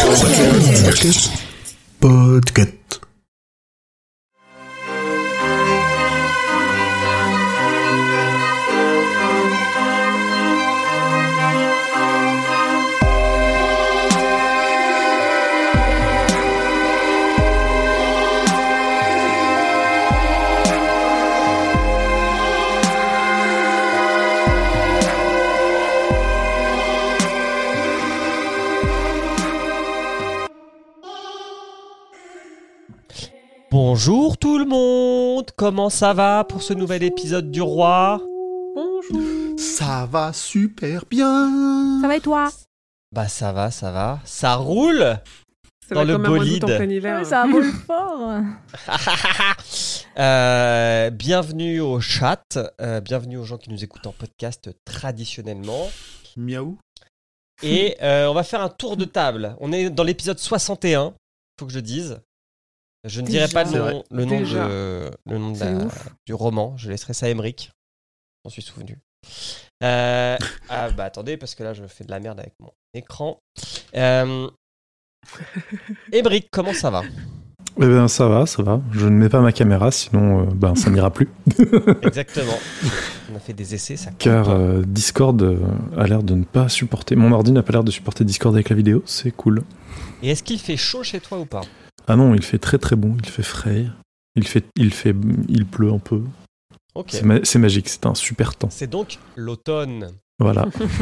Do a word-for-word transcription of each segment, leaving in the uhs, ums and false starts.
Podcast. Podcast. Bonjour tout le monde, comment ça va pour ce nouvel épisode du Roi ? Bonjour. Ça va super bien. Ça va et toi ? Bah ça va, ça va, ça roule Ça dans va le comme un mois d'août bolide. en plein hiver. Ça roule fort. euh, Bienvenue au chat, euh, bienvenue aux gens qui nous écoutent en podcast traditionnellement. Miaou. Et euh, on va faire un tour de table. On est dans l'épisode soixante et un, faut que je dise. Je ne dirai Déjà. pas C'est le vrai. nom, le nom, Déjà. de, le nom de C'est la- ouf. du roman. Je laisserai ça à Emmerich. J'en suis souvenu. Euh, ah bah attendez, parce que là je fais de la merde avec mon écran. Euh, Emmerich, comment ça va ? Eh ben ça va, ça va. Je ne mets pas ma caméra, sinon euh, ben ça n'ira plus. Exactement. On a fait des essais, ça compte. Car euh, Discord euh, a l'air de ne pas supporter. Mon ordi n'a pas l'air de supporter Discord avec la vidéo, c'est cool. Et est-ce qu'il fait chaud chez toi ou pas ? Ah non, il fait très très bon, il fait frais, il fait, il fait, il pleut un peu. Ok. C'est, ma- c'est magique, c'est un super temps. C'est donc l'automne. Voilà.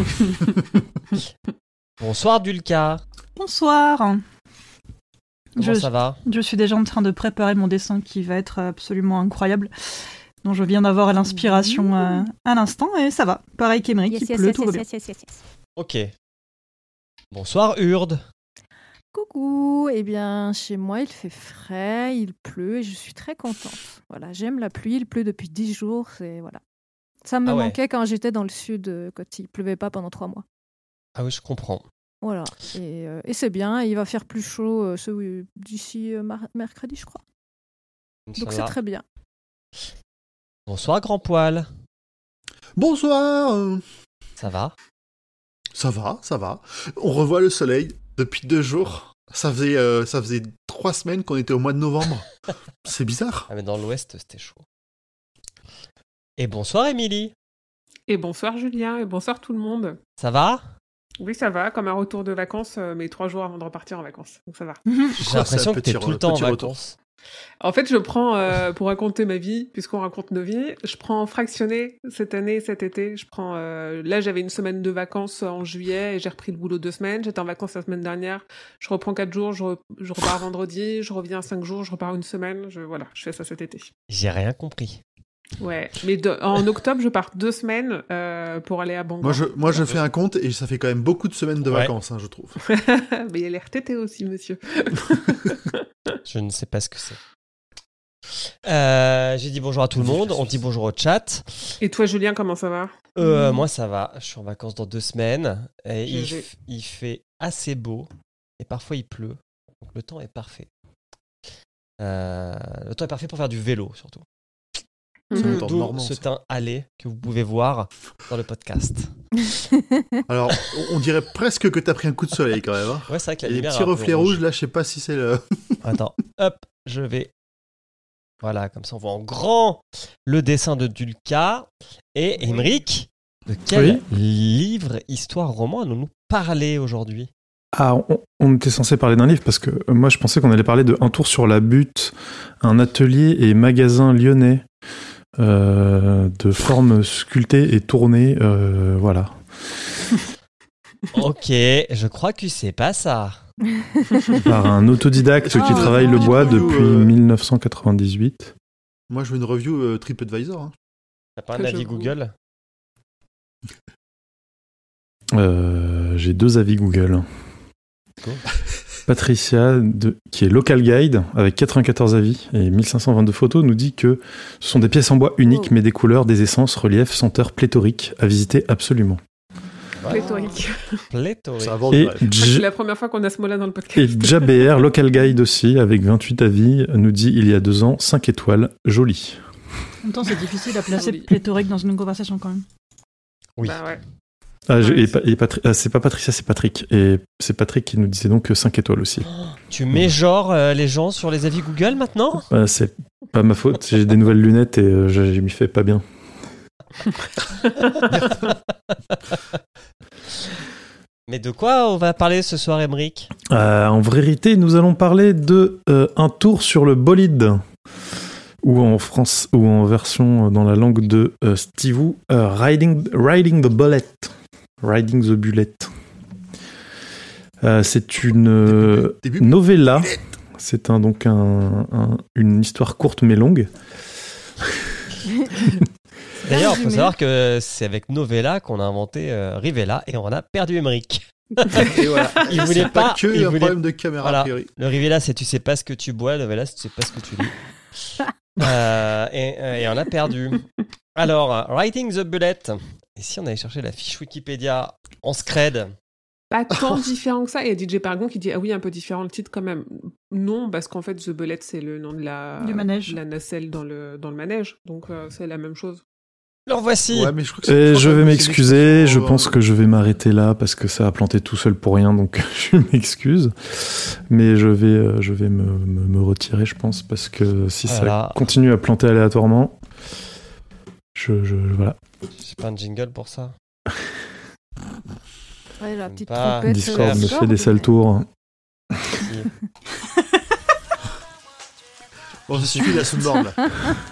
Bonsoir Dulka. Bonsoir. Comment Je, ça va ? je suis déjà en train de préparer mon dessin qui va être absolument incroyable, dont je viens d'avoir l'inspiration euh, à l'instant, et ça va. Pareil qu'Emeric, Yes, il yes, pleut, yes, tout va yes, bien. yes, yes, yes, yes. Ok. Bonsoir Urde. Coucou, eh bien chez moi il fait frais, il pleut et je suis très contente. Voilà, j'aime la pluie, il pleut depuis dix jours, c'est voilà. Ça me Ah ouais. manquait quand j'étais dans le sud, euh, quand il pleuvait pas pendant trois mois. Ah oui, je comprends. Voilà, et, euh, et c'est bien, et il va faire plus chaud euh, ce, oui, d'ici euh, mar- mercredi je crois. Donc c'est Inch'Allah. très bien. Bonsoir Grand Poil. Bonsoir. euh, Ça va ? Ça va, ça va. On revoit le soleil depuis deux jours. Ça faisait, euh, ça faisait trois semaines qu'on était au mois de novembre. C'est bizarre. Ah mais dans l'ouest c'était chaud. Et bonsoir Émilie. Et bonsoir Julien, et bonsoir tout le monde. Ça va ? Oui, ça va, comme un retour de vacances, euh, mais trois jours avant de repartir en vacances. Donc ça va. J'ai Quoi, l'impression ça, que t'es petit tout le re- temps en petit retour. vacances. En fait, je prends, euh, pour raconter ma vie, puisqu'on raconte nos vies, je prends fractionné cette année, cet été. Je prends, euh, là, j'avais une semaine de vacances en juillet et j'ai repris le boulot deux semaines. J'étais en vacances la semaine dernière. Je reprends quatre jours, je, re- je repars vendredi, je reviens cinq jours, je repars une semaine. Je, voilà, je fais ça cet été. J'ai rien compris. Ouais, mais de- en octobre, je pars deux semaines euh, pour aller à Bangkok. Moi, je, moi, je fais un compte et ça fait quand même beaucoup de semaines de Ouais. vacances, hein, je trouve. Mais il y a l'air tété aussi, monsieur. Je ne sais pas ce que c'est. Euh, j'ai dit bonjour à tout le monde. On dit bonjour au chat. Et toi, Julien, comment ça va? Euh, moi, ça va. Je suis en vacances dans deux semaines. Et il, G G. f- il fait assez beau. Et parfois, il pleut. Donc, le temps est parfait. Euh, le temps est parfait pour faire du vélo, surtout. C'est le Mhm. temps D'où normand, ce ça. teint allé que vous pouvez voir dans le podcast. Alors, on- on dirait presque que t'as pris un coup de soleil quand même. Hein. Ouais, c'est vrai que la Et les lumière petits est un peu reflets rouge. rouges, là, je sais pas si c'est le. Attends, hop, je vais. Voilà, comme ça on voit en grand le dessin de Dulka. Et Emeric, de quel livre, histoire, roman allons-nous parler aujourd'hui ? Ah, on, on était censé parler d'un livre parce que euh, moi je pensais qu'on allait parler de Un tour sur la butte, un atelier et magasin lyonnais euh, de formes sculptées et tournées, euh, voilà. Ok, je crois que c'est pas ça. Par un autodidacte Ah, qui travaille le ah, bois ah, depuis euh, dix-neuf cent quatre-vingt-dix-huit. Moi, je veux une review euh, TripAdvisor. Hein. T'as pas un Que avis j'avoue. Google ? Euh, j'ai deux avis Google. Cool. Patricia, de, qui est local guide, avec quatre-vingt-quatorze avis et mille cinq cent vingt-deux photos, nous dit que ce sont des pièces en bois uniques, Oh. mais des couleurs, des essences, reliefs, senteurs pléthoriques à visiter absolument. Pléthorique. Pléthorique. Ça va, Et, bref. C'est J- la première fois qu'on a ce mot-là dans le podcast. et Jabr, local guide aussi, avec vingt-huit avis, nous dit il y a deux ans, cinq étoiles, joli. En même temps, c'est difficile à placer Joli. pléthorique dans une conversation quand même. Oui. Bah ouais. Ah, je- Ouais, et, Pa- et Patri- ah, c'est pas Patricia, c'est Patrick. Et c'est Patrick qui nous disait donc cinq étoiles aussi. Tu mets genre euh, les gens sur les avis Google maintenant? Ah, c'est pas ma faute, j'ai des nouvelles lunettes et euh, je- je m'y fais pas bien. Mais de quoi on va parler ce soir, Emmerich? Euh, en vérité, nous allons parler de euh, Un tour sur le bolide, ou en France, ou en version euh, dans la langue de euh, Steve, euh, Riding, Riding the Bullet. Riding the Bullet. Euh, c'est une euh, Début. novella. C'est un, donc un, un- une histoire courte mais longue. D'ailleurs, il faut résumé. savoir que c'est avec Novella qu'on a inventé euh, Rivella et on a perdu Emmerich. Et voilà. Il C'est voulait pas pas- que il un voulait- problème de caméra, Voilà. a priori. Le Rivella, c'est tu sais pas ce que tu bois. Novella, c'est tu sais pas ce que tu lis. Euh, et, euh, et on a perdu. Alors, euh, Writing the Bullet. Et si on allait chercher la fiche Wikipédia en scred? Pas tant différent que ça. Il y a D J Paragon qui dit ah oui, un peu différent le titre quand même. Non, parce qu'en fait, The Bullet, c'est le nom de la, Du manège. de la nacelle dans le, dans le manège. Donc, euh, c'est la même chose. Alors voici. Ouais, mais je crois que c'est- Et crois je que vais c'est une m'excuser, expression, je euh, pense que je vais m'arrêter là parce que ça a planté tout seul pour rien, donc je m'excuse. Mais je vais, euh, je vais me, me, me retirer, je pense, parce que si Voilà. ça continue à planter aléatoirement, je, je voilà. J'ai pas un jingle pour ça. Ouais, la J'aime petite pas. trompette. Discord euh, me Discord, fait des sales mais- tours. Bon, ça suffit la soundboard là.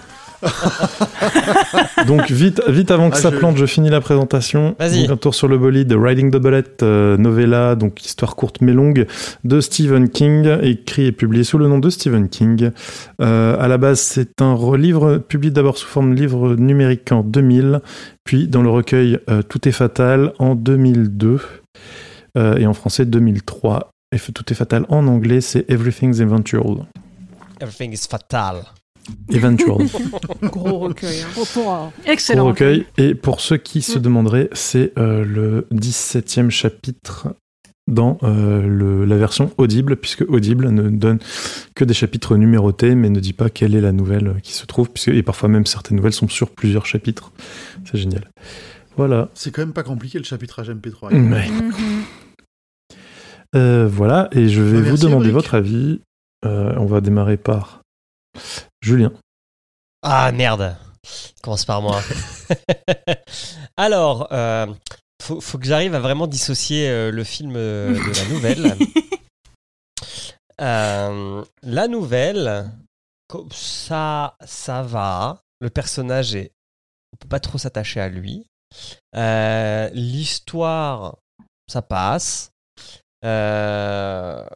Donc vite, vite avant que Ah, ça je- plante, je finis la présentation. Vas-y. Donc, un tour sur le bolide, Riding the Bullet, euh, novella, donc histoire courte mais longue, de Stephen King, écrit et publié sous le nom de Stephen King. Euh, à la base, c'est un re- livre publié d'abord sous forme de livre numérique en deux mille, puis dans le recueil euh, Tout est fatal en deux mille deux, euh, et en français deux mille trois. Et Tout est fatal en anglais, c'est Everything's Eventual. Everything is fatal. Eventual. Gros recueil. Hein. Oh, pour, euh, Excellent. Gros recueil. Et pour ceux qui se demanderaient, c'est euh, le dix-septième chapitre dans euh, le- la version Audible, puisque Audible ne donne que des chapitres numérotés, mais ne dit pas quelle est la nouvelle qui se trouve, puisque, et parfois même certaines nouvelles sont sur plusieurs chapitres. C'est génial. Voilà. C'est quand même pas compliqué le chapitrage M P trois. Ouais. mhm. Euh, voilà, et je vais Ah, vous merci, demander Emmerich. votre avis. Euh, on va démarrer par Julien. Ah merde. Commence par moi. Alors, euh, faut, faut que j'arrive à vraiment dissocier euh, le film euh, de la nouvelle. Euh, la nouvelle, co- ça, ça va. Le personnage est, on peut pas trop s'attacher à lui. Euh, l'histoire, ça passe. Euh,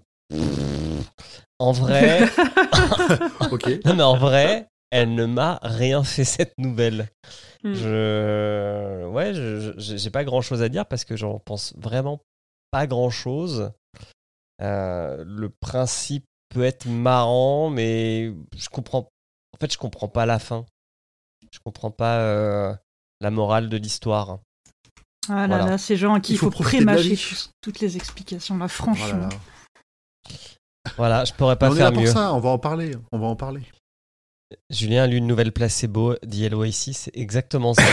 en vrai, Ok. non mais en vrai, elle ne m'a rien fait cette nouvelle. Hmm. Je, ouais, je, je- j'ai pas grand chose à dire parce que j'en pense vraiment pas grand chose. Le principe peut être marrant, mais je comprends. En fait, je comprends pas la fin. Je comprends pas euh, la morale de l'histoire. Ah là Voilà. là, ces gens à qui Il il faut faut profiter de la prémâcher vie. tous- toutes les explications, là, Oh franchement. là là. Voilà, je pourrais Mais pas on est faire là pour mieux. ça, on va en parler. On va en parler. Julien a lu une nouvelle placebo d'Yellow ici, c'est exactement ça.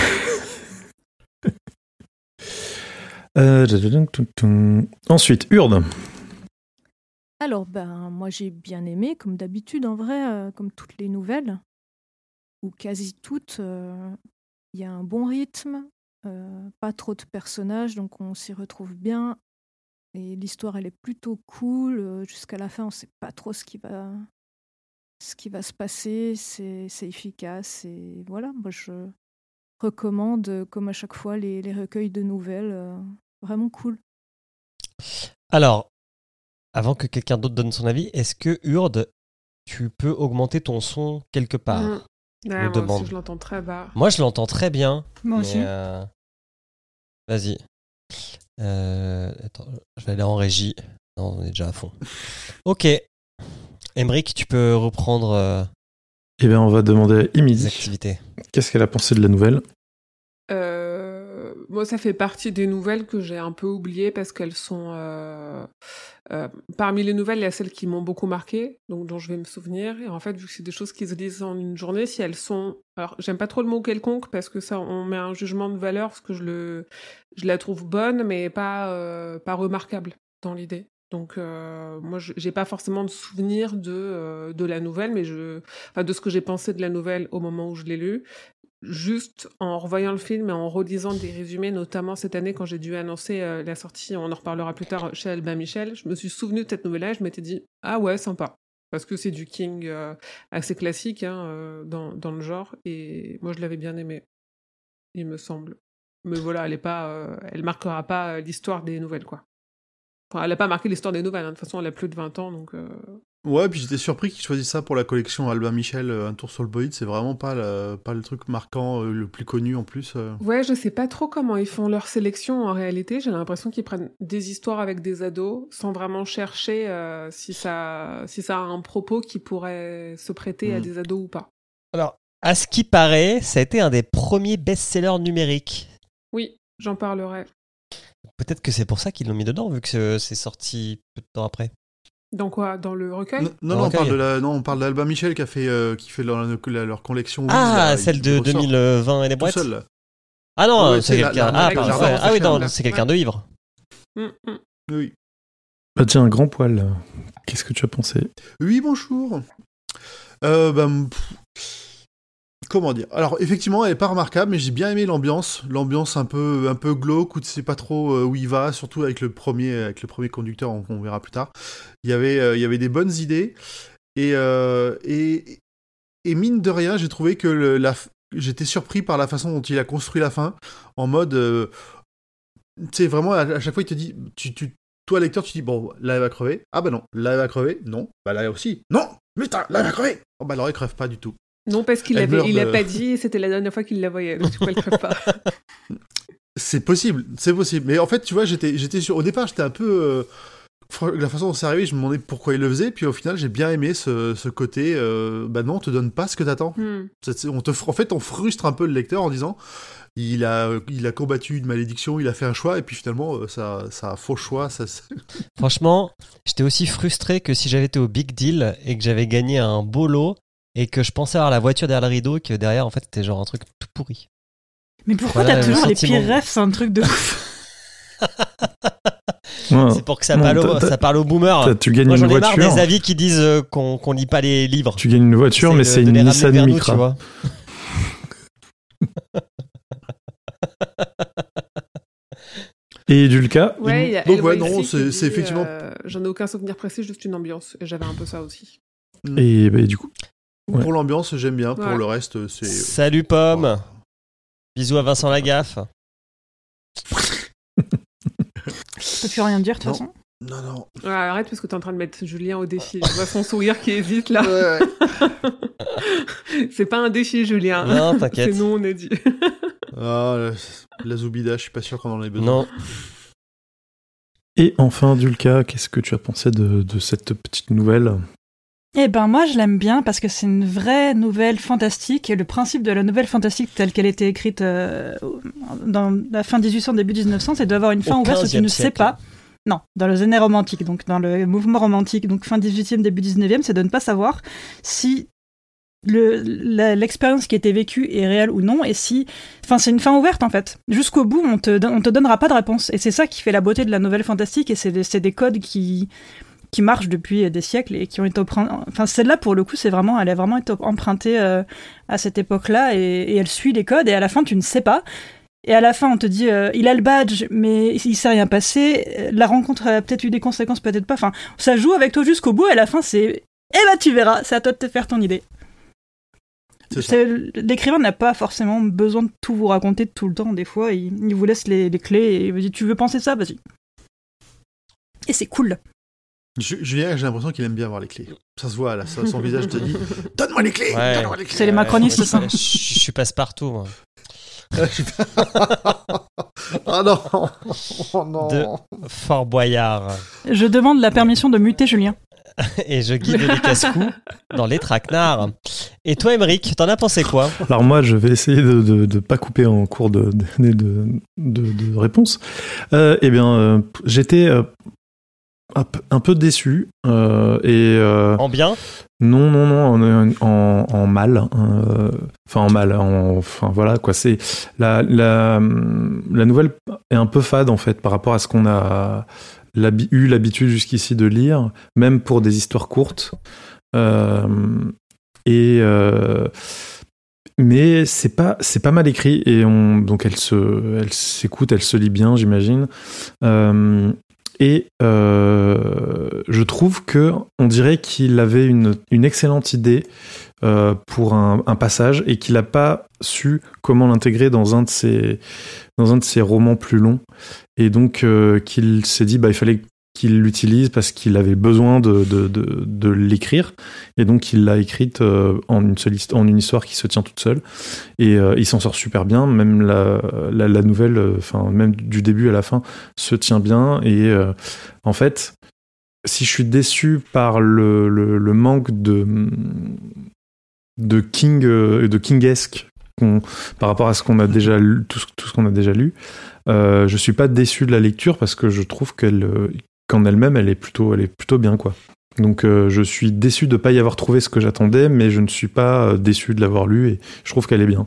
Euh, Ensuite, Urde. Alors, ben, moi j'ai bien aimé, comme d'habitude, en vrai, euh, comme toutes les nouvelles, ou quasi toutes, euh, il y a un bon rythme, euh, pas trop de personnages, donc on s'y retrouve bien. Et l'histoire, elle est plutôt cool. euh, Jusqu'à la fin, on sait pas trop ce qui va, ce qui va se passer. C'est c'est efficace. Et voilà, moi je recommande, euh, comme à chaque fois, les, les recueils de nouvelles. euh, vraiment cool. Alors, avant que quelqu'un d'autre donne son avis, est-ce que Urde, tu peux augmenter ton son quelque part? Hmm. Ouais, me moi demande. aussi, je l'entends très bas. Moi, je l'entends très bien. Moi mais, aussi. euh, Vas-y. Euh, Attends, je vais aller en régie. Non, on est déjà à fond. Ok. Emmerich, tu peux reprendre euh, Eh bien, on va demander à les Émilie activités. qu'est-ce qu'elle a pensé de la nouvelle. Euh, moi, ça fait partie des nouvelles que j'ai un peu oubliées parce qu'elles sont... Euh, euh, parmi les nouvelles, il y a celles qui m'ont beaucoup marqué, donc dont je vais me souvenir. Et en fait, vu que c'est des choses qui se lisent en une journée, si elles sont... Alors, j'aime pas trop le mot quelconque parce que ça, on met un jugement de valeur parce que je, le, je la trouve bonne, mais pas, euh, pas remarquable dans l'idée. Donc, euh, moi, je, j'ai pas forcément de souvenir de, euh, de la nouvelle, mais je, enfin, de ce que j'ai pensé de la nouvelle au moment où je l'ai lue. Juste en revoyant le film et en relisant des résumés, notamment cette année quand j'ai dû annoncer euh, la sortie, on en reparlera plus tard, chez Albin Michel, je me suis souvenu de cette nouvelle-là et je m'étais dit « Ah ouais, sympa !» Parce que c'est du King euh, assez classique hein, euh, dans, dans le genre, et moi je l'avais bien aimé, il me semble. Mais voilà, elle est pas, euh, elle marquera pas l'histoire des nouvelles, quoi. Enfin, elle a pas marqué l'histoire des nouvelles, hein. De toute façon elle a plus de vingt ans, donc... Euh... Ouais, puis j'étais surpris qu'ils choisissent ça pour la collection Albin Michel, Un tour sur le bolide, c'est vraiment pas le, pas le truc marquant, euh, le plus connu en plus. Euh. Ouais, je sais pas trop comment ils font leur sélection en réalité, j'ai l'impression qu'ils prennent des histoires avec des ados, sans vraiment chercher euh, si, ça, si ça a un propos qui pourrait se prêter mmh. à des ados ou pas. Alors, à ce qui paraît, ça a été un des premiers best-sellers numériques. Oui, j'en parlerai. Peut-être que c'est pour ça qu'ils l'ont mis dedans, vu que c'est sorti peu de temps après. Dans quoi ? Dans le recueil ? Non, non, non, on parle de la, non, on parle d'Albin Michel qui a fait, euh, qui fait leur, leur, leur collection. Ah, là, celle de deux mille vingt et les boîtes. Tout seul. Ah non, ouais, c'est, c'est quelqu'un. Ah, pardon, ouais. ah oui, non, c'est quelqu'un ouais. de ivre. Mmh, mmh. Oui. Bah tiens, un grand poil. Qu'est-ce que tu as pensé ? Oui, bonjour. Euh, bah, pff, comment dire ? Alors, effectivement, elle est pas remarquable, mais j'ai bien aimé l'ambiance, l'ambiance un peu, un peu glauque où tu sais pas trop où il va, surtout avec le premier, avec le premier conducteur, on, on verra plus tard. Il y avait, euh, il y avait des bonnes idées et, euh, et, et mine de rien, j'ai trouvé que le, la, j'étais surpris par la façon dont il a construit la fin, en mode, euh, tu sais vraiment à, à chaque fois il te dit, tu, tu, toi lecteur, tu dis bon, là elle va crever, ah bah non, là elle va crever, non, bah là aussi, non, putain, là elle va crever, oh bah alors elle crève pas du tout. Non, parce qu'il avait, il de... l'a pas dit et c'était la dernière fois qu'il la voyait, donc tu peux le crève pas. C'est possible, c'est possible. Mais en fait, tu vois, j'étais, j'étais sur... Au départ, j'étais un peu... Euh... La façon dont c'est arrivé, je me demandais pourquoi il le faisait, puis au final, j'ai bien aimé ce, ce côté... Euh... Bah non, on te donne pas ce que t'attends. Mm. On te... En fait, on frustre un peu le lecteur en disant... Il a, il a combattu une malédiction, il a fait un choix, et puis finalement, ça, ça a faux choix. Ça... Franchement, j'étais aussi frustré que si j'avais été au Big Deal et que j'avais gagné un beau lot, et que je pensais avoir la voiture derrière le rideau, que derrière, en fait, c'était genre un truc tout pourri. Mais pourquoi voilà, t'as toujours les pires rêves, c'est un truc de ouf. Ouais. C'est pour que ça, non, parle au, ça parle aux boomers. Tu gagnes Moi, une j'en ai voiture. marre des avis qui disent euh, qu'on, qu'on lit pas les livres. Tu gagnes une voiture, c'est mais c'est une Nissan Micra. Nous, Et Dulka. Ouais, il y a donc ouais, non, c'est, dit, c'est effectivement. Euh, j'en ai aucun souvenir précis, juste une ambiance. Et j'avais un peu ça aussi. Et bah, du coup. Ouais. Ouais. Pour l'ambiance, j'aime bien. Pour ouais. le reste, c'est. Salut Pomme. Ouais. Bisous à Vincent Lagaffe. Je peux plus rien dire de toute façon. Non, non. Ouais, arrête parce que t'es en train de mettre Julien au défi. Je vois son sourire qui hésite là. Ouais, ouais. C'est pas un défi, Julien. Non, t'inquiète. C'est nous, on a dit. Ah, la, la Zoubida, je suis pas sûr qu'on en ait besoin. Non. Et enfin, Dulka, qu'est-ce que tu as pensé de, de cette petite nouvelle ? Eh ben moi je l'aime bien parce que c'est une vraie nouvelle fantastique et le principe de la nouvelle fantastique telle qu'elle était écrite euh, dans la fin dix-huit cents, début dix-neuf cents, c'est d'avoir une fin ouverte où tu ne sais pas. Non, dans le Zener romantique, donc dans le mouvement romantique, donc fin dix-huitième, début dix-neuvième, c'est de ne pas savoir si le, la, l'expérience qui a été vécue est réelle ou non, et si... Enfin, c'est une fin ouverte, en fait. Jusqu'au bout, on te, on te donnera pas de réponse. Et c'est ça qui fait la beauté de la nouvelle fantastique, et c'est, c'est des codes qui... qui marchent depuis des siècles et qui ont été empruntés. Enfin, celle-là, pour le coup, c'est vraiment, elle a vraiment été empruntée euh, à cette époque-là et, et elle suit les codes et à la fin, tu ne sais pas. Et à la fin, on te dit, euh, il a le badge, mais il s'est rien passé. La rencontre a peut-être eu des conséquences, peut-être pas. Enfin, ça joue avec toi jusqu'au bout et à la fin, c'est, eh ben, tu verras, c'est à toi de te faire ton idée. C'est c'est, l'écrivain n'a pas forcément besoin de tout vous raconter tout le temps. Des fois, il, il vous laisse les, les clés et il vous dit, tu veux penser ça, vas-y. Et c'est cool. Julien, j'ai l'impression qu'il aime bien avoir les clés. Ça se voit, là, son visage te dit « Donne-moi les clés, ouais. donne-moi les clés !» C'est les macronistes, ça. Je suis passe-partout, moi. Ah non, oh non. De Fort Boyard. Je demande la permission de muter Julien. et je guide les casse-cous dans les traquenards. Et toi, Émeric, t'en as pensé quoi ? Alors moi, je vais essayer de de, de pas couper en cours de de de, de, de réponse. Euh, eh bien, euh, j'étais euh, un, p- un peu déçu euh, et euh, En bien ? non non non en en, en mal. euh, Enfin en mal. En, enfin voilà quoi. C'est la la la nouvelle est un peu fade en fait par rapport à ce qu'on a l'habi- eu l'habitude jusqu'ici de lire, même pour des histoires courtes. Euh, et euh, mais c'est pas c'est pas mal écrit et on donc elle se elle s'écoute, elle se lit bien, j'imagine. Euh, et euh, je trouve que on dirait qu'il avait une une excellente idée euh, pour un, un passage et qu'il a pas su comment l'intégrer dans un de ses dans un de ses romans plus longs et donc euh, qu'il s'est dit bah il fallait qu'il l'utilise parce qu'il avait besoin de, de, de, de l'écrire et donc il l'a écrite euh, en une seule hist- en une histoire qui se tient toute seule et euh, il s'en sort super bien, même la, la, la nouvelle enfin euh, même du début à la fin se tient bien et euh, en fait si je suis déçu par le, le, le manque de de King euh, de Kingesque qu'on, par rapport à ce qu'on a déjà lu, tout, ce, tout ce qu'on a déjà lu euh, je suis pas déçu de la lecture parce que je trouve qu'elle euh, qu'en elle-même, elle est plutôt, elle est plutôt bien, quoi. Donc, euh, je suis déçu de ne pas y avoir trouvé ce que j'attendais, mais je ne suis pas euh, déçu de l'avoir lu et je trouve qu'elle est bien.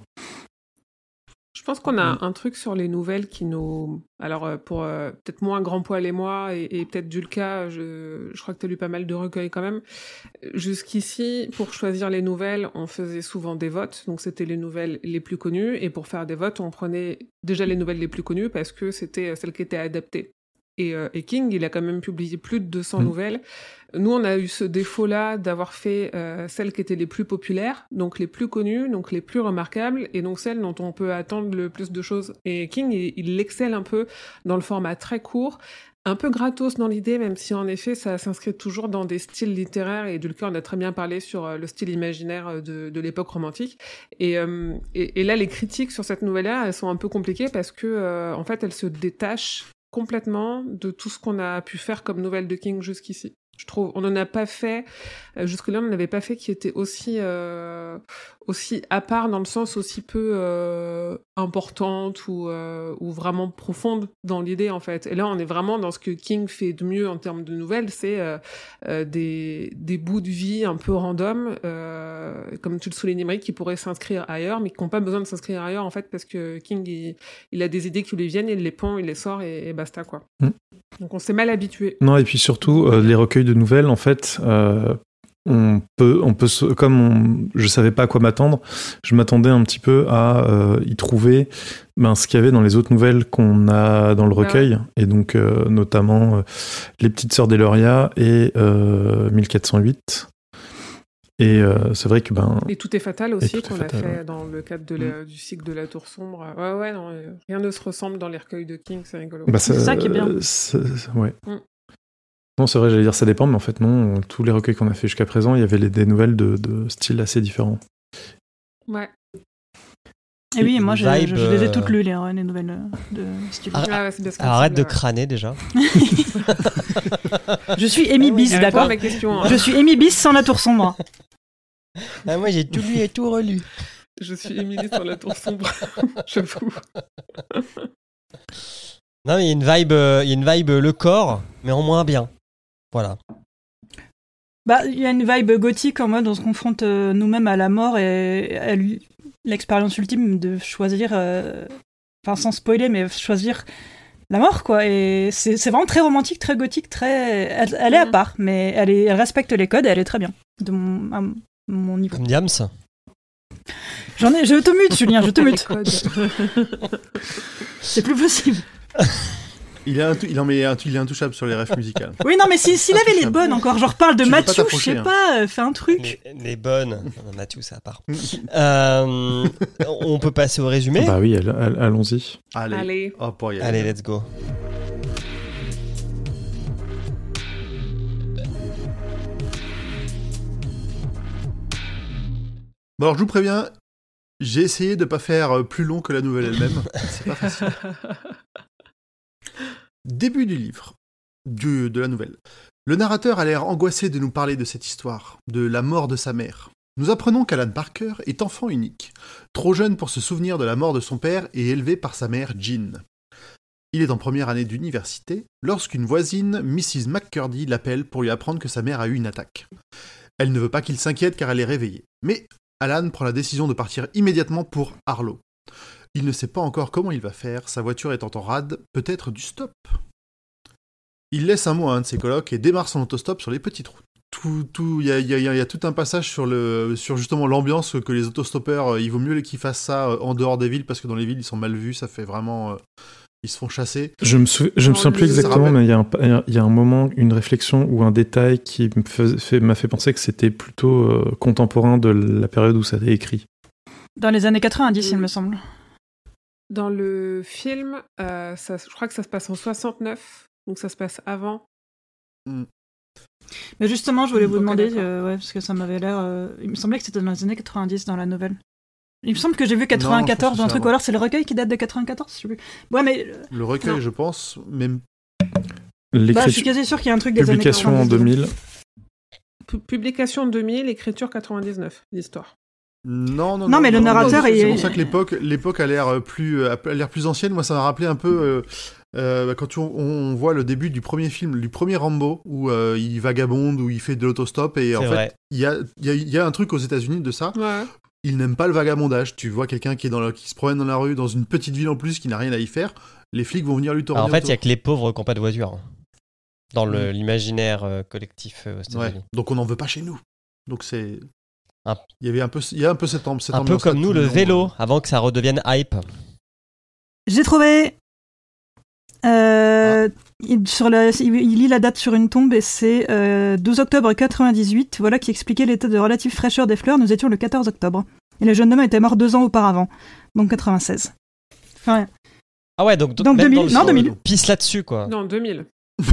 Je pense qu'on a un truc sur les nouvelles qui nous... Alors, euh, pour euh, peut-être moins Grand Poil et moi, et, et peut-être Dulka, je, je crois que tu as lu pas mal de recueils quand même. Jusqu'ici, pour choisir les nouvelles, on faisait souvent des votes. Donc, c'était les nouvelles les plus connues. Et pour faire des votes, on prenait déjà les nouvelles les plus connues parce que c'était celles qui étaient adaptées. Et, euh, et King, il a quand même publié plus de deux cents mmh. nouvelles. Nous, on a eu ce défaut-là d'avoir fait euh, celles qui étaient les plus populaires, donc les plus connues, donc les plus remarquables, et donc celles dont on peut attendre le plus de choses. Et King, il, il excelle un peu dans le format très court, un peu gratos dans l'idée, même si en effet, ça s'inscrit toujours dans des styles littéraires, et Dulka, on a très bien parlé sur euh, le style imaginaire de, de l'époque romantique. Et, euh, et, et là, les critiques sur cette nouvelle-là, elles sont un peu compliquées parce que, euh, en fait, elles se détachent complètement de tout ce qu'on a pu faire comme nouvelle de King jusqu'ici. Je trouve, on n'en a pas fait, euh, jusque-là, on n'en avait pas fait qui était aussi, euh, aussi à part dans le sens aussi peu euh, importante ou, euh, ou vraiment profonde dans l'idée, en fait. Et là, on est vraiment dans ce que King fait de mieux en termes de nouvelles, c'est euh, euh, des, des bouts de vie un peu random, euh, comme tu le soulignes, Émeric, qui pourraient s'inscrire ailleurs, mais qui n'ont pas besoin de s'inscrire ailleurs, en fait, parce que King, il, il a des idées qui lui viennent, il les pond, il les sort et, et basta, quoi. Mm. Donc on s'est mal habitué. Non, et puis surtout, euh, les recueils de nouvelles, en fait, euh, on peut, on peut, se, comme on, je savais pas à quoi m'attendre, je m'attendais un petit peu à euh, y trouver ben, ce qu'il y avait dans les autres nouvelles qu'on a dans le recueil, ah ouais. Et donc euh, notamment euh, Les Petites Sœurs d'Eloria et euh, mille quatre cent huit. Et euh, c'est vrai que ben. Et Tout est fatal aussi, qu'on fatal, a fait ouais. dans le cadre de la, du cycle de la Tour Sombre. Ouais, ouais, non, rien ne se ressemble dans les recueils de King, c'est rigolo. Bah, c'est ça qui est bien. C'est, ouais. Mm. Non, c'est vrai, j'allais dire ça dépend, mais en fait, non. Tous les recueils qu'on a fait jusqu'à présent, il y avait les, des nouvelles de, de styles assez différents. Ouais. Et oui, moi, je, je, je les ai toutes lues, les, les nouvelles de style. Ah, ah, ouais, c'est bien ce arrête de ouais. crâner déjà. Je suis Amy Bis, ah oui, d'accord ma question, hein. Je suis Amy Bis sans la Tour Sombre. Ah, moi, j'ai tout lu et tout relu. Je suis Émilie sur la Tour Sombre, j'avoue. Non, mais il y a une vibe, il y a une vibe le corps, mais en moins bien. Voilà. Bah, il y a une vibe gothique en mode on se confronte euh, nous-mêmes à la mort et à l'expérience ultime de choisir, enfin euh, sans spoiler, mais choisir la mort, quoi. Et c'est, c'est vraiment très romantique, très gothique, très. Elle, elle est à part, mais elle, est, elle respecte les codes et elle est très bien de mon, à mon niveau. Comme Diams. J'en ai, je te mute, Julien, je te mute. C'est plus possible. Il est, intou- il, en met, il est intouchable sur les refs musicales. Oui, non, mais s'il si, avait les bonnes encore, je reparle de tu Mathieu, je sais hein. pas, euh, fais un truc. Les, les bonnes, Mathieu, c'est à part. euh, on peut passer au résumé. Bah oui, all- all- allons-y. Allez, Allez. Oh, pour y aller. Allez, let's go. Bon, alors je vous préviens, j'ai essayé de pas faire plus long que la nouvelle elle-même. C'est pas facile. Début du livre. du, de la nouvelle. Le narrateur a l'air angoissé de nous parler de cette histoire, de la mort de sa mère. Nous apprenons qu'Alan Parker est enfant unique, trop jeune pour se souvenir de la mort de son père et élevé par sa mère Jean. Il est en première année d'université lorsqu'une voisine, missus McCurdy, l'appelle pour lui apprendre que sa mère a eu une attaque. Elle ne veut pas qu'il s'inquiète car elle est réveillée. Mais Alan prend la décision de partir immédiatement pour Harlow. Il ne sait pas encore comment il va faire, sa voiture étant en rade, peut-être du stop. Il laisse un mot à un de ses colocs et démarre son autostop sur les petites routes. Tout, tout, il y a, y a, y a tout un passage sur le, sur justement l'ambiance que les autostoppeurs, il vaut mieux qu'ils fassent ça en dehors des villes parce que dans les villes ils sont mal vus, ça fait vraiment, ils se font chasser. Je me, sou... je me souviens plus exactement, mais il y a un, il y a un moment, une réflexion ou un détail qui me fait, fait, m'a fait penser que c'était plutôt euh, contemporain de la période où ça a été écrit. Dans les années quatre-vingt-dix, il me semble. Dans le film, euh, ça, je crois que ça se passe en soixante-neuf, donc ça se passe avant. Mm. Mais justement, je voulais vous Ok, demander, d'accord. euh, ouais, parce que ça m'avait l'air... Euh, il me semblait que c'était dans les années quatre-vingt-dix dans la nouvelle. Il me semble que j'ai vu quatre-vingt-quatorze, Non, un truc, avant. ou alors c'est le recueil qui date de quatre-vingt-quatorze, je sais plus. Ouais, mais... euh, Le recueil, Non. je pense, même. Bah, je suis quasi sûr qu'il y a un truc des années Publication en quatre-vingt-dix. deux mille. Pu- Publication deux mille, écriture quatre-vingt-dix-neuf, l'histoire. Non, non, Non, mais le narrateur c'est, est- c'est pour ça que l'époque, l'époque a l'air plus, a l'air plus ancienne. Moi, ça m'a rappelé un peu euh, euh, quand on, on voit le début du premier film, du premier Rambo, où euh, il vagabonde, où il fait de l'autostop, et en C'est fait, vrai. il y a, il y, a, il y a un truc aux États-Unis de ça. Ouais. Ils n'aiment pas le vagabondage. Tu vois quelqu'un qui est dans la, qui se promène dans la rue, dans une petite ville en plus, qui n'a rien à y faire. Les flics vont venir lui tourner Alors, en fait, il y a autour. que les pauvres qui n'ont pas de voiture. hein, Dans le, Mm. l'imaginaire euh, collectif euh, aux États-Unis. Ouais. Donc on n'en veut pas chez nous. Donc c'est. Un- Il y avait un peu, il y a un peu cette, amb- cette Un peu ambiance-là comme tout nous, le long. vélo, avant que ça redevienne hype. J'ai trouvé. Euh, il, sur la, il il lit la date sur une tombe et c'est euh, douze octobre quatre-vingt-dix-huit. Voilà qui expliquait l'état de relative fraîcheur des fleurs. Nous étions le quatorze octobre. Et le jeune homme était mort deux ans auparavant, donc quatre-vingt-seize. Enfin, rien. Ah ouais, donc, Donc même deux mille, dans le non, son, deux mille. on pisse là-dessus, quoi. Non, deux mille.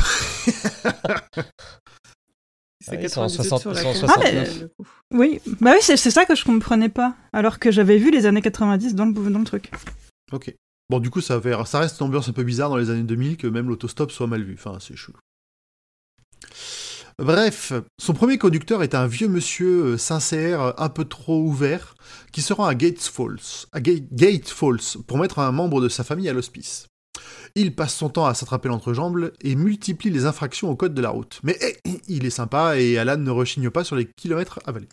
C'est Ah, ils sont en quatre-vingt-dix-huit sur la soixante- carte. Ah, mais- du coup. Oui, bah oui, c'est, c'est ça que je comprenais pas. Alors que j'avais vu les années quatre-vingt-dix dans le, dans le truc. Ok. Bon, du coup, ça, fait, ça reste une ambiance un peu bizarre dans les années deux mille que même l'autostop soit mal vu. Enfin, c'est chelou. Bref, son premier conducteur est un vieux monsieur euh, sincère, un peu trop ouvert, qui se rend à Gates Falls, à Ga- Gate Falls pour mettre un membre de sa famille à l'hospice. Il passe son temps à s'attraper l'entrejambe et multiplie les infractions au code de la route. Mais eh, il est sympa et Alan ne rechigne pas sur les kilomètres avalés.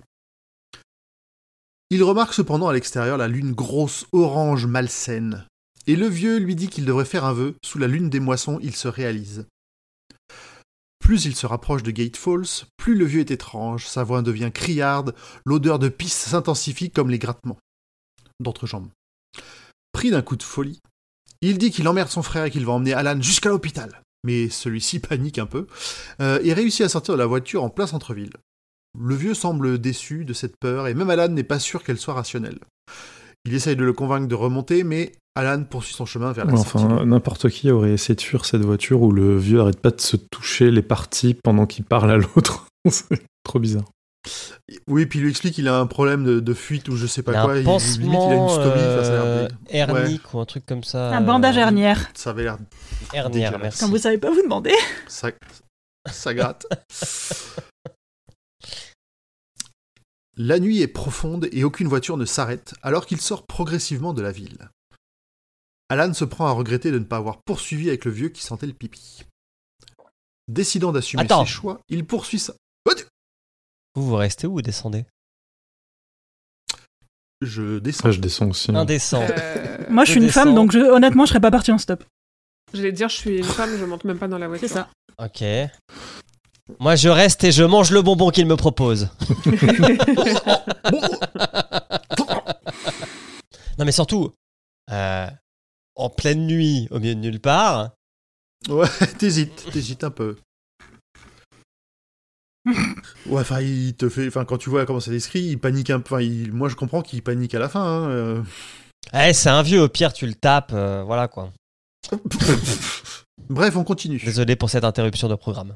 Il remarque cependant à l'extérieur la lune grosse orange malsaine. Et le vieux lui dit qu'il devrait faire un vœu, sous la lune des moissons, il se réalise. Plus il se rapproche de Gate Falls, plus le vieux est étrange, sa voix devient criarde, l'odeur de pisse s'intensifie comme les grattements d'entrejambe. Pris d'un coup de folie, il dit qu'il emmerde son frère et qu'il va emmener Alan jusqu'à l'hôpital. Mais celui-ci panique un peu, euh, et réussit à sortir de la voiture en plein centre-ville. Le vieux semble déçu de cette peur, et même Alan n'est pas sûr qu'elle soit rationnelle. Il essaye de le convaincre de remonter, mais Alan poursuit son chemin vers la Ouais, sortie. enfin, n'importe qui aurait essayé de fuir cette voiture où le vieux arrête pas de se toucher les parties pendant qu'il parle à l'autre. C'est trop bizarre. Oui, puis il lui explique qu'il a un problème de, de fuite ou je sais pas Il a quoi. un il- limite, il a une pansement stomie. Enfin, ça a l'air euh, dé- hernique ou un truc comme ça. Un bandage euh, hernière. Ça avait l'air. Hernière, dégueulasse. merci. Quand vous savez pas, vous demandez. Ça, ça gratte. La nuit est profonde et aucune voiture ne s'arrête alors qu'il sort progressivement de la ville. Alan se prend à regretter de ne pas avoir poursuivi avec le vieux qui sentait le pipi. Décidant d'assumer Attends. ses choix, il poursuit sa... Oh, Dieu. Vous, vous restez où ou descendez Je descends. Après, je descends aussi. Indécent. Euh, Moi, je suis Je une femme, descends. donc je, honnêtement, je serais pas partie en stop. J'allais dire, je suis une femme, je monte même pas dans la voiture. C'est ça. Ok. Moi, je reste et je mange le bonbon qu'il me propose. Non, mais surtout, euh, en pleine nuit, au milieu de nulle part. Ouais, t'hésites, t'hésites un peu. Ouais, enfin, il te fait... Enfin, quand tu vois comment c'est décrit, il panique un peu... Enfin, il- moi, je comprends qu'il panique à la fin, hein. euh. Eh, c'est un vieux, au pire, tu le tapes, euh, voilà quoi. Bref, on continue. Désolé pour cette interruption de programme.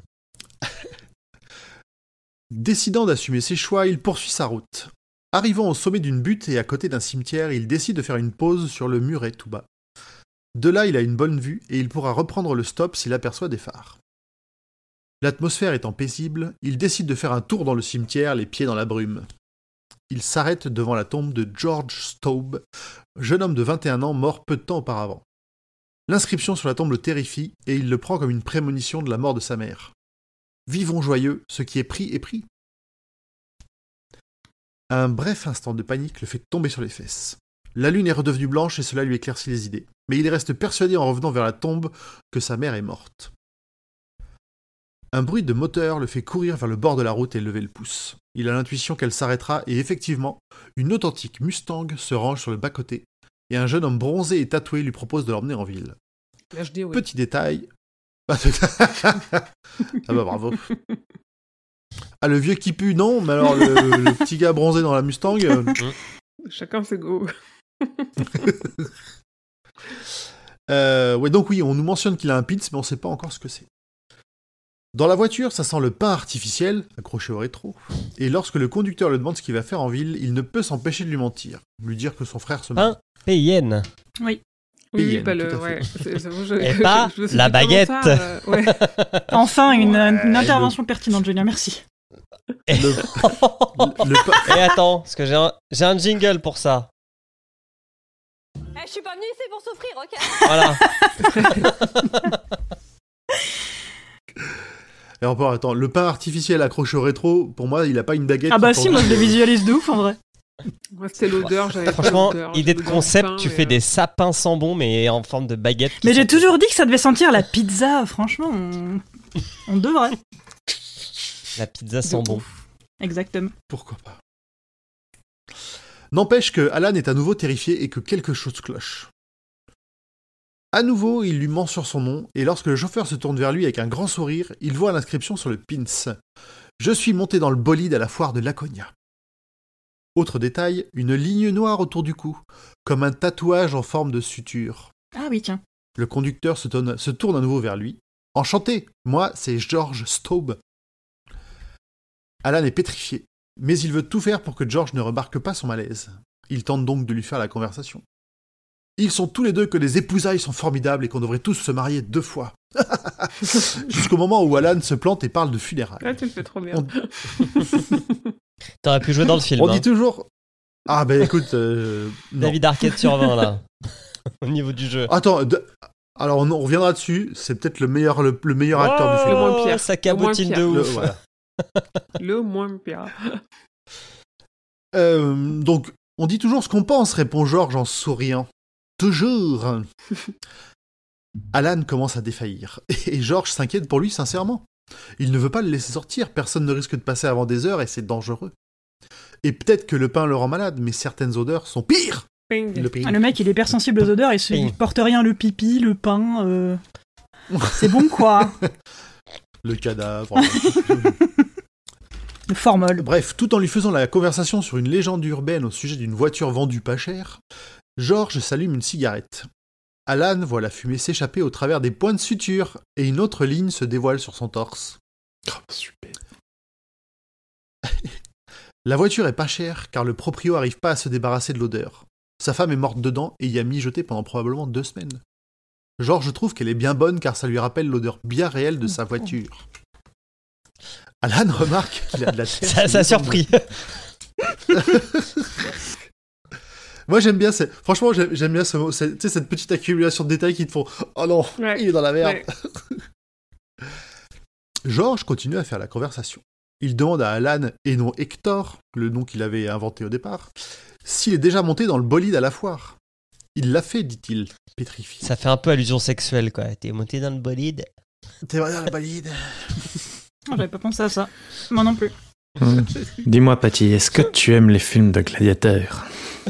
Décidant d'assumer ses choix, il poursuit sa route. Arrivant au sommet d'une butte et à côté d'un cimetière, il décide de faire une pause sur le muret tout bas. De là, il a une bonne vue et il pourra reprendre le stop s'il aperçoit des phares. L'atmosphère étant paisible, il décide de faire un tour dans le cimetière, les pieds dans la brume. Il s'arrête devant la tombe de George Staub, jeune homme de vingt et un ans mort peu de temps auparavant. L'inscription sur la tombe le terrifie et il le prend comme une prémonition de la mort de sa mère. Vivons joyeux, ce qui est pris est pris. Un bref instant de panique le fait tomber sur les fesses. La lune est redevenue blanche et cela lui éclaircit les idées. Mais il reste persuadé en revenant vers la tombe que sa mère est morte. Un bruit de moteur le fait courir vers le bord de la route et lever le pouce. Il a l'intuition qu'elle s'arrêtera et effectivement, une authentique Mustang se range sur le bas-côté et un jeune homme bronzé et tatoué lui propose de l'emmener en ville. Là, je dis oui. Petit détail... ah bah bravo. Ah, le vieux qui pue, non, mais alors le, le petit gars bronzé dans la Mustang... Euh... Chacun ses goûts. euh, ouais, donc oui, on nous mentionne qu'il a un pins, mais on sait pas encore ce que c'est. Dans la voiture, ça sent le pain artificiel, accroché au rétro, et lorsque le conducteur le demande ce qu'il va faire en ville, il ne peut s'empêcher de lui mentir, lui dire que son frère se marie. Pain P I N. Oui. Oui, P I N, bah tout le, à fait. ouais. C'est, c'est, je, Et je, pas je, je sais la plus comment baguette. ça, euh, ouais. Enfin, une, Ouais, une intervention pertinente, Julien, merci. Et, Le, le pa- Et attends, parce que j'ai un, j'ai un jingle pour ça. Eh, je suis pas venue ici pour souffrir, ok? Voilà. Et encore, attends, le pain artificiel accroché au rétro, pour moi, il a pas une baguette. Ah bah qui si, tourne. moi je le visualise de ouf en vrai. Moi, c'était l'odeur, j'avais pas Franchement, l'odeur, idée de l'odeur du concept, pain, tu mais, fais euh, des sapins sans bon, mais en forme de baguette. qui Mais j'ai sont- toujours dit que ça devait sentir la pizza, franchement, on, on devrait. La pizza sans bon. Exactement. Pourquoi pas. N'empêche que Alan est à nouveau terrifié et que quelque chose cloche. À nouveau, il lui ment sur son nom, et lorsque le chauffeur se tourne vers lui avec un grand sourire, il voit l'inscription sur le pins. « Je suis monté dans le bolide à la foire de Laconia ». Autre détail, une ligne noire autour du cou, comme un tatouage en forme de suture. Ah oui, tiens. Le conducteur se tourne, se tourne à nouveau vers lui. « Enchanté, moi c'est George Staub ». Alan est pétrifié, mais il veut tout faire pour que George ne remarque pas son malaise. Il tente donc de lui faire la conversation. Ils sont tous les deux que les épousailles sont formidables et qu'on devrait tous se marier deux fois. Jusqu'au moment où Alan se plante et parle de funérailles. Là, tu le fais trop bien. On, T'aurais pu jouer dans le film. on hein. dit toujours... Ah ben écoute... Euh, non. David Arquette sur vingt là. Au niveau du jeu. Attends, de... alors on, on reviendra dessus. C'est peut-être le meilleur, le, le meilleur acteur du Le film. moins pire. Ça Le moins cabotine pire. de Le- ouf. voilà. Le moins pire. Euh, donc, on dit toujours ce qu'on pense, répond George en souriant. Toujours. Alan commence à défaillir, et George s'inquiète pour lui sincèrement. Il ne veut pas le laisser sortir, personne ne risque de passer avant des heures et c'est dangereux. Et peut-être que le pain le rend malade, mais certaines odeurs sont pires. Ping. Le pain. Ah, le mec, il est hypersensible aux odeurs, il se il porte rien, le pipi, le pain. euh, C'est bon quoi. Le cadavre. Le formol. Bref, tout en lui faisant la conversation sur une légende urbaine au sujet d'une voiture vendue pas cher, George s'allume une cigarette. Alan voit la fumée s'échapper au travers des points de suture, et une autre ligne se dévoile sur son torse. Oh, super. La voiture est pas chère, car le proprio arrive pas à se débarrasser de l'odeur. Sa femme est morte dedans et y a mijoté pendant probablement deux semaines. George trouve qu'elle est bien bonne car ça lui rappelle l'odeur bien réelle de sa voiture. Alan remarque qu'il a de la terre. Ça, ça a surpris. Moi j'aime bien, c'est... franchement j'aime, j'aime bien ce... c'est... tu sais, cette petite accumulation de détails qui te font « Oh non, Ouais. il est dans la merde Ouais. !» George continue à faire la conversation. Il demande à Alan, et non Hector, le nom qu'il avait inventé au départ, s'il est déjà monté dans le bolide à la foire. Il l'a fait, dit-il, pétrifié. Ça fait un peu allusion sexuelle quoi. T'es monté dans le bolide. T'es vrai dans le bolide. Ah, j'avais pas pensé à ça. Moi non plus. Hmm. Dis-moi, Patty, est-ce que tu aimes les films de gladiateurs?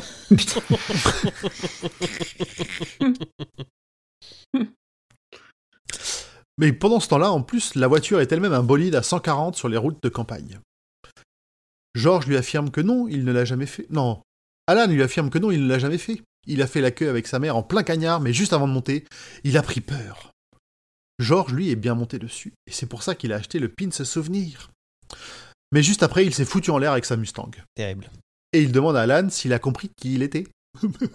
Mais pendant ce temps-là, en plus, la voiture est elle-même un bolide à cent quarante sur les routes de campagne. George lui affirme que non, il ne l'a jamais fait. Non, Alan lui affirme que non, il ne l'a jamais fait. Il a fait la queue avec sa mère en plein cagnard, mais juste avant de monter, il a pris peur. George, lui, est bien monté dessus, et c'est pour ça qu'il a acheté le pins souvenir. Mais juste après, il s'est foutu en l'air avec sa Mustang. Terrible. Et il demande à Alan s'il a compris qui il était.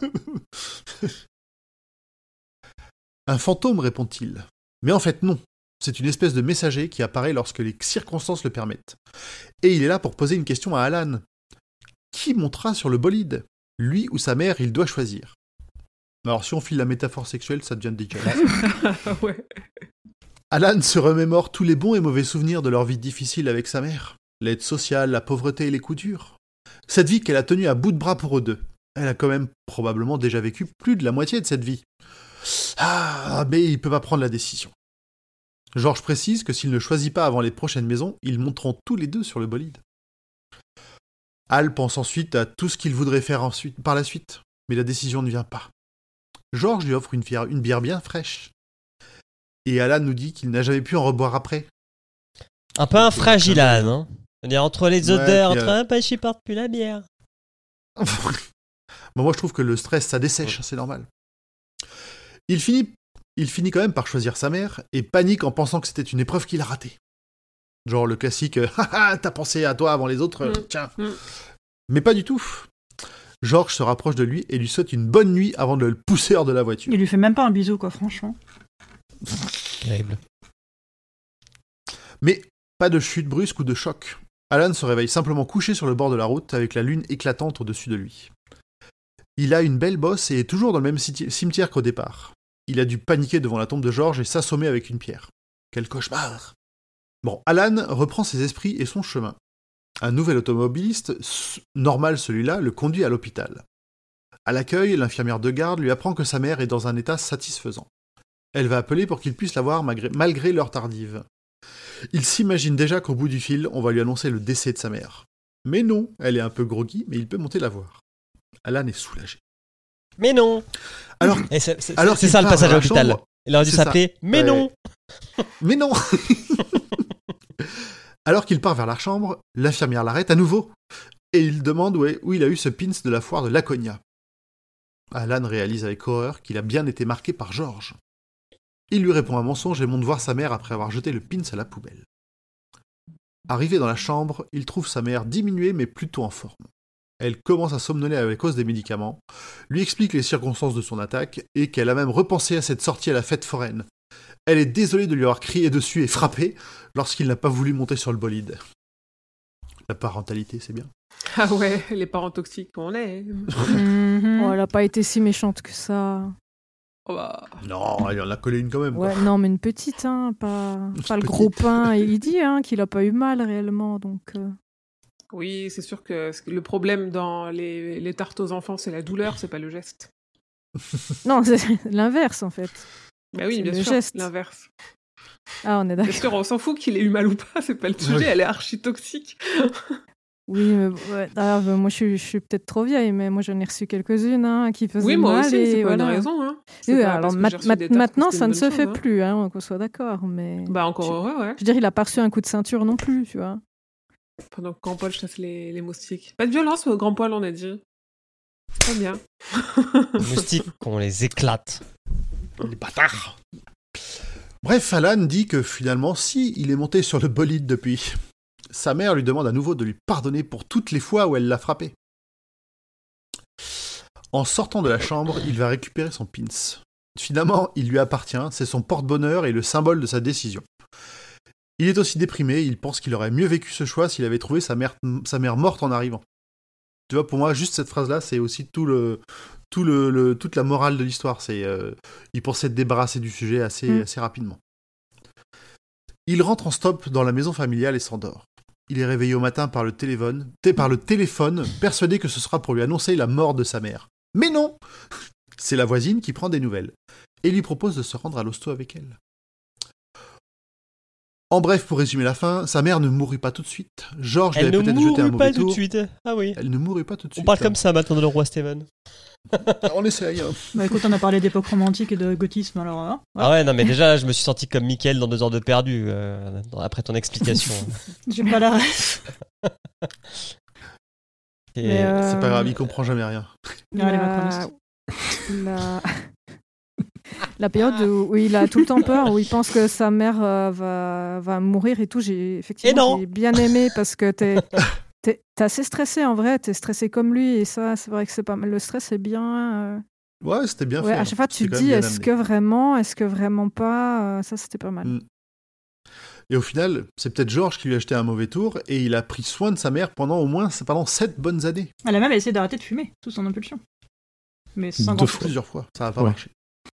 Un fantôme, répond-il. Mais en fait, non. C'est une espèce de messager qui apparaît lorsque les circonstances le permettent. Et il est là pour poser une question à Alan. Qui montera sur le bolide ? Lui ou sa mère, il doit choisir. Alors si on file la métaphore sexuelle, ça devient dégueulasse. Ouais. Alan se remémore tous les bons et mauvais souvenirs de leur vie difficile avec sa mère. L'aide sociale, la pauvreté et les coups durs. Cette vie qu'elle a tenue à bout de bras pour eux deux. Elle a quand même probablement déjà vécu plus de la moitié de cette vie. Ah, mais il peut pas prendre la décision. George précise que s'il ne choisit pas avant les prochaines maisons, ils monteront tous les deux sur le bolide. Al pense ensuite à tout ce qu'il voudrait faire ensuite, par la suite, mais la décision ne vient pas. George lui offre une bière, une bière bien fraîche. Et Alan nous dit qu'il n'a jamais pu en reboire après. Un peu un fragile âne, hein. C'est-à-dire entre les odeurs, Ouais, puis, entre euh... un pas, je supporte plus la bière. Bon, moi je trouve que le stress ça dessèche, ouais. C'est normal. Il finit, il finit quand même par choisir sa mère et panique en pensant que c'était une épreuve qu'il a ratée. Genre le classique « Haha, t'as pensé à toi avant les autres, mmh. tiens mmh. !» Mais pas du tout. George se rapproche de lui et lui souhaite une bonne nuit avant de le pousser hors de la voiture. Il lui fait même pas un bisou, quoi, franchement. Terrible. Mais pas de chute brusque ou de choc. Alan se réveille simplement couché sur le bord de la route avec la lune éclatante au-dessus de lui. Il a une belle bosse et est toujours dans le même cimetière qu'au départ. Il a dû paniquer devant la tombe de George et s'assommer avec une pierre. Quel cauchemar! Bon, Alan reprend ses esprits et son chemin. Un nouvel automobiliste, normal celui-là, le conduit à l'hôpital. À l'accueil, l'infirmière de garde lui apprend que sa mère est dans un état satisfaisant. Elle va appeler pour qu'il puisse la voir malgré, malgré l'heure tardive. Il s'imagine déjà qu'au bout du fil, on va lui annoncer le décès de sa mère. Mais non, elle est un peu groggy, mais il peut monter la voir. Alan est soulagé. Mais non. Alors, Et c'est, c'est, alors c'est ça le passage à l'hôpital. Chambre, il aurait dû s'appeler « Mais ouais. non !» Mais non. Alors qu'il part vers la chambre, l'infirmière l'arrête à nouveau, et il demande où, est, où il a eu ce pins de la foire de Laconia. Alan réalise avec horreur qu'il a bien été marqué par George. Il lui répond un mensonge et monte voir sa mère après avoir jeté le pins à la poubelle. Arrivé dans la chambre, il trouve sa mère diminuée mais plutôt en forme. Elle commence à somnoler à cause des médicaments, lui explique les circonstances de son attaque et qu'elle a même repensé à cette sortie à la fête foraine. Elle est désolée de lui avoir crié dessus et frappé lorsqu'il n'a pas voulu monter sur le bolide. La parentalité, c'est bien. Ah ouais, les parents toxiques, on est. Mm-hmm. Oh, elle n'a pas été si méchante que ça. Oh bah... Non, elle en a collé une quand même. Ouais, quoi. non, mais une petite, hein, pas, pas le gros pain. Il dit hein, qu'il n'a pas eu mal réellement, donc... Euh... Oui, c'est sûr que le problème dans les, les tartes aux enfants, c'est la douleur, c'est pas le geste. Non, c'est l'inverse, en fait. Bah oui, c'est bien le sûr, geste. l'inverse. Ah, on est d'accord. Bien sûr, on s'en fout qu'il ait eu mal ou pas, c'est pas le sujet, oui. Elle est archi toxique. Oui, mais ouais, d'ailleurs, moi je suis, je suis peut-être trop vieille, mais moi j'en ai reçu quelques-unes hein, qui faisaient oui, mal. Oui, moi aussi, et c'est pas voilà. une raison. Hein. Oui, alors mat- mat- maintenant, ça ne se chose, fait hein. plus, hein, qu'on soit d'accord. Mais... Bah, encore je... heureux, ouais. Je veux dire, il a pas reçu un coup de ceinture non plus, tu vois. Pendant que Grand Poil chasse les, les moustiques. Pas de violence, au Grand Poil, on a dit. Très bien. Les moustiques, on les éclate. Les bâtards. Bref, Alan dit que finalement, si il est monté sur le bolide depuis, sa mère lui demande à nouveau de lui pardonner pour toutes les fois où elle l'a frappé. En sortant de la chambre, il va récupérer son pins. Finalement, il lui appartient, c'est son porte-bonheur et le symbole de sa décision. Il est aussi déprimé, il pense qu'il aurait mieux vécu ce choix s'il avait trouvé sa mère, sa mère morte en arrivant. Tu vois, pour moi, juste cette phrase-là, c'est aussi tout le, tout le, le, toute la morale de l'histoire. C'est, euh, il pensait se débarrasser du sujet assez, mmh. assez rapidement. Il rentre en stop dans la maison familiale et s'endort. Il est réveillé au matin par le téléphone, t- par le téléphone, persuadé que ce sera pour lui annoncer la mort de sa mère. Mais non! C'est la voisine qui prend des nouvelles et lui propose de se rendre à l'hosto avec elle. En bref, pour résumer la fin, sa mère ne mourut pas tout de suite. George elle l'avait peut-être jeté un mauvais tour. Elle ne mourut pas tout de suite. Ah oui. Elle ne mourut pas tout de on suite. On parle hein. comme ça maintenant de le roi Steven. On essaye. Hein. Bah écoute, on a parlé d'époque romantique et de gothisme, alors... Hein, ouais. Ah ouais, non mais déjà, je me suis senti comme Mickaël dans Deux heures de perdu, euh, après ton explication. J'ai pas la ref. Et... euh... C'est pas grave, il comprend jamais rien. La... La... La... La période où, où il a tout le temps peur, où il pense que sa mère euh, va, va mourir et tout, j'ai effectivement j'ai bien aimé parce que t'es, t'es, t'es assez stressé en vrai, t'es stressé comme lui et ça, c'est vrai que c'est pas mal. Le stress est bien. Euh... Ouais, c'était bien ouais, fait. À chaque fois, tu te dis, est-ce amené. que vraiment, est-ce que vraiment pas, euh, ça c'était pas mal. Mm. Et au final, c'est peut-être George qui lui a acheté un mauvais tour, et il a pris soin de sa mère pendant au moins pendant sept bonnes années. Elle a même essayé d'arrêter de fumer, sous son impulsion. Mais sans Deux fois. Plusieurs fois, ça n'a pas ouais. marché.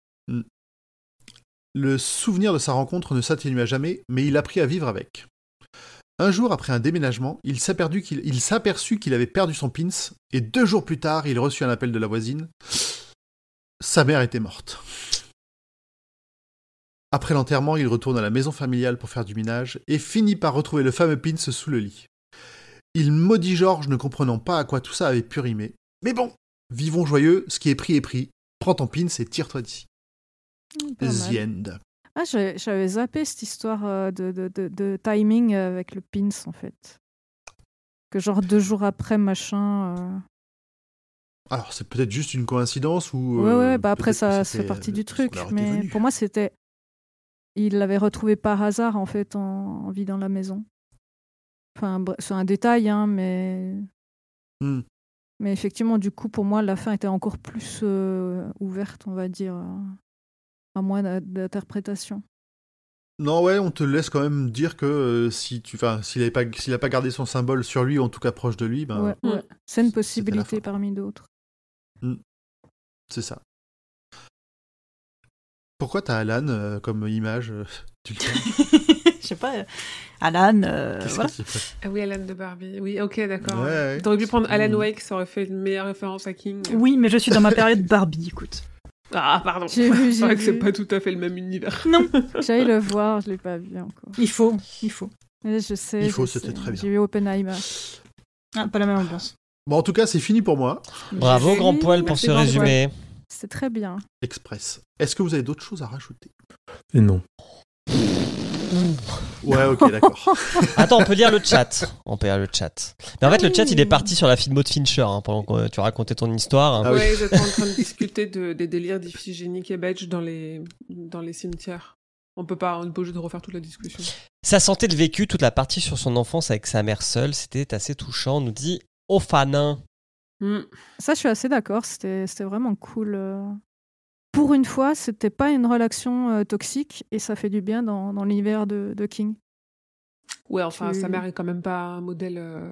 Le souvenir de sa rencontre ne s'atténua jamais, mais il apprit à vivre avec. Un jour, après un déménagement, il s'aperçut qu'il, il s'aperçut qu'il avait perdu son pins, et deux jours plus tard, il reçut un appel de la voisine. Sa mère était morte. Après l'enterrement, il retourne à la maison familiale pour faire du ménage, et finit par retrouver le fameux pins sous le lit. Il maudit George, ne comprenant pas à quoi tout ça avait pu rimer. Mais bon, vivons joyeux, ce qui est pris est pris. Prends ton pins et tire-toi d'ici. The end. Ah, j'avais, j'avais zappé cette histoire euh, de, de, de, de timing avec le pins, en fait. Que genre deux jours après, machin... Euh... Alors, c'est peut-être juste une coïncidence ou... Ouais, ouais, bah après, ça, ça fait partie du truc. Mais pour moi, c'était... Il l'avait retrouvé par hasard, en fait, en, en vidant la maison. Enfin, c'est un détail, hein, mais... Mm. Mais effectivement, du coup, pour moi, la fin était encore plus euh, ouverte, on va dire... Euh... à moins d'interprétation. Non, ouais, on te laisse quand même dire que euh, si tu, enfin, s'il n'a pas, s'il a pas gardé son symbole sur lui, ou en tout cas proche de lui, ben, ouais, ouais. C'est une possibilité parmi d'autres. Mmh. C'est ça. Pourquoi t'as Alan euh, comme image euh, tu le Je sais pas. Euh, Alan. Euh, voilà. Ah oui, Alan de Barbie. Oui, ok, d'accord. Ouais, ouais. T'aurais pu prendre Alan Wake, ça aurait fait une meilleure référence à King. Oui, mais je suis dans ma période Barbie, écoute. Ah, pardon. J'ai vu, j'ai c'est vrai vu. que c'est pas tout à fait le même univers. Non. J'allais le voir, je l'ai pas vu encore. Il faut, il faut. Mais je sais. Il faut, je c'était sais. très bien. J'ai vu Oppenheimer. Ah, pas la même ambiance. Bon, en tout cas, c'est fini pour moi. Bravo, Grand Poil, pour Merci, ce Grand résumé. C'est très bien. Express. Est-ce que vous avez d'autres choses à rajouter? Et non. Ouais, ok, d'accord. Attends, on peut lire le chat. On peut lire le chat. Mais en fait, le chat, il est parti sur la filmo de Fincher, hein, pendant que tu racontais ton histoire. Hein. Ah oui. Ouais, j'étais en train de discuter de, des délires d'Iphigénie et Badge dans les, dans les cimetières. On peut pas, on est pas obligé de refaire toute la discussion. Sa santé de vécu, toute la partie sur son enfance avec sa mère seule, c'était assez touchant, nous dit Ophanin. Mm. Ça, je suis assez d'accord. C'était, c'était vraiment cool. euh. Pour une fois, c'était pas une relation euh, toxique et ça fait du bien dans, dans l'univers de, de King. Ouais, enfin, Tu- sa mère est quand même pas un modèle. Euh...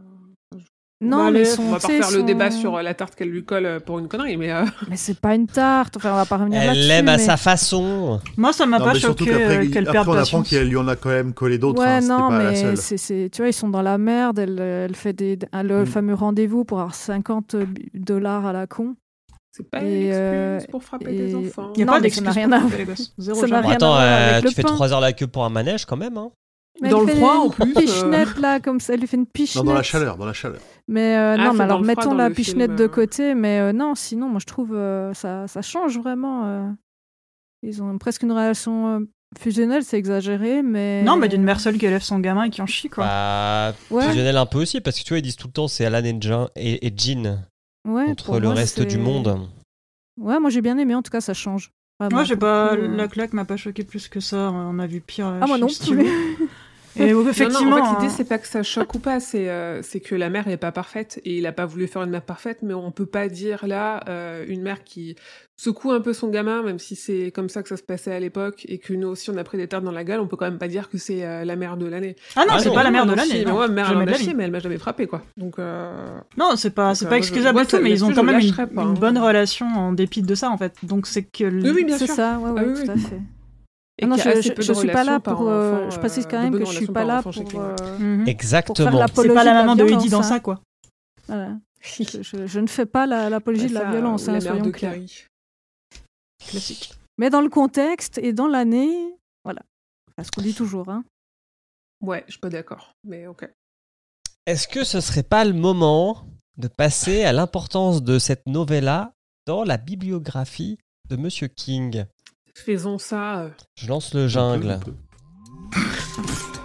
Non, Bah, mais allez, son, on va pas tu sais, refaire le son- débat sur euh, la tarte qu'elle lui colle euh, pour une connerie, mais. Euh... Mais c'est pas une tarte. Enfin, on va pas revenir Elle là-dessus. l'aime à mais... sa façon. Moi, ça m'a Non, pas mais surtout choqué qu'après, euh, il- qu'elle après, perde on apprend patience. qu'il lui en a quand même collé d'autres. Ouais, hein, c'était non, pas la mais seule. c'est, c'est, tu vois, ils sont dans la merde. Elle, elle fait des, un- le Mm. fameux rendez-vous pour avoir cinquante dollars à la con. C'est pas Et, une euh, excuse pour frapper et- des enfants. Il n'y a Non, pas mais ça d'excuse n'a rien pour à frapper les gosses. Zéro Ça n'a jamais. Bon, rien attends, à voir euh, avec le tu fais pain. trois heures la queue pour un manège quand même. Hein. Mais Dans elle le fait froid, une en plus, Pichenette, là, comme ça. Elle lui fait une Non, pichenette. dans la chaleur, dans la chaleur. Mais euh, Ah, non, c'est mais alors dans le froid mettons dans la le pichenette film, de euh. côté. Mais euh, non, sinon, moi, je trouve euh, ça, ça change vraiment. euh. Ils ont presque une relation euh, fusionnelle, c'est exagéré, mais... Non, mais d'une mère seule qui élève son gamin et qui en chie, quoi. Bah, Ouais. fusionnel un peu aussi, parce que tu vois, ils disent tout le temps c'est Alan et Jean et, et Jean Ouais, contre pour le moi, reste c'est- du monde. Ouais, moi, j'ai bien aimé. En tout cas, ça change. Vraiment, Moi, j'ai pour pas. le coup, euh. La claque m'a pas choqué plus que ça. On a vu pire. euh, Ah, moi chez non Steve. plus. Et euh, Non, effectivement. non, en fait, l'idée, hein. c'est pas que ça choque ou pas, c'est, euh, c'est que la mère est pas parfaite et il a pas voulu faire une mère parfaite, mais on peut pas dire là euh, une mère qui secoue un peu son gamin, même si c'est comme ça que ça se passait à l'époque et que nous aussi on a pris des tartes dans la gueule, on peut quand même pas dire que c'est euh, la mère de l'année. Ah non, Ah c'est non, pas la mère de non, l'année. si, non. mais ouais, mère Jamais elle de en la a chié, vie. mais elle m'a jamais frappé quoi. Donc euh... Non, c'est pas, c'est Donc, pas euh, excusable moi, et tout, je- mais ils ont là-dessus, quand je même une, lâcherais pas, une hein. bonne relation en dépit de ça, en fait. Donc c'est que. Oui, oui, bien C'est sûr. ça, ouais, ouais, Ah oui, tout oui. à fait. Et Ah non, qu'il y a je, assez je, peu je de suis pas là relations par pour. euh, enfant, je précise euh, quand de même bonnes que je suis relations pas par là enfant chez pour. King. euh, Mhm. pour Exactement. faire la- C'est pas la maman de Heidi dans violence, hein. ça, quoi. Voilà. Je, je- je ne fais pas la- l'apologie de la Ça, violence, ou hein, la mère soyons de clairs. Carrie. Classique. Mais dans le contexte et dans l'année, voilà. C'est ce qu'on dit toujours. Hein. Ouais, je suis pas d'accord, mais ok. Est-ce que ce serait pas le moment de passer à l'importance de cette novella dans la bibliographie de Monsieur King? Faisons ça. euh, Je lance le jungle. Un peu, un peu.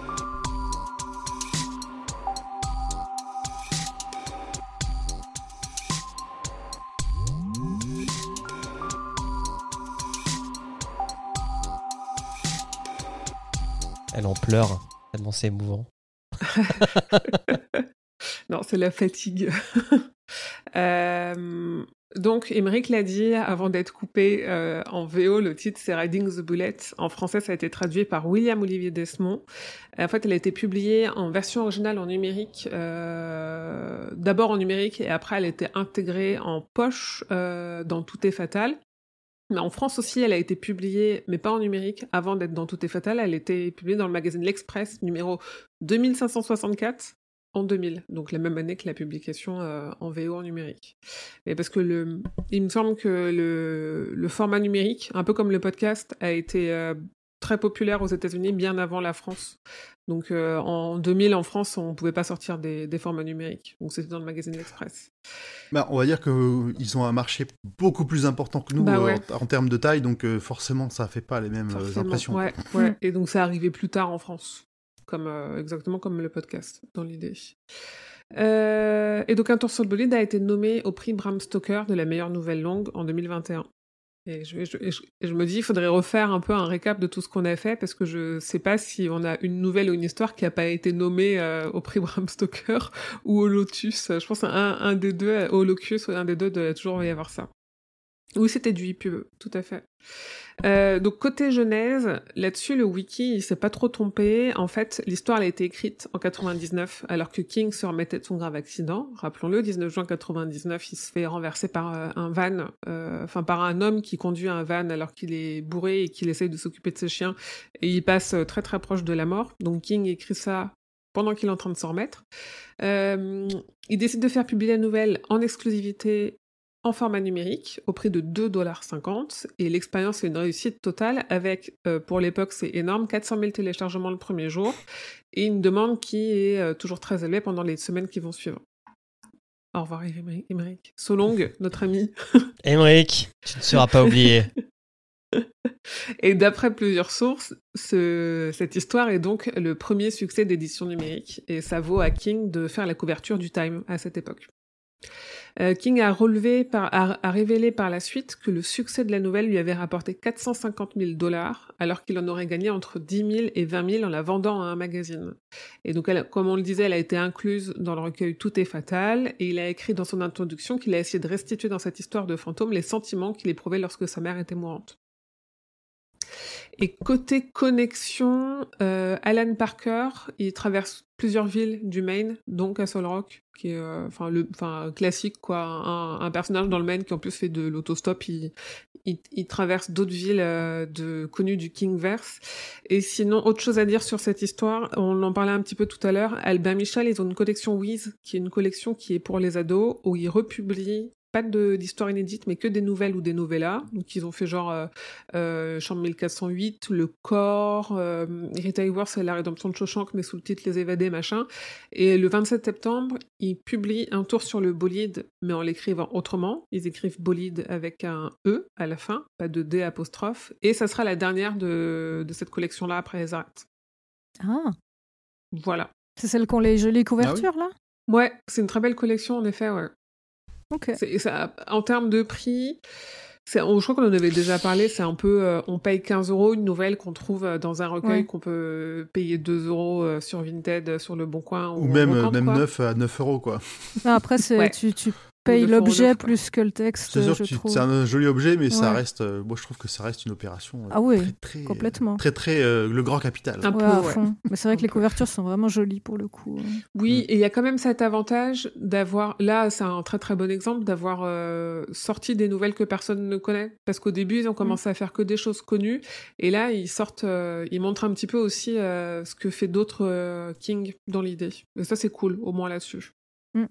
Elle en pleure, tellement c'est émouvant. Non, c'est la fatigue. Euh, Donc, Emmerich l'a dit avant d'être coupé euh, en V O, le titre c'est Riding the Bullet. En français, ça a été traduit par William Olivier Desmond. En fait, elle a été publiée en version originale en numérique, euh, d'abord en numérique et après elle a été intégrée en poche euh, dans Tout est fatal. Mais en France aussi, elle a été publiée, mais pas en numérique, avant d'être dans Tout est fatal. Elle a été publiée dans le magazine L'Express, numéro deux mille cinq cent soixante-quatre. En deux mille, donc la même année que la publication euh, en V O en numérique. Mais parce que le, il me semble que le, le format numérique, un peu comme le podcast, a été euh, très populaire aux États-Unis bien avant la France. Donc euh, en deux mille, en France, on pouvait pas sortir des, des formats numériques. Donc c'était dans le magazine L'Express. Bah, on va dire qu'ils ont un marché beaucoup plus important que nous bah ouais. euh, en, en termes de taille, donc euh, forcément, ça fait pas les mêmes euh, impressions. Ouais, ouais. Et donc ça arrivait plus tard en France. Comme, euh, exactement comme le podcast, dans l'idée. Euh, et donc, Un tour sur le bolide a été nommé au prix Bram Stoker de la meilleure nouvelle longue en deux mille vingt et un. Et je, je, je, je me dis, il faudrait refaire un peu un récap de tout ce qu'on a fait, parce que je sais pas si on a une nouvelle ou une histoire qui a pas été nommée euh, au prix Bram Stoker ou au Lotus. Je pense un, un des deux, au Locus, un des deux, doit toujours y avoir ça. Oui, c'était du hip-hop, tout à fait. Euh, donc côté Genèse, là-dessus le wiki il s'est pas trop trompé. En fait, l'histoire elle a été écrite en quatre-vingt-dix-neuf alors que King se remettait de son grave accident. Rappelons-le, dix-neuf juin quatre-vingt-dix-neuf, il se fait renverser par euh, un van, euh, enfin par un homme qui conduit un van alors qu'il est bourré et qu'il essaye de s'occuper de ses chiens et il passe très très proche de la mort. Donc King écrit ça pendant qu'il est en train de s'en remettre. Euh, il décide de faire publier la nouvelle en exclusivité en format numérique, au prix de deux dollars cinquante, et l'expérience est une réussite totale avec, euh, pour l'époque c'est énorme, quatre cent mille téléchargements le premier jour, et une demande qui est euh, toujours très élevée pendant les semaines qui vont suivre. Au revoir Emmerich. Solong, notre ami. Emmerich, tu ne seras pas oublié. Et d'après plusieurs sources, ce, cette histoire est donc le premier succès d'édition numérique, et ça vaut à King de faire la couverture du Time à cette époque. Euh, King a, relevé par, a, a révélé par la suite que le succès de la nouvelle lui avait rapporté quatre cent cinquante mille dollars, alors qu'il en aurait gagné entre dix mille et vingt mille en la vendant à un magazine. Et donc, elle, comme on le disait, elle a été incluse dans le recueil Tout est fatal, et il a écrit dans son introduction qu'il a essayé de restituer dans cette histoire de fantôme les sentiments qu'il éprouvait lorsque sa mère était mourante. Et côté connexion, euh, Alan Parker, il traverse plusieurs villes du Maine, dont Castle Rock, qui est enfin euh, le enfin classique quoi, un, un personnage dans le Maine qui en plus fait de l'autostop, il, il, il traverse d'autres villes euh, de connues du Kingverse. Et sinon, autre chose à dire sur cette histoire, on en parlait un petit peu tout à l'heure, Albin Michel, ils ont une collection Wiz, qui est une collection qui est pour les ados, où ils republient pas de, d'histoire inédite, mais que des nouvelles ou des novellas. Donc, ils ont fait genre euh, euh, Chambre mille quatre cent huit, Le Corps, euh, Rita Hayworth et La Rédemption de Shawshank, mais sous le titre Les Évadés, machin. Et le vingt-sept septembre, ils publient Un tour sur le bolide, mais en l'écrivant autrement. Ils écrivent bolide avec un E à la fin, pas de D apostrophe. Et ça sera la dernière de, de cette collection-là après les arrêts. Ah. Voilà. C'est celle qui ont les jolies couvertures, ah oui. là ? Ouais, c'est une très belle collection, en effet, ouais. Okay. C'est, ça, en termes de prix, c'est, on, je crois qu'on en avait déjà parlé, c'est un peu, euh, on paye quinze euros une nouvelle qu'on trouve euh, dans un recueil ouais. qu'on peut payer deux euros euh, sur Vinted, euh, sur Le Bon Coin. Ou, ou même, brocante, même neuf à neuf euros, quoi. Non, après, c'est, ouais. tu, tu payes l'objet neuf, plus que le texte, c'est sûr je tu, trouve. C'est un joli objet, mais ouais. ça reste, euh, moi je trouve que ça reste une opération euh, ah oui, très, très, complètement. très, très, très euh, le grand capital. Un ouais, peu, à ouais. fond. Mais c'est vrai que les couvertures sont vraiment jolies pour le coup. Oui, mm. et il y a quand même cet avantage d'avoir, là c'est un très très bon exemple, d'avoir euh, sorti des nouvelles que personne ne connaît. Parce qu'au début, ils ont commencé mm. à faire que des choses connues, et là, ils sortent, euh, ils montrent un petit peu aussi euh, ce que fait d'autres euh, King dans l'idée. Et ça, c'est cool, au moins là-dessus. Mm.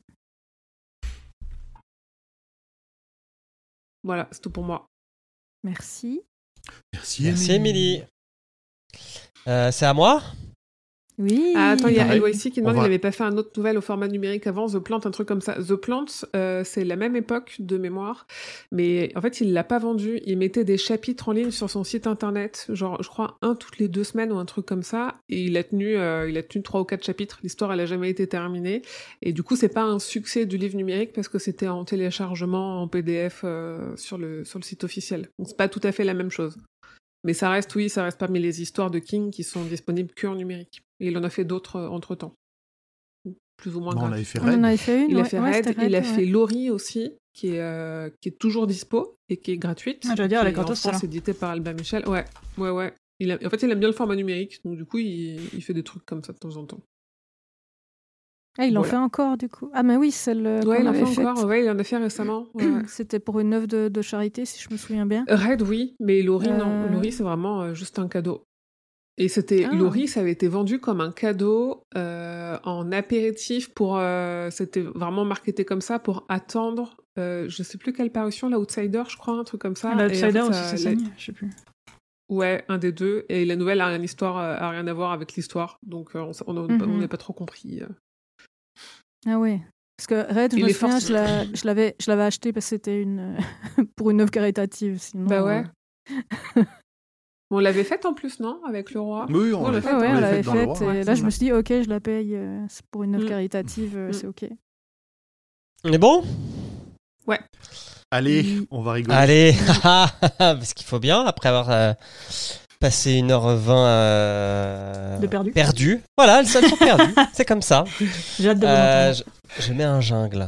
Voilà, c'est tout pour moi. Merci. Merci, Merci Émilie. Euh, c'est à moi ? Oui. Ah, attends, il y a L Y C qui demande, va... il n'avait pas fait un autre nouvelle au format numérique avant, The Plant, un truc comme ça. The Plant, euh, c'est la même époque de mémoire, mais en fait, il l'a pas vendu. Il mettait des chapitres en ligne sur son site internet, genre, je crois, un toutes les deux semaines ou un truc comme ça, et il a tenu, euh, il a tenu trois ou quatre chapitres. L'histoire, elle a jamais été terminée, et du coup, c'est pas un succès du livre numérique parce que c'était en téléchargement, en P D F euh, sur le sur le site officiel. Donc, c'est pas tout à fait la même chose. Mais ça reste, oui, ça reste parmi les histoires de King qui sont disponibles que en numérique. Et il en a fait d'autres euh, entre-temps. Plus ou moins bon, grave. On avait fait Red. On en avait fait une, il ouais. a fait ouais, Red, Red, il a ouais. fait Laurie aussi. qui est, euh, qui est toujours dispo et qui est gratuite. Ah, j'allais dire, elle est qui en gratos, France, alors. édité par Albin Michel. Ouais, ouais, ouais. Il a- En fait, il aime bien le format numérique, donc du coup, il, il fait des trucs comme ça de temps en temps. Ah, il en Voilà. fait encore, du coup. Ah, mais oui, celle euh, Ouais, qu'on il en avait fait faite. encore. Ouais, il en a fait récemment. Ouais, ouais. C'était pour une œuvre de, de charité, si je me souviens bien. Red, oui, mais Laurie, non. Euh. Laurie, c'est vraiment euh, juste un cadeau. Et c'était Ah. Laurie, ça avait été vendu comme un cadeau euh, en apéritif pour. euh, c'était vraiment marketé comme ça pour attendre. Euh, je sais plus quelle parution, l'Outsider, je crois, un truc comme ça. L'Outsider Et en fait, aussi, ça- c'est la- Sony, je sais plus. Ouais, un des deux. Et la nouvelle a rien, histoire, euh, a rien à voir avec l'histoire, donc euh, on n'a Mhm. on n'a pas trop compris. euh. Ah ouais. Parce que Red, je Il me est souviens, forcé. je, la- je l'avais, je l'avais acheté parce que c'était une pour une œuvre caritative. Sinon, Bah ouais. euh, On l'avait faite en plus, non? Avec le roi. Oui, on Ouais, l'a ouais, fait, ouais, ouais, on on l'a fait l'avait dans le faite. roi. Et ouais, là, c'est je me vrai. suis dit, ok, je la paye. euh, c'est pour une œuvre Mm. caritative, euh, Mm. c'est ok. On est bon? Allez, Oui. on va rigoler. Allez, parce qu'il faut bien, après avoir euh, passé une heure vingt euh, De perdu. perdu. Voilà, elles sont perdues. C'est comme ça. J'ai hâte de vous Euh, entendre. je, je mets un jungle.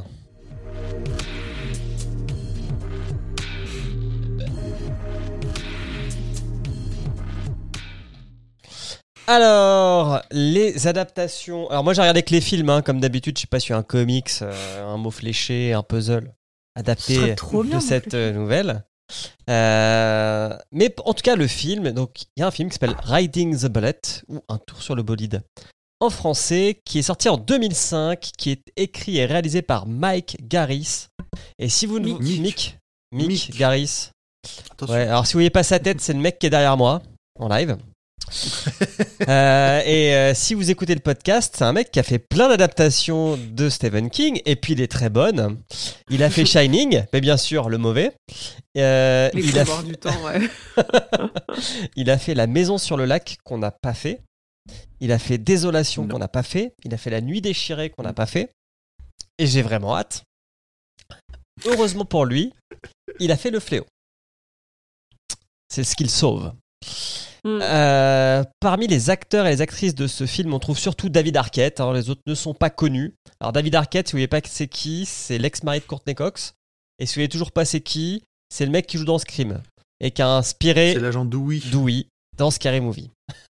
Alors, les adaptations. Alors, moi, j'ai regardé que les films, hein, comme d'habitude. Je sais pas si un comics, euh, un mot fléché, un puzzle Ce adapté serait trop bien, de mon cette fléché. euh, nouvelle. Euh, mais p- en tout cas, le film. Donc, il y a un film qui s'appelle Riding the Bullet ou Un tour sur le bolide en français, qui est sorti en deux mille cinq, qui est écrit et réalisé par Mike Garris. Et si vous ne vous... Mick. Mick. Mick, Mick. Garris. Attention. Ouais, alors si vous voyez pas sa tête, c'est le mec qui est derrière moi en live. Euh, et euh, si vous écoutez le podcast, c'est un mec qui a fait plein d'adaptations de Stephen King, et puis il est très bonne. Il a fait Shining, mais bien sûr le mauvais. Euh, Les il, a couloirs fait, du temps, ouais. il a fait La Maison sur le lac qu'on n'a pas fait. Il a fait Désolation Non. qu'on n'a pas fait. Il a fait La Nuit déchirée qu'on n'a pas fait. Et j'ai vraiment hâte. Heureusement pour lui, il a fait Le Fléau. C'est ce qu'il sauve. Mm. Euh, parmi les acteurs et les actrices de ce film, on trouve surtout David Arquette. Alors, les autres ne sont pas connus. Alors, David Arquette, si vous ne voyez pas c'est qui, c'est l'ex-mari de Courtney Cox. Et si vous ne voyez toujours pas c'est qui, c'est le mec qui joue dans Scream et qui a inspiré C'est l'agent Dewey. Dewey dans Scary Movie.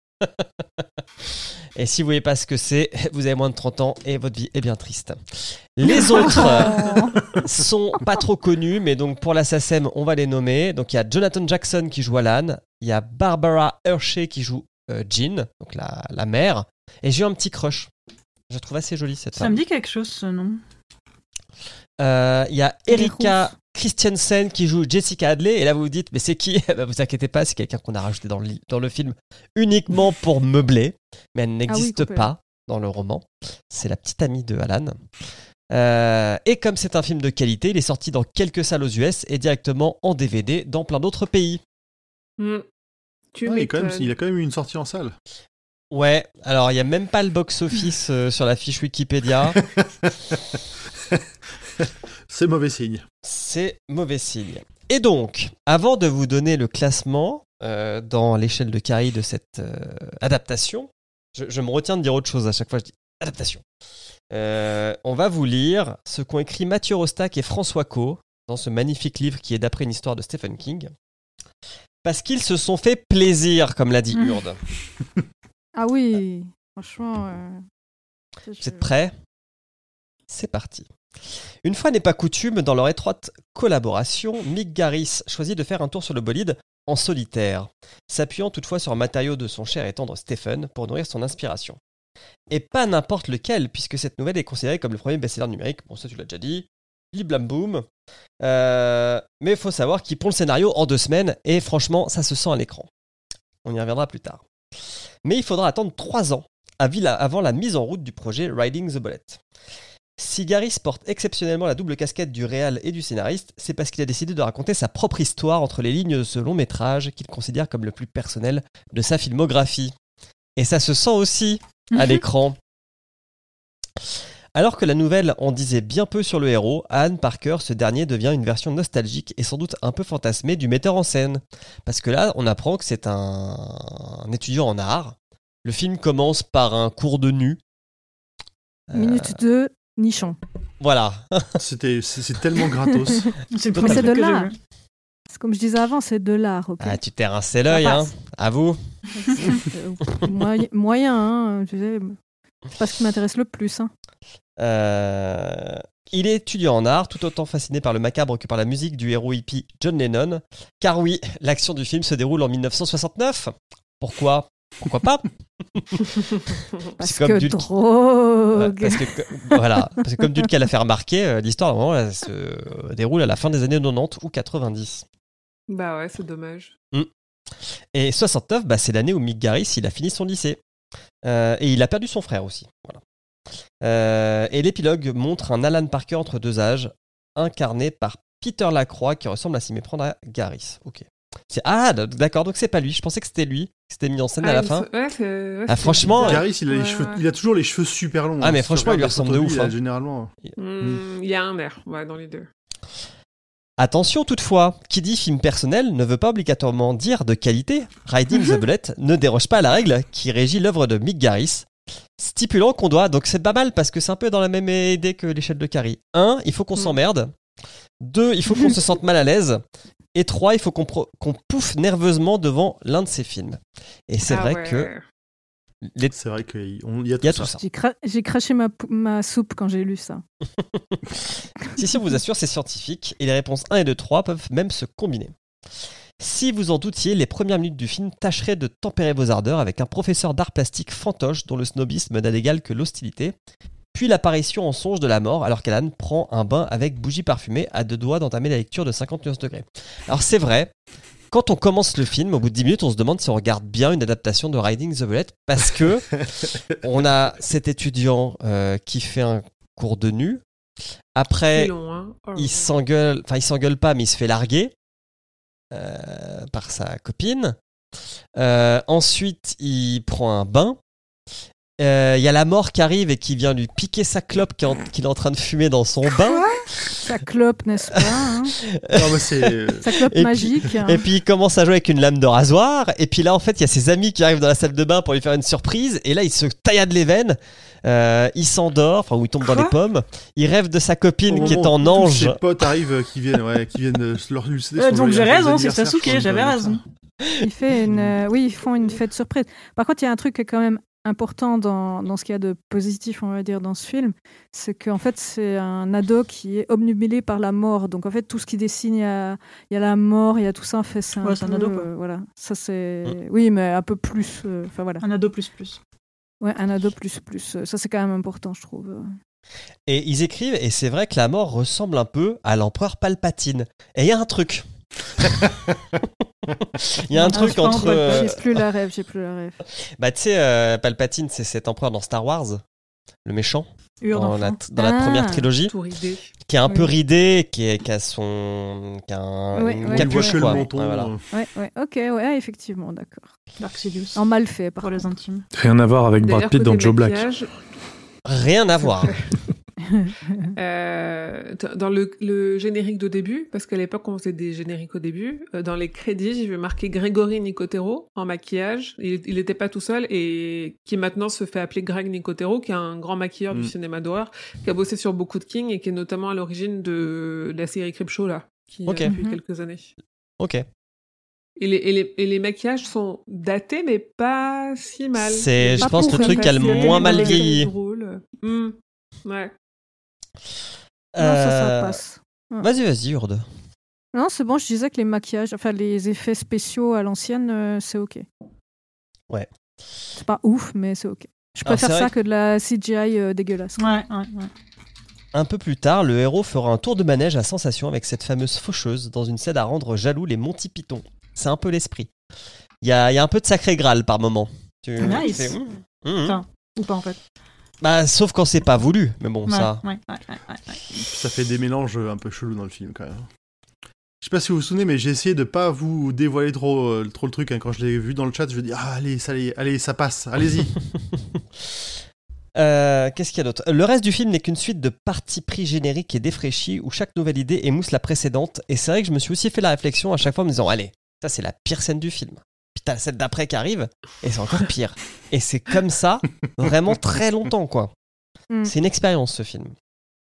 Et si vous voyez pas ce que c'est, vous avez moins de trente ans et votre vie est bien triste. Les autres euh, sont pas trop connus, mais donc pour la S A C E M, on va les nommer. Donc il y a Jonathan Jackson qui joue Alan, il y a Barbara Hershey qui joue euh, Jean, donc la, la mère, et j'ai eu un petit crush. Je la trouve assez jolie cette Ça femme. me dit quelque chose, ce nom. Euh, Il y a Elle est Erika rousse. Christiansen qui joue Jessica Hadley. Et là, vous vous dites, mais c'est qui? Bah, vous inquiétez pas, c'est quelqu'un qu'on a rajouté dans le, li- dans le film uniquement pour meubler. Mais elle n'existe complètement. pas dans le roman. C'est la petite amie de Alan. Euh, et comme c'est un film de qualité, il est sorti dans quelques salles aux U S et directement en D V D dans plein d'autres pays. Mm. Tu Ouais, il, est quand même- m'étonnes. il a quand même eu une sortie en salle. Ouais, alors il n'y a même pas le box-office euh, sur la fiche Wikipédia. C'est mauvais signe. C'est mauvais signe. Et donc, avant de vous donner le classement euh, dans l'échelle de Carrie de cette euh, adaptation, je, je me retiens de dire autre chose à chaque fois, je dis adaptation. Euh, on va vous lire ce qu'ont écrit Mathieu Rostac et François Co dans ce magnifique livre qui est d'après une histoire de Stephen King. Parce qu'ils se sont fait plaisir, comme l'a dit Mmh. Urde. Ah oui, franchement. euh, ça, Vous je- êtes prêts? C'est parti. Une fois n'est pas coutume, dans leur étroite collaboration, Mick Garris choisit de faire un tour sur le bolide en solitaire, s'appuyant toutefois sur un matériau de son cher et tendre Stephen pour nourrir son inspiration. Et pas n'importe lequel, puisque cette nouvelle est considérée comme le premier best-seller numérique. Bon, ça tu l'as déjà dit. Blim blam boum. Euh, mais il faut savoir qu'il pond le scénario en deux semaines, et franchement, ça se sent à l'écran. On y reviendra plus tard. Mais il faudra attendre trois ans avant la mise en route du projet Riding the Bullet. Si Garris porte exceptionnellement la double casquette du réal et du scénariste, c'est parce qu'il a décidé de raconter sa propre histoire entre les lignes de ce long métrage qu'il considère comme le plus personnel de sa filmographie. Et ça se sent aussi à l'écran. Alors que la nouvelle en disait bien peu sur le héros, à Anne Parker, ce dernier devient une version nostalgique et sans doute un peu fantasmée du metteur en scène. Parce que là, on apprend que c'est un, un étudiant en art. Le film commence par un cours de nu. Minute deux, nichon. Voilà. C'était, c'est, c'est tellement gratos. C'est le Mais c'est premier de truc que j'ai l'art. vu. C'est comme je disais avant, c'est de l'art. ok Ah, tu t'es rincé l'œil, Ça hein. passe. À vous. Euh, moyen, moyen, hein, tu sais. C'est pas ce qui m'intéresse le plus. Hein. Euh, Il est étudiant en art, tout autant fasciné par le macabre que par la musique du héros hippie John Lennon. Car oui, l'action du film se déroule en dix-neuf cent soixante-neuf. Pourquoi ? Pourquoi pas ? Parce C'est comme que du- drogue. Ouais, parce que, voilà, parce que comme Dulca l'a fait remarquer, euh, l'histoire vraiment, elle se déroule à la fin des années quatre-vingt-dix ou quatre-vingt-dix. Bah ouais, c'est dommage. Et soixante-neuf, bah, c'est l'année où Mick Garris il a fini son lycée. Euh, et il a perdu son frère aussi. Voilà. Euh, et l'épilogue montre un Alan Parker entre deux âges, incarné par Peter Lacroix, qui ressemble à s'y méprendre à Garris. Ok. C'est... Ah, d'accord, donc c'est pas lui. Je pensais que c'était lui, qui s'était mis en scène à Ah, la il fin. se- ouais, c'est- ouais, Ah, c'est franchement, bizarre. Garris, il a, les Ouais, cheveux, ouais. il a toujours les cheveux super longs. Ah, hein. mais Si tu franchement, il lui regardes ressemble la de photo ouf, lui, hein. il a Généralement. Hmm, Il y a un air, ouais, dans les deux. Attention toutefois, qui dit film personnel ne veut pas obligatoirement dire de qualité. Riding the Bullet ne déroge pas à la règle qui régit l'œuvre de Mick Garris, stipulant qu'on doit, donc c'est pas mal parce que c'est un peu dans la même idée que l'échelle de Carrie. Un, il faut qu'on Mm. s'emmerde. Deux, il faut qu'on se sente mal à l'aise. Et trois, il faut qu'on, pro- qu'on pouffe nerveusement devant l'un de ces films. Et c'est Ah vrai ouais. que les... C'est vrai qu'il y a tout il y a ça. tout ça. J'ai, cra- j'ai craché ma, pou- ma soupe quand j'ai lu ça. Si, si, on vous assure, c'est scientifique et les réponses un et deux, trois peuvent même se combiner. Si vous en doutiez, les premières minutes du film tâcheraient de tempérer vos ardeurs avec un professeur d'art plastique fantoche dont le snobisme n'a d'égal que l'hostilité, puis l'apparition en songe de la mort alors qu'Alan prend un bain avec bougie parfumée à deux doigts d'entamer la lecture de cinquante et onze degrés. Alors c'est vrai, quand on commence le film, au bout de dix minutes, on se demande si on regarde bien une adaptation de Riding the Bullet parce que on a cet étudiant euh, qui fait un cours de nu. Après, C'est long, hein. Oh là il là. s'engueule, enfin il s'engueule pas, mais il se fait larguer euh, par sa copine. Euh, ensuite, il prend un bain. Euh, Il y a la mort qui arrive et qui vient lui piquer sa clope qu'il est en, qu'il est en train de fumer dans son bain. Ça clope, n'est-ce pas hein Non, mais c'est. Ça clope Et puis- magique. hein. Et puis il commence à jouer avec une lame de rasoir. Et puis là, en fait, il y a ses amis qui arrivent dans la salle de bain pour lui faire une surprise. Et là, il se taillade les veines. Euh, il s'endort, enfin, ou il tombe dans Quoi les pommes. Il rêve de sa Au copine qui est moment en où tous ange. Ses potes arrivent, euh, qui viennent, ouais, qui viennent euh, leur lui céder Euh, son donc j'ai joyeux raison, c'est anniversaire, Sasuke, je crois, j'avais avec raison. ça. Il fait une, euh, oui, ils font une fête surprise. Par contre, il y a un truc qui est quand même important dans, dans ce qu'il y a de positif, on va dire, dans ce film, c'est qu'en fait, c'est un ado qui est obnubilé par la mort. Donc, en fait, tout ce qui dessine, il y a, il y a la mort, il y a tout ça. En fait, c'est un Ouais, c'est un peu, ado, quoi. euh, voilà. Ça, c'est... Oui, mais un peu plus... euh, Enfin, voilà. Un ado plus plus. Ouais, un ado plus plus. Ça, c'est quand même important, je trouve. Et ils écrivent, et c'est vrai que la mort ressemble un peu à l'empereur Palpatine. Et il y a un truc. Il y a un Ah, truc je prends entre. Palpatine. euh, J'ai plus la rêve, j'ai plus la rêve. Bah, tu sais, euh, Palpatine, c'est cet empereur dans Star Wars, le méchant, Ur dans, la, d'enfant. dans la Ah. première trilogie, Tout ridé. qui est un peu Oui. ridé, qui, est, qui a son. Qui a un, Ouais, une ouais, On voit capuche, que le quoi. menton. Ouais, voilà. euh, Ouais, ouais, ok, ouais, effectivement, d'accord. Dark Sidious. En mal fait, par Pour contre. les intimes. Rien à voir avec Brad D'ailleurs, Pitt dans côté Joe Black. maquillage, Rien à voir. euh, t- dans le, le générique de début, parce qu'à l'époque on faisait des génériques au début, euh, dans les crédits j'ai vu marqué Grégory Nicotero en maquillage. Il il était pas tout seul et qui maintenant se fait appeler Greg Nicotero, qui est un grand maquilleur Mm. du cinéma d'horreur, qui a bossé sur beaucoup de King et qui est notamment à l'origine de la série Creepshow là, qui Ok. a depuis Mhm. quelques années. Ok. Et les, et, les, et les maquillages sont datés, mais pas si mal. C'est, je Pas pense, pour le truc qui a le Il y des moins mal détails vieilli. drôles. Hmm. Ouais. Non, ça, ça Euh, passe. Vas-y, vas-y, Urde. Non, c'est bon, je disais que les maquillages, enfin les effets spéciaux à l'ancienne, euh, c'est ok. Ouais. C'est pas ouf, mais c'est ok. Je Alors, préfère c'est ça vrai que de la C G I euh, dégueulasse. Ouais, ouais, ouais. Un peu plus tard, le héros fera un tour de manège à sensation avec cette fameuse faucheuse dans une scène à rendre jaloux les Monty Python. C'est un peu l'esprit. Il y a, il y a un peu de sacré Graal par moment. Tu, Nice. c'est- Mmh, mmh. Enfin, ou pas en fait. Bah, sauf quand c'est pas voulu, mais bon, Ouais, ça. ouais, ouais, ouais, ouais, ouais. Ça fait des mélanges un peu chelous dans le film quand même. Je sais pas si vous vous souvenez, mais j'ai essayé de pas vous dévoiler trop, euh, trop le truc. hein. Quand je l'ai vu dans le chat, je me dis ah allez, ça, allez, allez, ça passe, allez-y. Euh, qu'est-ce qu'il y a d'autre ? Le reste du film n'est qu'une suite de parties pris génériques et défraîchies où chaque nouvelle idée émousse la précédente. Et c'est vrai que je me suis aussi fait la réflexion à chaque fois en me disant allez, ça c'est la pire scène du film. Puis t'as celle d'après qui arrive et c'est encore pire. Et c'est comme ça vraiment très longtemps quoi. Mm. C'est une expérience ce film.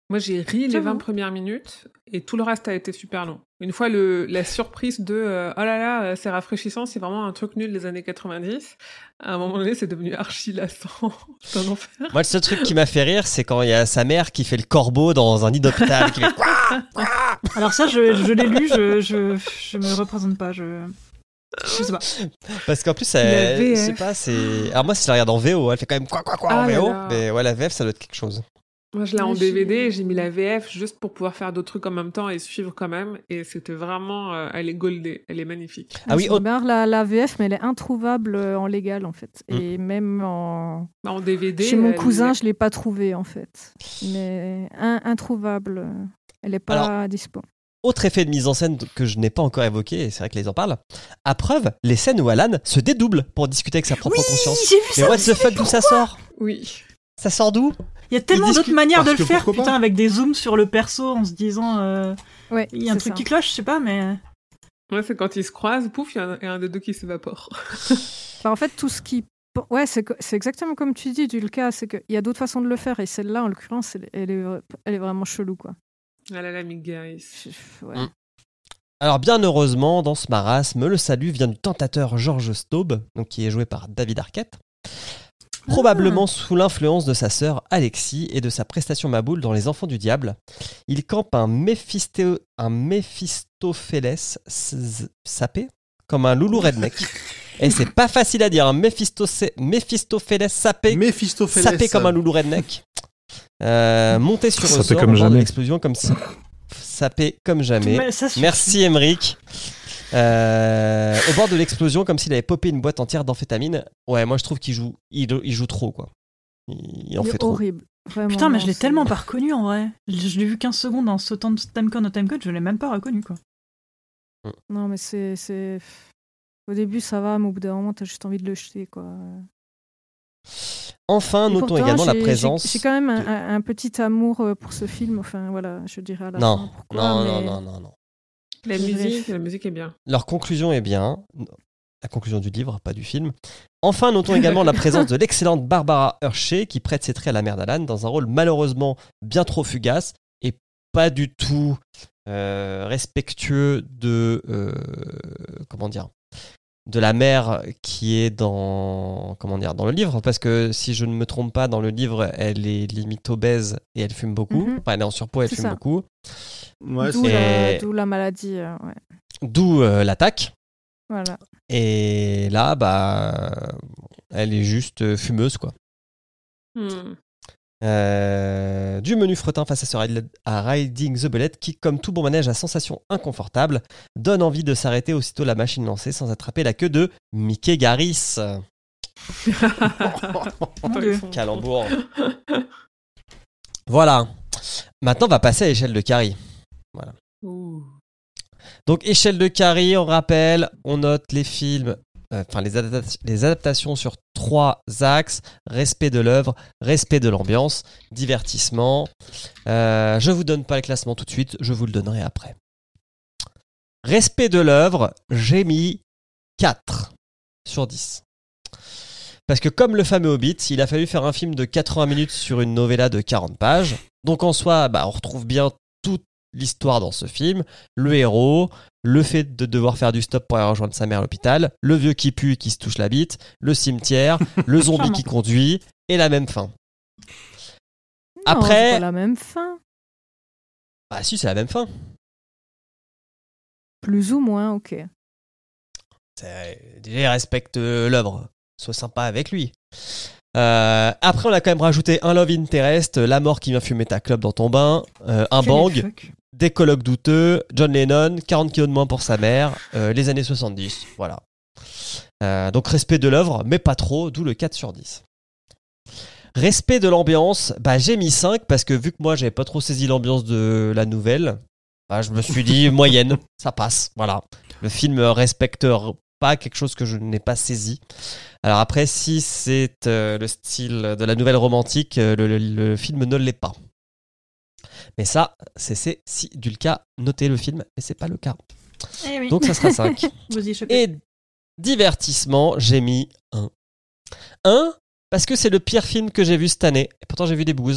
Moi, j'ai ri les J'avoue. vingt premières minutes et tout le reste a été super long. Une fois le, la surprise de euh, « Oh là là, euh, c'est rafraîchissant, c'est vraiment un truc nul des années quatre-vingt-dix », à un moment donné, c'est devenu archi lassant. C'est un enfer. Moi, le seul truc qui m'a fait rire, c'est quand il y a sa mère qui fait le corbeau dans un nid d'hôpital. Qui fait... Alors ça, je, je l'ai lu, je, je, je me représente pas, je... Je sais pas. Parce qu'en plus, La elle, V F. je sais pas, c'est... Alors moi, si je la regarde en V O, elle fait quand même quoi quoi quoi en Ah là V O. là. Mais ouais, la V F, ça doit être quelque chose. Moi, je l'ai en Ouais, D V D j'ai- et j'ai mis la V F juste pour pouvoir faire d'autres trucs en même temps et suivre quand même. Et c'était vraiment... euh, elle est goldée, elle est magnifique. Ah oui, Je au- regarde la, la V F, mais elle est introuvable euh, en légal, en fait. Mm. Et même en... En D V D... Chez mon elle- cousin, je l'ai pas trouvée, en fait. Mais un- introuvable, euh, elle est pas dispo. Autre effet de mise en scène que je n'ai pas encore évoqué, et c'est vrai que les en parlent. À preuve, les scènes où Alan se dédouble pour discuter avec sa propre conscience. j'ai vu Mais ça. what the fuck, d'où ça sort? Oui. Ça sort d'où? Il y a tellement discute d'autres manières de parce le que faire, pourquoi pas. putain, avec des zooms sur le perso en se disant euh, Ouais, il y a un c'est truc ça. qui cloche, je sais pas, mais Ouais, c'est quand ils se croisent, pouf, il y a un, il y a un des deux qui s'évapore. Enfin, en fait, tout ce qui... Ouais, c'est co- c'est exactement comme tu dis, Dulka, c'est qu'il y a d'autres façons de le faire, et celle-là, en l'occurrence, elle, elle est, elle est vraiment chelou, quoi. Ah là là, Mick Garris. Je- ouais. Mm. Alors bien heureusement, dans ce marasme, le salut vient du tentateur George Staub, donc qui est joué par David Arquette, probablement sous l'influence de sa sœur Alexis et de sa prestation maboule dans Les Enfants du Diable. Il campe un, Méphisto... un Méphistophélès s- sapé comme un loulou redneck. Et c'est pas facile à dire, un Méphisto- Méphistophélès sapé, Méphistophélès. sapé comme un loulou redneck. Euh, monté sur Sapé ressort comme au bord de jamais. l'explosion comme si... Sapé comme jamais. Mais ça suffit. Merci Emeric. Euh, au bord de l'explosion, comme s'il avait popé une boîte entière d'amphétamine. Ouais, moi je trouve qu'il joue, il, il joue trop quoi. Il, il en Il fait est trop. horrible. Vraiment, Putain, mais non, je l'ai c'est- tellement pas reconnu en vrai. Je, je l'ai vu quinze secondes en sautant de timecode au timecode, je l'ai même pas reconnu quoi. Non, mais c'est... c'est- Au début, ça va, mais au bout d'un moment, t'as juste envie de le jeter, quoi. Enfin, Et notons pourtant, également la j'ai- présence. J'ai j'ai quand même un, de- un- un petit amour euh, pour ce film. Enfin, voilà, je dirais à la Non, fin pourquoi, non, mais- non, non, non, non. La Bref. musique, la musique est bien. Leur conclusion est bien. La conclusion du livre, pas du film. Enfin, notons également la présence de l'excellente Barbara Hershey qui prête ses traits à la mère d'Alan dans un rôle malheureusement bien trop fugace et pas du tout euh, respectueux de euh, comment dire de la mère qui est dans comment dire dans le livre, parce que si je ne me trompe pas, dans le livre elle est limite obèse et elle fume beaucoup. Mhm. Enfin, elle est en surpoids, elle C'est fume ça. beaucoup. Ouais, D'où c'est- Et- la, d'où la maladie. euh, ouais. D'où euh, l'attaque. Voilà. Et là, bah, elle est juste fumeuse, quoi. Hmm. Euh, du menu fretin face à ce ride- à Riding the Bullet qui, comme tout bon manège à sensation inconfortable, donne envie de s'arrêter aussitôt la machine lancée sans attraper la queue de Mickey Garris. Mon Dieu. Calembour. Voilà. Maintenant, on va passer à l'échelle de Carrie. Ouh. Donc, échelle de Carrie, on rappelle, on note les films, euh, enfin les, adapta- les adaptations sur trois axes: respect de l'œuvre, respect de l'ambiance, divertissement. Euh, je vous donne pas le classement tout de suite, je vous le donnerai après. Respect de l'œuvre, j'ai mis quatre sur dix. Parce que comme le fameux Hobbit, il a fallu faire un film de quatre-vingts minutes sur une novella de quarante pages. Donc en soi, bah, on retrouve bien toute l'histoire dans ce film. Le héros, le fait de devoir faire du stop pour aller rejoindre sa mère à l'hôpital, le vieux qui pue et qui se touche la bite, le cimetière, le zombie Charmant. qui conduit, et la même fin. Non, Après- c'est pas la même fin. Ah si, c'est la même fin. Plus ou moins, ok. C'est- Déjà, il respecte euh, l'œuvre. Sois sympa avec lui. Euh, après, on a quand même rajouté un love interest, la mort qui vient fumer ta clope dans ton bain, euh, un Quel bang, fuck. des colloques douteux, John Lennon, quarante kilos de moins pour sa mère, euh, les années soixante-dix. Voilà. Euh, donc, respect de l'œuvre, mais pas trop, d'où le quatre sur dix. Respect de l'ambiance, bah, j'ai mis cinq parce que vu que moi, j'avais pas trop saisi l'ambiance de la nouvelle, bah, je me suis dit moyenne, ça passe. Voilà. Le film respecte pas quelque chose que je n'ai pas saisi. Alors après, si c'est euh, le style de la nouvelle romantique, euh, le, le- le film ne l'est pas. Mais ça, c'est c'est si Dulka notait le film, mais c'est pas le cas. Eh oui. Donc ça sera cinq. Vas-y, chopez. Et divertissement, j'ai mis un. un, parce que c'est le pire film que j'ai vu cette année. Et pourtant, j'ai vu des bouses.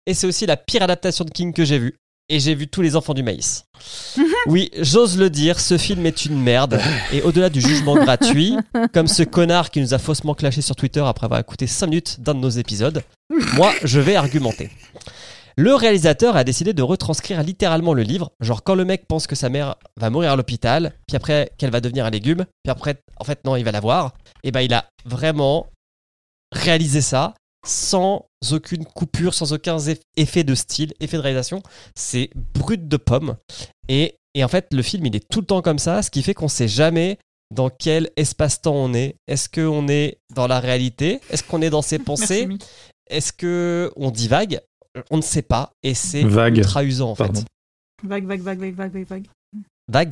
et c'est aussi la pire adaptation de King que j'ai vue. Et j'ai vu tous les enfants du maïs. Oui, j'ose le dire, ce film est une merde. Et au-delà du jugement gratuit, comme ce connard qui nous a faussement clashé sur Twitter après avoir écouté cinq minutes d'un de nos épisodes, moi, je vais argumenter. Le réalisateur a décidé de retranscrire littéralement le livre, genre quand le mec pense que sa mère va mourir à l'hôpital, puis après qu'elle va devenir un légume, puis après, en fait, non, il va la voir. Et ben, il a vraiment réalisé ça sans aucune coupure, sans aucun effet de style, effet de réalisation. C'est brut de pomme. Et, et en fait, le film, il est tout le temps comme ça, ce qui fait qu'on sait jamais dans quel espace-temps on est. Est-ce qu'on est dans la réalité ? Est-ce qu'on est dans ses pensées ? Merci. Est-ce qu'on divague ? On ne sait pas. Et c'est Vague. ultra usant, en fait. Pardon. Vague, vague, vague, vague, vague, vague, vague. Vague ?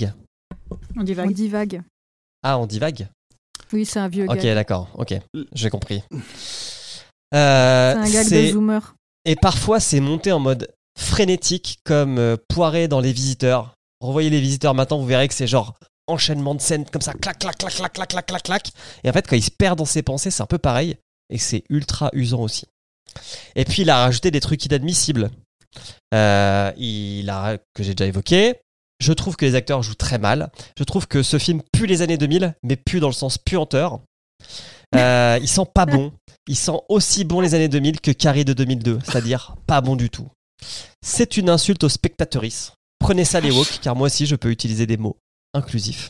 On dit On vague. dit vague. Ah, on divague ? Oui, c'est un vieux Ok, gag. d'accord. Ok, j'ai compris. Euh, C'est un gag c'est- de zoomer. Et parfois, c'est monté en mode frénétique, comme euh, Poiré dans Les Visiteurs. Revoyez Les Visiteurs maintenant, vous verrez que c'est genre enchaînement de scènes comme ça, clac, clac, clac, clac, clac, clac, clac, clac. Et en fait, quand il se perd dans ses pensées, c'est un peu pareil. Et c'est ultra usant aussi. Et puis, il a rajouté des trucs inadmissibles. Euh, il a, que j'ai déjà évoqué. Je trouve que les acteurs jouent très mal. Je trouve que ce film pue les années deux mille, mais pue dans le sens puanteur. Euh, il sent pas bon. Il sent aussi bon les années deux mille que Carrie de deux mille deux, c'est-à-dire pas bon du tout. C'est une insulte aux spectatrices. Prenez ça les woke, car moi aussi je peux utiliser des mots inclusifs.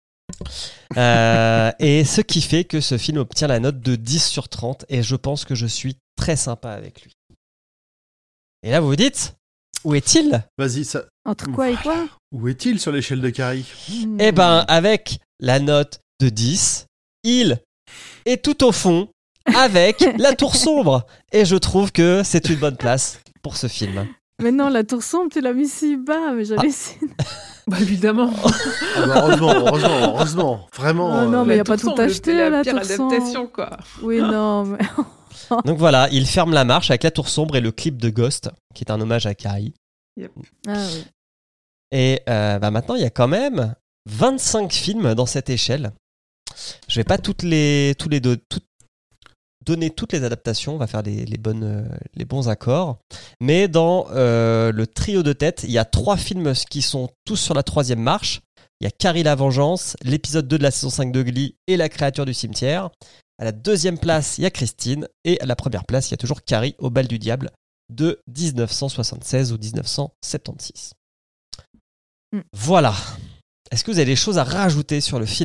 Euh, et ce qui fait que ce film obtient la note de dix sur trente, et je pense que je suis très sympa avec lui. Et là vous vous dites, où est-il ? Vas-y, ça. Entre quoi et quoi Où est-il sur l'échelle de Carrie ? Eh ben, avec la note de dix, il est tout au fond avec La Tour Sombre. Et je trouve que c'est une bonne place pour ce film. Mais non, la tour sombre, tu l'as mis si bas, mais j'avais essayé. Bah évidemment. Ah bah, heureusement, heureusement, heureusement. Vraiment. Oh non, euh, mais y a La pas Tour tout Sombre, acheté, c'est la la pire Tour Sombre. adaptation, quoi. Oui, non, mais... Donc voilà, il ferme la marche avec La Tour Sombre et le clip de Ghost, qui est un hommage à Carrie. Ah oui. Et euh, bah maintenant, il y a quand même vingt-cinq films dans cette échelle. Je vais pas toutes les, tous les do- toutes- donner toutes les adaptations, on va faire les, les, bonnes, euh, les bons accords. Mais dans euh, le trio de tête, il y a trois films qui sont tous sur la troisième marche. Il y a Carrie la Vengeance, l'épisode deux de la saison cinq de Glee et La Créature du Cimetière. À la deuxième place, il y a Christine. Et à la première place, il y a toujours Carrie au bal du diable de dix-neuf cent soixante-seize ou dix-neuf cent soixante-seize. Mm. Voilà. Est-ce que vous avez des choses à rajouter sur le film ?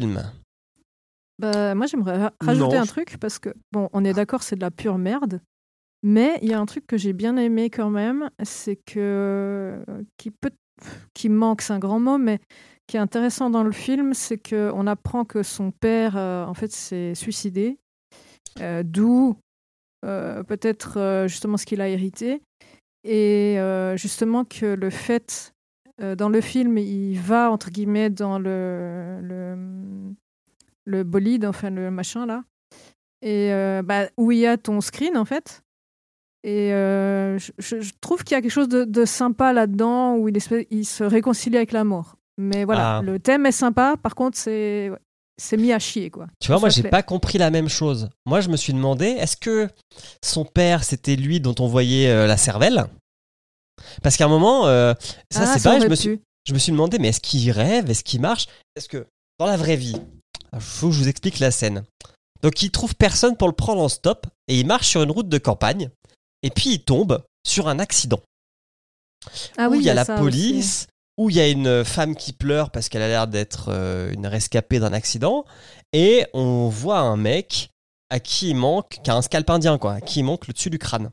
Bah, moi, j'aimerais ra- rajouter Non, un je- truc, parce que, bon, on est d'accord, c'est de la pure merde. Mais il y a un truc que j'ai bien aimé quand même, c'est que... Qui, peut... qui manque, c'est un grand mot, mais qui est intéressant dans le film, c'est qu'on apprend que son père, euh, en fait, s'est suicidé. Euh, d'où euh, peut-être euh, justement ce qu'il a hérité. Et euh, justement que le fait, euh, dans le film, il va, entre guillemets, dans le, le, le bolide, enfin le machin là, et euh, bah, où il y a ton screen en fait. Et euh, je, je- je trouve qu'il y a quelque chose de, de sympa là-dedans, où il, espèce- il se réconcilie avec la mort. Mais voilà, Ah. le thème est sympa, par contre, c'est, ouais, c'est mis à chier, quoi. Tu vois, Faut moi, se j'ai faire pas compris la même chose. Moi, je me suis demandé, est-ce que son père, c'était lui dont on voyait euh, la cervelle ? Parce qu'à un moment, euh, ça, Ah, c'est ça pareil, je aurait me, suis, pu. je me suis demandé, mais est-ce qu'il rêve ? Est-ce qu'il marche ? Est-ce que, dans la vraie vie, il faut que je vous explique la scène. Donc, il trouve personne pour le prendre en stop, et il marche sur une route de campagne, et puis il tombe sur un accident. Ah où oui, il y a la ça aussi. police, où il y a une femme qui pleure parce qu'elle a l'air d'être euh, une rescapée d'un accident, et on voit un mec à qui il manque, qui a un scalp indien, quoi, à qui il manque le dessus du crâne.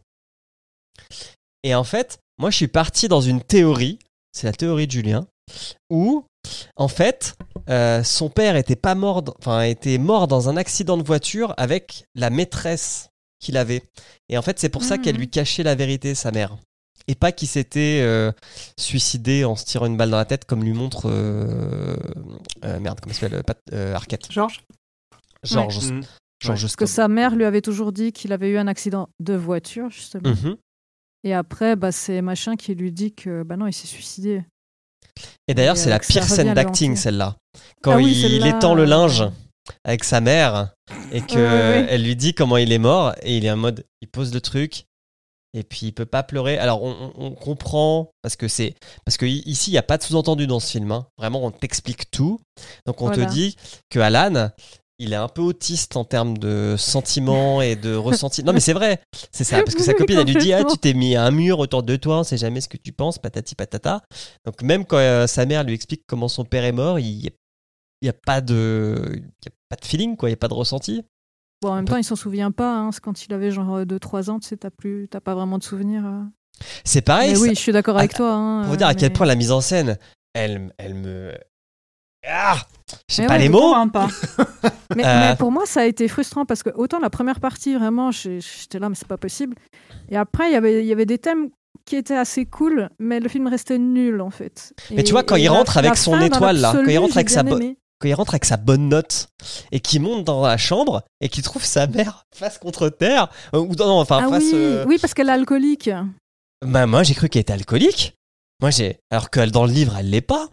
Et en fait, moi je suis parti dans une théorie, c'est la théorie de Julien, où en fait euh, son père était pas mort, dans- enfin était mort dans un accident de voiture avec la maîtresse qu'il avait. Et en fait, c'est pour ça Mhm. qu'elle lui cachait la vérité, sa mère. Et pas qu'il s'était euh, suicidé en se tirant une balle dans la tête, comme lui montre. euh, euh, merde, comment il s'appelle Pat- euh, Arquette. Georges. Georges. Mhm. Georges Parce que Scott. sa mère lui avait toujours dit qu'il avait eu un accident de voiture, justement. Mhm. Et après, bah, c'est machin qui lui dit que bah non, il s'est suicidé. Et d'ailleurs, Et, c'est euh, la que ça pire revient scène à d'acting, l'hanter. celle-là. Quand Ah oui, il celle-là, étend le euh, linge avec sa mère et qu'elle Ouais, ouais, ouais. lui dit comment il est mort, et il est en mode, il pose le truc, et puis il peut pas pleurer. Alors on, on, on comprend parce que c'est parce que ici il y a pas de sous-entendu dans ce film. Hein. Vraiment, on t'explique tout. Donc on Voilà. te dit que Alan, il est un peu autiste en termes de sentiments et de ressenti. Non mais c'est vrai, c'est ça. Parce que sa Oui, copine elle lui dit ah complètement. tu t'es mis à un mur autour de toi, on sait jamais ce que tu penses, patati patata. Donc même quand euh, sa mère lui explique comment son père est mort, il y a, il y a pas de il y a pas de feeling quoi, il y a pas de ressenti. Bon, en même temps, il s'en souvient pas. Hein, c'est quand il avait genre deux trois ans, tu sais, t'as plus, t'as pas vraiment de souvenirs. euh. C'est pareil. Mais ça- oui, je suis d'accord avec Ah, toi. Hein, Pour vous euh, dire à quel mais- point la mise en scène, elle, elle me. Ah Je sais Mais pas ouais, les Je mots. comprends pas. Mais, Euh. mais pour moi, ça a été frustrant parce que autant la première partie, vraiment, j'ai- j'étais là, mais c'est pas possible. Et après, il y avait- il y avait des thèmes qui étaient assez cool, mais le film restait nul en fait. Mais Et- tu vois, quand et il la- rentre avec la son fin, dans étoile, là, quand il l'absolu, rentre j'ai avec sa bien bo- aimé. Quand il rentre avec sa bonne note et qu'il monte dans la chambre et qu'il trouve sa mère face contre terre, euh, ou non, enfin Ah face. oui, euh, oui, parce qu'elle est alcoolique. Bah, moi, j'ai cru qu'elle était alcoolique. Moi, j'ai. Alors que dans le livre, elle l'est pas.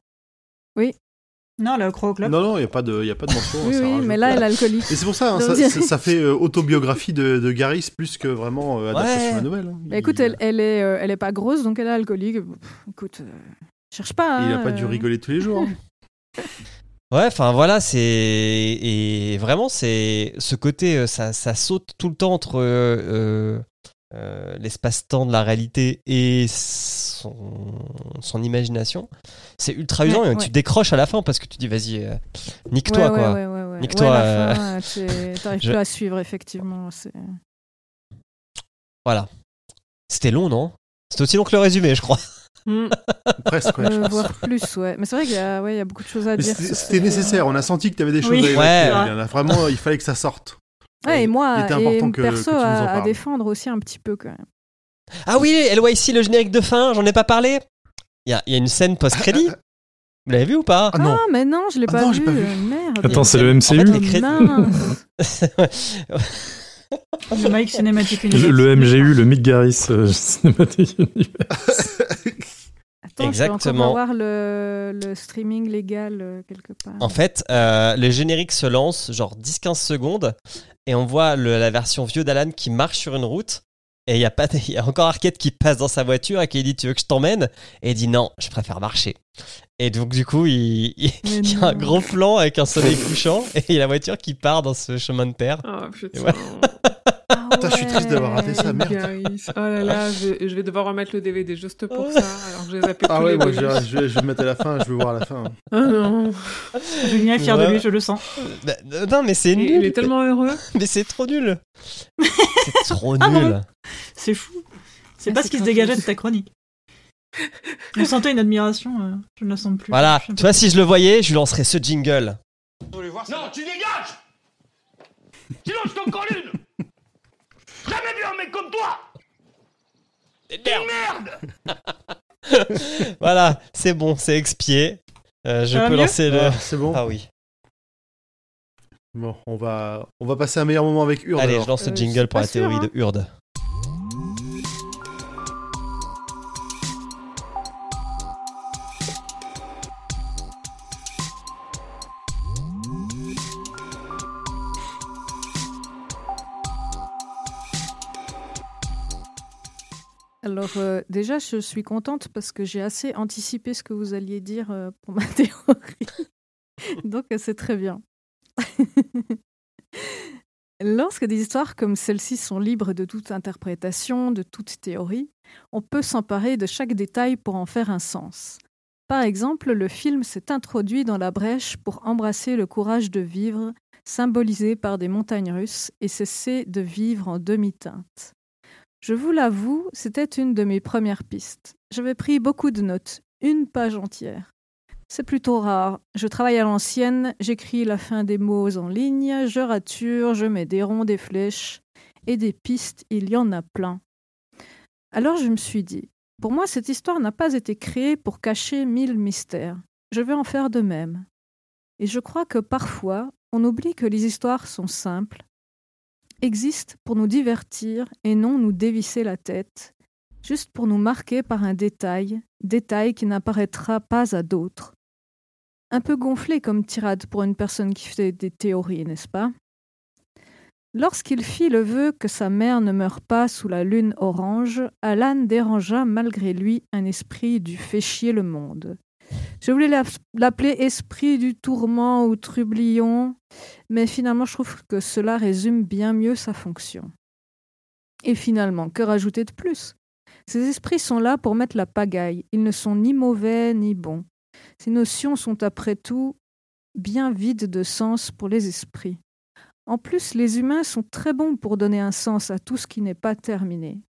Non, le Crow Club. Non, non, il n'y a pas de, y a pas de mention. Oui, ça oui, rajoute. mais là, elle est alcoolique. Et c'est pour ça, hein, Donc, ça, ça, ça fait euh, autobiographie de, de Garris plus que vraiment euh, adaptation Ouais. à la nouvelle. hein. Bah, écoute, il, elle, elle est, euh, elle est pas grosse, donc elle est alcoolique. Pff, écoute, euh, cherche pas. il hein, a pas dû euh. rigoler tous les jours. hein. Ouais, enfin voilà, c'est. Et vraiment, c'est. Ce côté, euh, ça, ça saute tout le temps entre euh, euh, l'espace-temps de la réalité et son, son imagination. C'est ultra usant Ouais, et ouais. tu décroches à la fin parce que tu dis, vas-y, euh, nique-toi, ouais, quoi. Ouais, ouais, ouais, ouais. Nique-toi, Ouais, la euh, fin, euh, t'es- t'arrives je- plus à suivre, effectivement. C'est... Voilà. C'était long, non? C'était aussi long que le résumé, je crois. Hmm. Presque, ouais, je Euh, pense. voire plus, ouais. Mais c'est vrai qu'il y a, ouais, il y a beaucoup de choses à Mais dire. c'était sur c'était ce- nécessaire, on a senti que tu avais des choses Oui. à évoquer. Ouais. Il y en a vraiment, il fallait que ça sorte. Ouais, et moi, Il était et important que- perso, que tu nous en à, à parles. défendre aussi un petit peu, quand même. Ah oui, elle voit ici le générique de fin, j'en ai pas parlé. Il y a, il y a une scène post-crédit. Vous l'avez vu ou pas? Ah non, Ah, mais non, je l'ai Ah pas, non, vu. j'ai pas vu. euh, Merde. Attends, c'est le En M C fait, U les cré- Mince. Le Mike Cinematic le, Universe. le M G U, le Mick Garris euh, Cinematic Universe. Attends, Exactement. je peux encore avoir le, le streaming légal euh, quelque part. En fait, euh, le générique se lance genre dix à quinze secondes et on voit le- la version vieux d'Alan qui marche sur une route et il y a pas, il y a encore Arquette qui passe dans sa voiture et qui dit tu veux que je t'emmène et il dit non, je préfère marcher. Et donc du coup, il, il- Mais il y a un non. gros plan avec un soleil couchant et il y a la voiture qui part dans ce chemin de terre. Oh putain. Ouais. Ah Putain, je suis triste d'avoir raté ça, ouais. merde. Garris. Oh là là, je, je vais devoir remettre le D V D juste pour ça, alors que j'ai zappé Ah tous ouais, les moi bonus. je, je vais, je vais me mettre à la fin, je veux voir la fin. Oh non. Julien est fier Ouais. de lui, je le sens. Bah, euh, non mais c'est Il, nul. il est tellement heureux. Mais c'est trop nul. C'est trop Ah bon nul. C'est fou. C'est Ah, pas c'est ce qui se gratos. dégageait de ta chronique. On sentait une admiration, euh, je ne la sens plus. Voilà, Je suis un tu peu- vois, si je le voyais, je lui lancerais ce jingle. Non, tu dégages! Sinon, je t'en colle une! Jamais vu un mec comme toi! Merde! Voilà, c'est bon, c'est expié. Euh, je Ça va peux mieux lancer le. Ah, c'est bon. Ah oui. Bon, on va, on va passer un meilleur moment avec Urde. Allez, alors. je lance le Euh, jingle je suis pour pas la théorie sûre, de Urde. Alors, euh, déjà, je suis contente parce que j'ai assez anticipé ce que vous alliez dire euh, pour ma théorie. Donc, euh, c'est très bien. Lorsque des histoires comme celle-ci sont libres de toute interprétation, de toute théorie, on peut s'emparer de chaque détail pour en faire un sens. Par exemple, le film s'est introduit dans la brèche pour embrasser le courage de vivre, symbolisé par des montagnes russes, et cesser de vivre en demi-teinte. Je vous l'avoue, c'était une de mes premières pistes. J'avais pris beaucoup de notes, une page entière. C'est plutôt rare. Je travaille à l'ancienne, j'écris la fin des mots en ligne, je rature, je mets des ronds, des flèches, et des pistes, il y en a plein. Alors je me suis dit, pour moi cette histoire n'a pas été créée pour cacher mille mystères. Je vais en faire de même. Et je crois que parfois, on oublie que les histoires sont simples, existent pour nous divertir et non nous dévisser la tête, juste pour nous marquer par un détail, détail qui n'apparaîtra pas à d'autres. Un peu gonflé comme tirade pour une personne qui fait des théories, n'est-ce pas ? Lorsqu'il fit le vœu que sa mère ne meure pas sous la lune orange, Alan dérangea malgré lui un esprit du fait chier le monde. Je voulais l'appeler esprit du tourment ou trublion, mais finalement je trouve que cela résume bien mieux sa fonction. Et finalement, que rajouter de plus ? Ces esprits sont là pour mettre la pagaille. Ils ne sont ni mauvais ni bons. Ces notions sont après tout bien vides de sens pour les esprits. En plus, les humains sont très bons pour donner un sens à tout ce qui n'est pas terminé.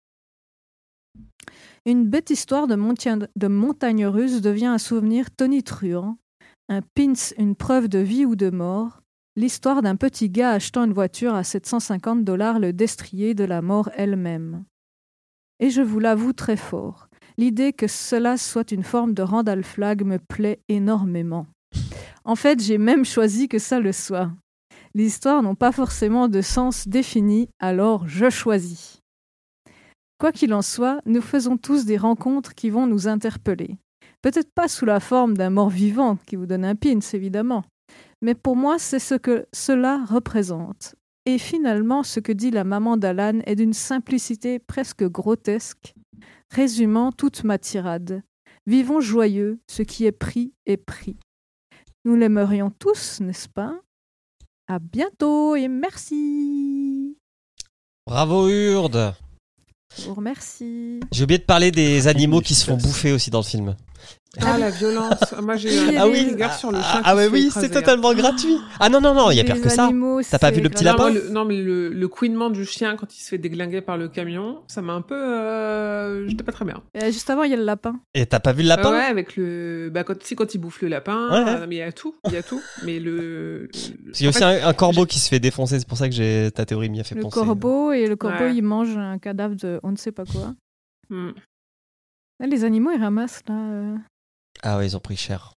Une bête histoire de, montia- de montagne russe devient un souvenir tonitruant, un pins, une preuve de vie ou de mort, l'histoire d'un petit gars achetant une voiture à sept cent cinquante dollars le destrier de la mort elle-même. Et je vous l'avoue très fort, l'idée que cela soit une forme de Randall Flagg me plaît énormément. En fait, j'ai même choisi que ça le soit. Les histoires n'ont pas forcément de sens défini, alors je choisis. Quoi qu'il en soit, nous faisons tous des rencontres qui vont nous interpeller. Peut-être pas sous la forme d'un mort-vivant qui vous donne un pins, évidemment. Mais pour moi, c'est ce que cela représente. Et finalement, ce que dit la maman d'Alan est d'une simplicité presque grotesque, résumant toute ma tirade. Vivons joyeux, ce qui est pris est pris. Nous l'aimerions tous, n'est-ce pas ? À bientôt et merci. Bravo Urde. Je vous remercie. J'ai oublié de parler des animaux qui se font bouffer aussi dans le film. Ah, la violence. Moi, j'ai eu Ah un oui, regard sur le ah, chien ah qui ouais, se fait oui, écraser, c'est totalement hein. gratuit. Ah non, non, non, il y a pire Les que ça. animaux, T'as pas vu le c'est petit Non, lapin moi, le, non, mais le, le couinement du chien quand il se fait déglinguer par le camion, ça m'a un peu... Euh... J'étais pas très bien. Euh, juste avant, il y a le lapin. Et t'as pas vu le lapin Ah ouais, avec le... Bah, quand, si, quand il bouffe le lapin, Ouais, ouais. euh, mais il y a tout, il y a tout. Mais le... le- Il y a en aussi fait, un, un corbeau qui se fait défoncer, c'est pour ça que j'ai ta théorie m'y a fait Le penser. corbeau, et le corbeau, Ouais. il mange un cadavre de on ne sait pas quoi. hmm. Là, les animaux, ils ramassent, là. euh. Ah ouais, ils ont pris cher.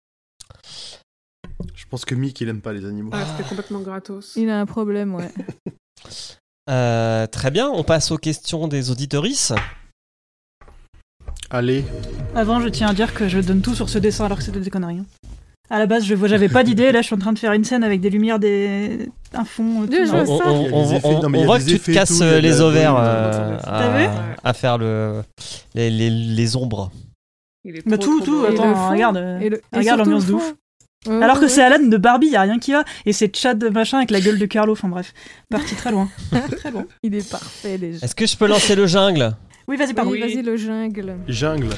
Je pense que Mick, il aime pas les animaux. Ouais, c'était complètement gratos. Il a un problème, ouais. Euh, très bien, on passe aux questions des auditorices. Allez. Avant, je tiens à dire que je donne tout sur ce dessin alors que c'était des conneries. hein. À la base, je vois, j'avais pas d'idée. Là, je suis en train de faire une scène avec des lumières, des... un fond. tout. Je On, vois on- ça. on- Il y a des on- effets- on- non, mais il y on a voit des que tu te effets et casses tout, il y a de les la- ovaires oui, euh, T'as vu à, à faire le, les, les, les ombres. Il est Bah, trop, tout, trop tout, beau. Et le attends, fond, regarde. euh, Et le- et regarde surtout l'ambiance le de fond. ouf. Ouais, Alors que ouais, c'est Alan de Barbie, y a rien qui va. Et c'est Chad de machin avec la gueule de Carlo. Enfin bref, parti très loin. Très loin. Il est parfait, déjà. Est-ce que je peux lancer le jungle Oui, vas-y, pardon. Oui, vas-y, le jungle. Jungle.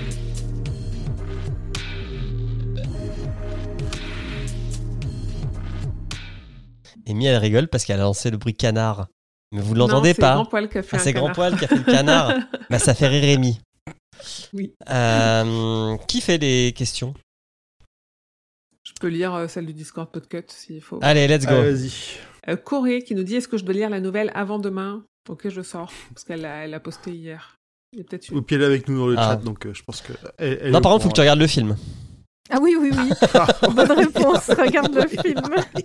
Amy, elle rigole parce qu'elle a lancé le bruit canard. Mais vous Non, l'entendez c'est pas. Grand Poil qui a fait Ah, un c'est Grand canard. Poil qui a fait le canard. Bah, ça fait rire Amy. Oui. Euh, qui fait les questions Je peux lire euh, celle du Discord Podcut s'il faut. Allez, let's go. Ah, vas-y. Euh, Corée qui nous dit est-ce que je dois lire la nouvelle avant demain ? Ok, je sors parce qu'elle a, elle a posté hier. Il y a peut-être une. Ou puis elle est avec nous dans le Ah. chat, donc euh, je pense que. Elle, elle est non, au par contre, faut que tu courant. regardes le film. Ah oui, oui, oui. Bonne réponse. Regarde le film.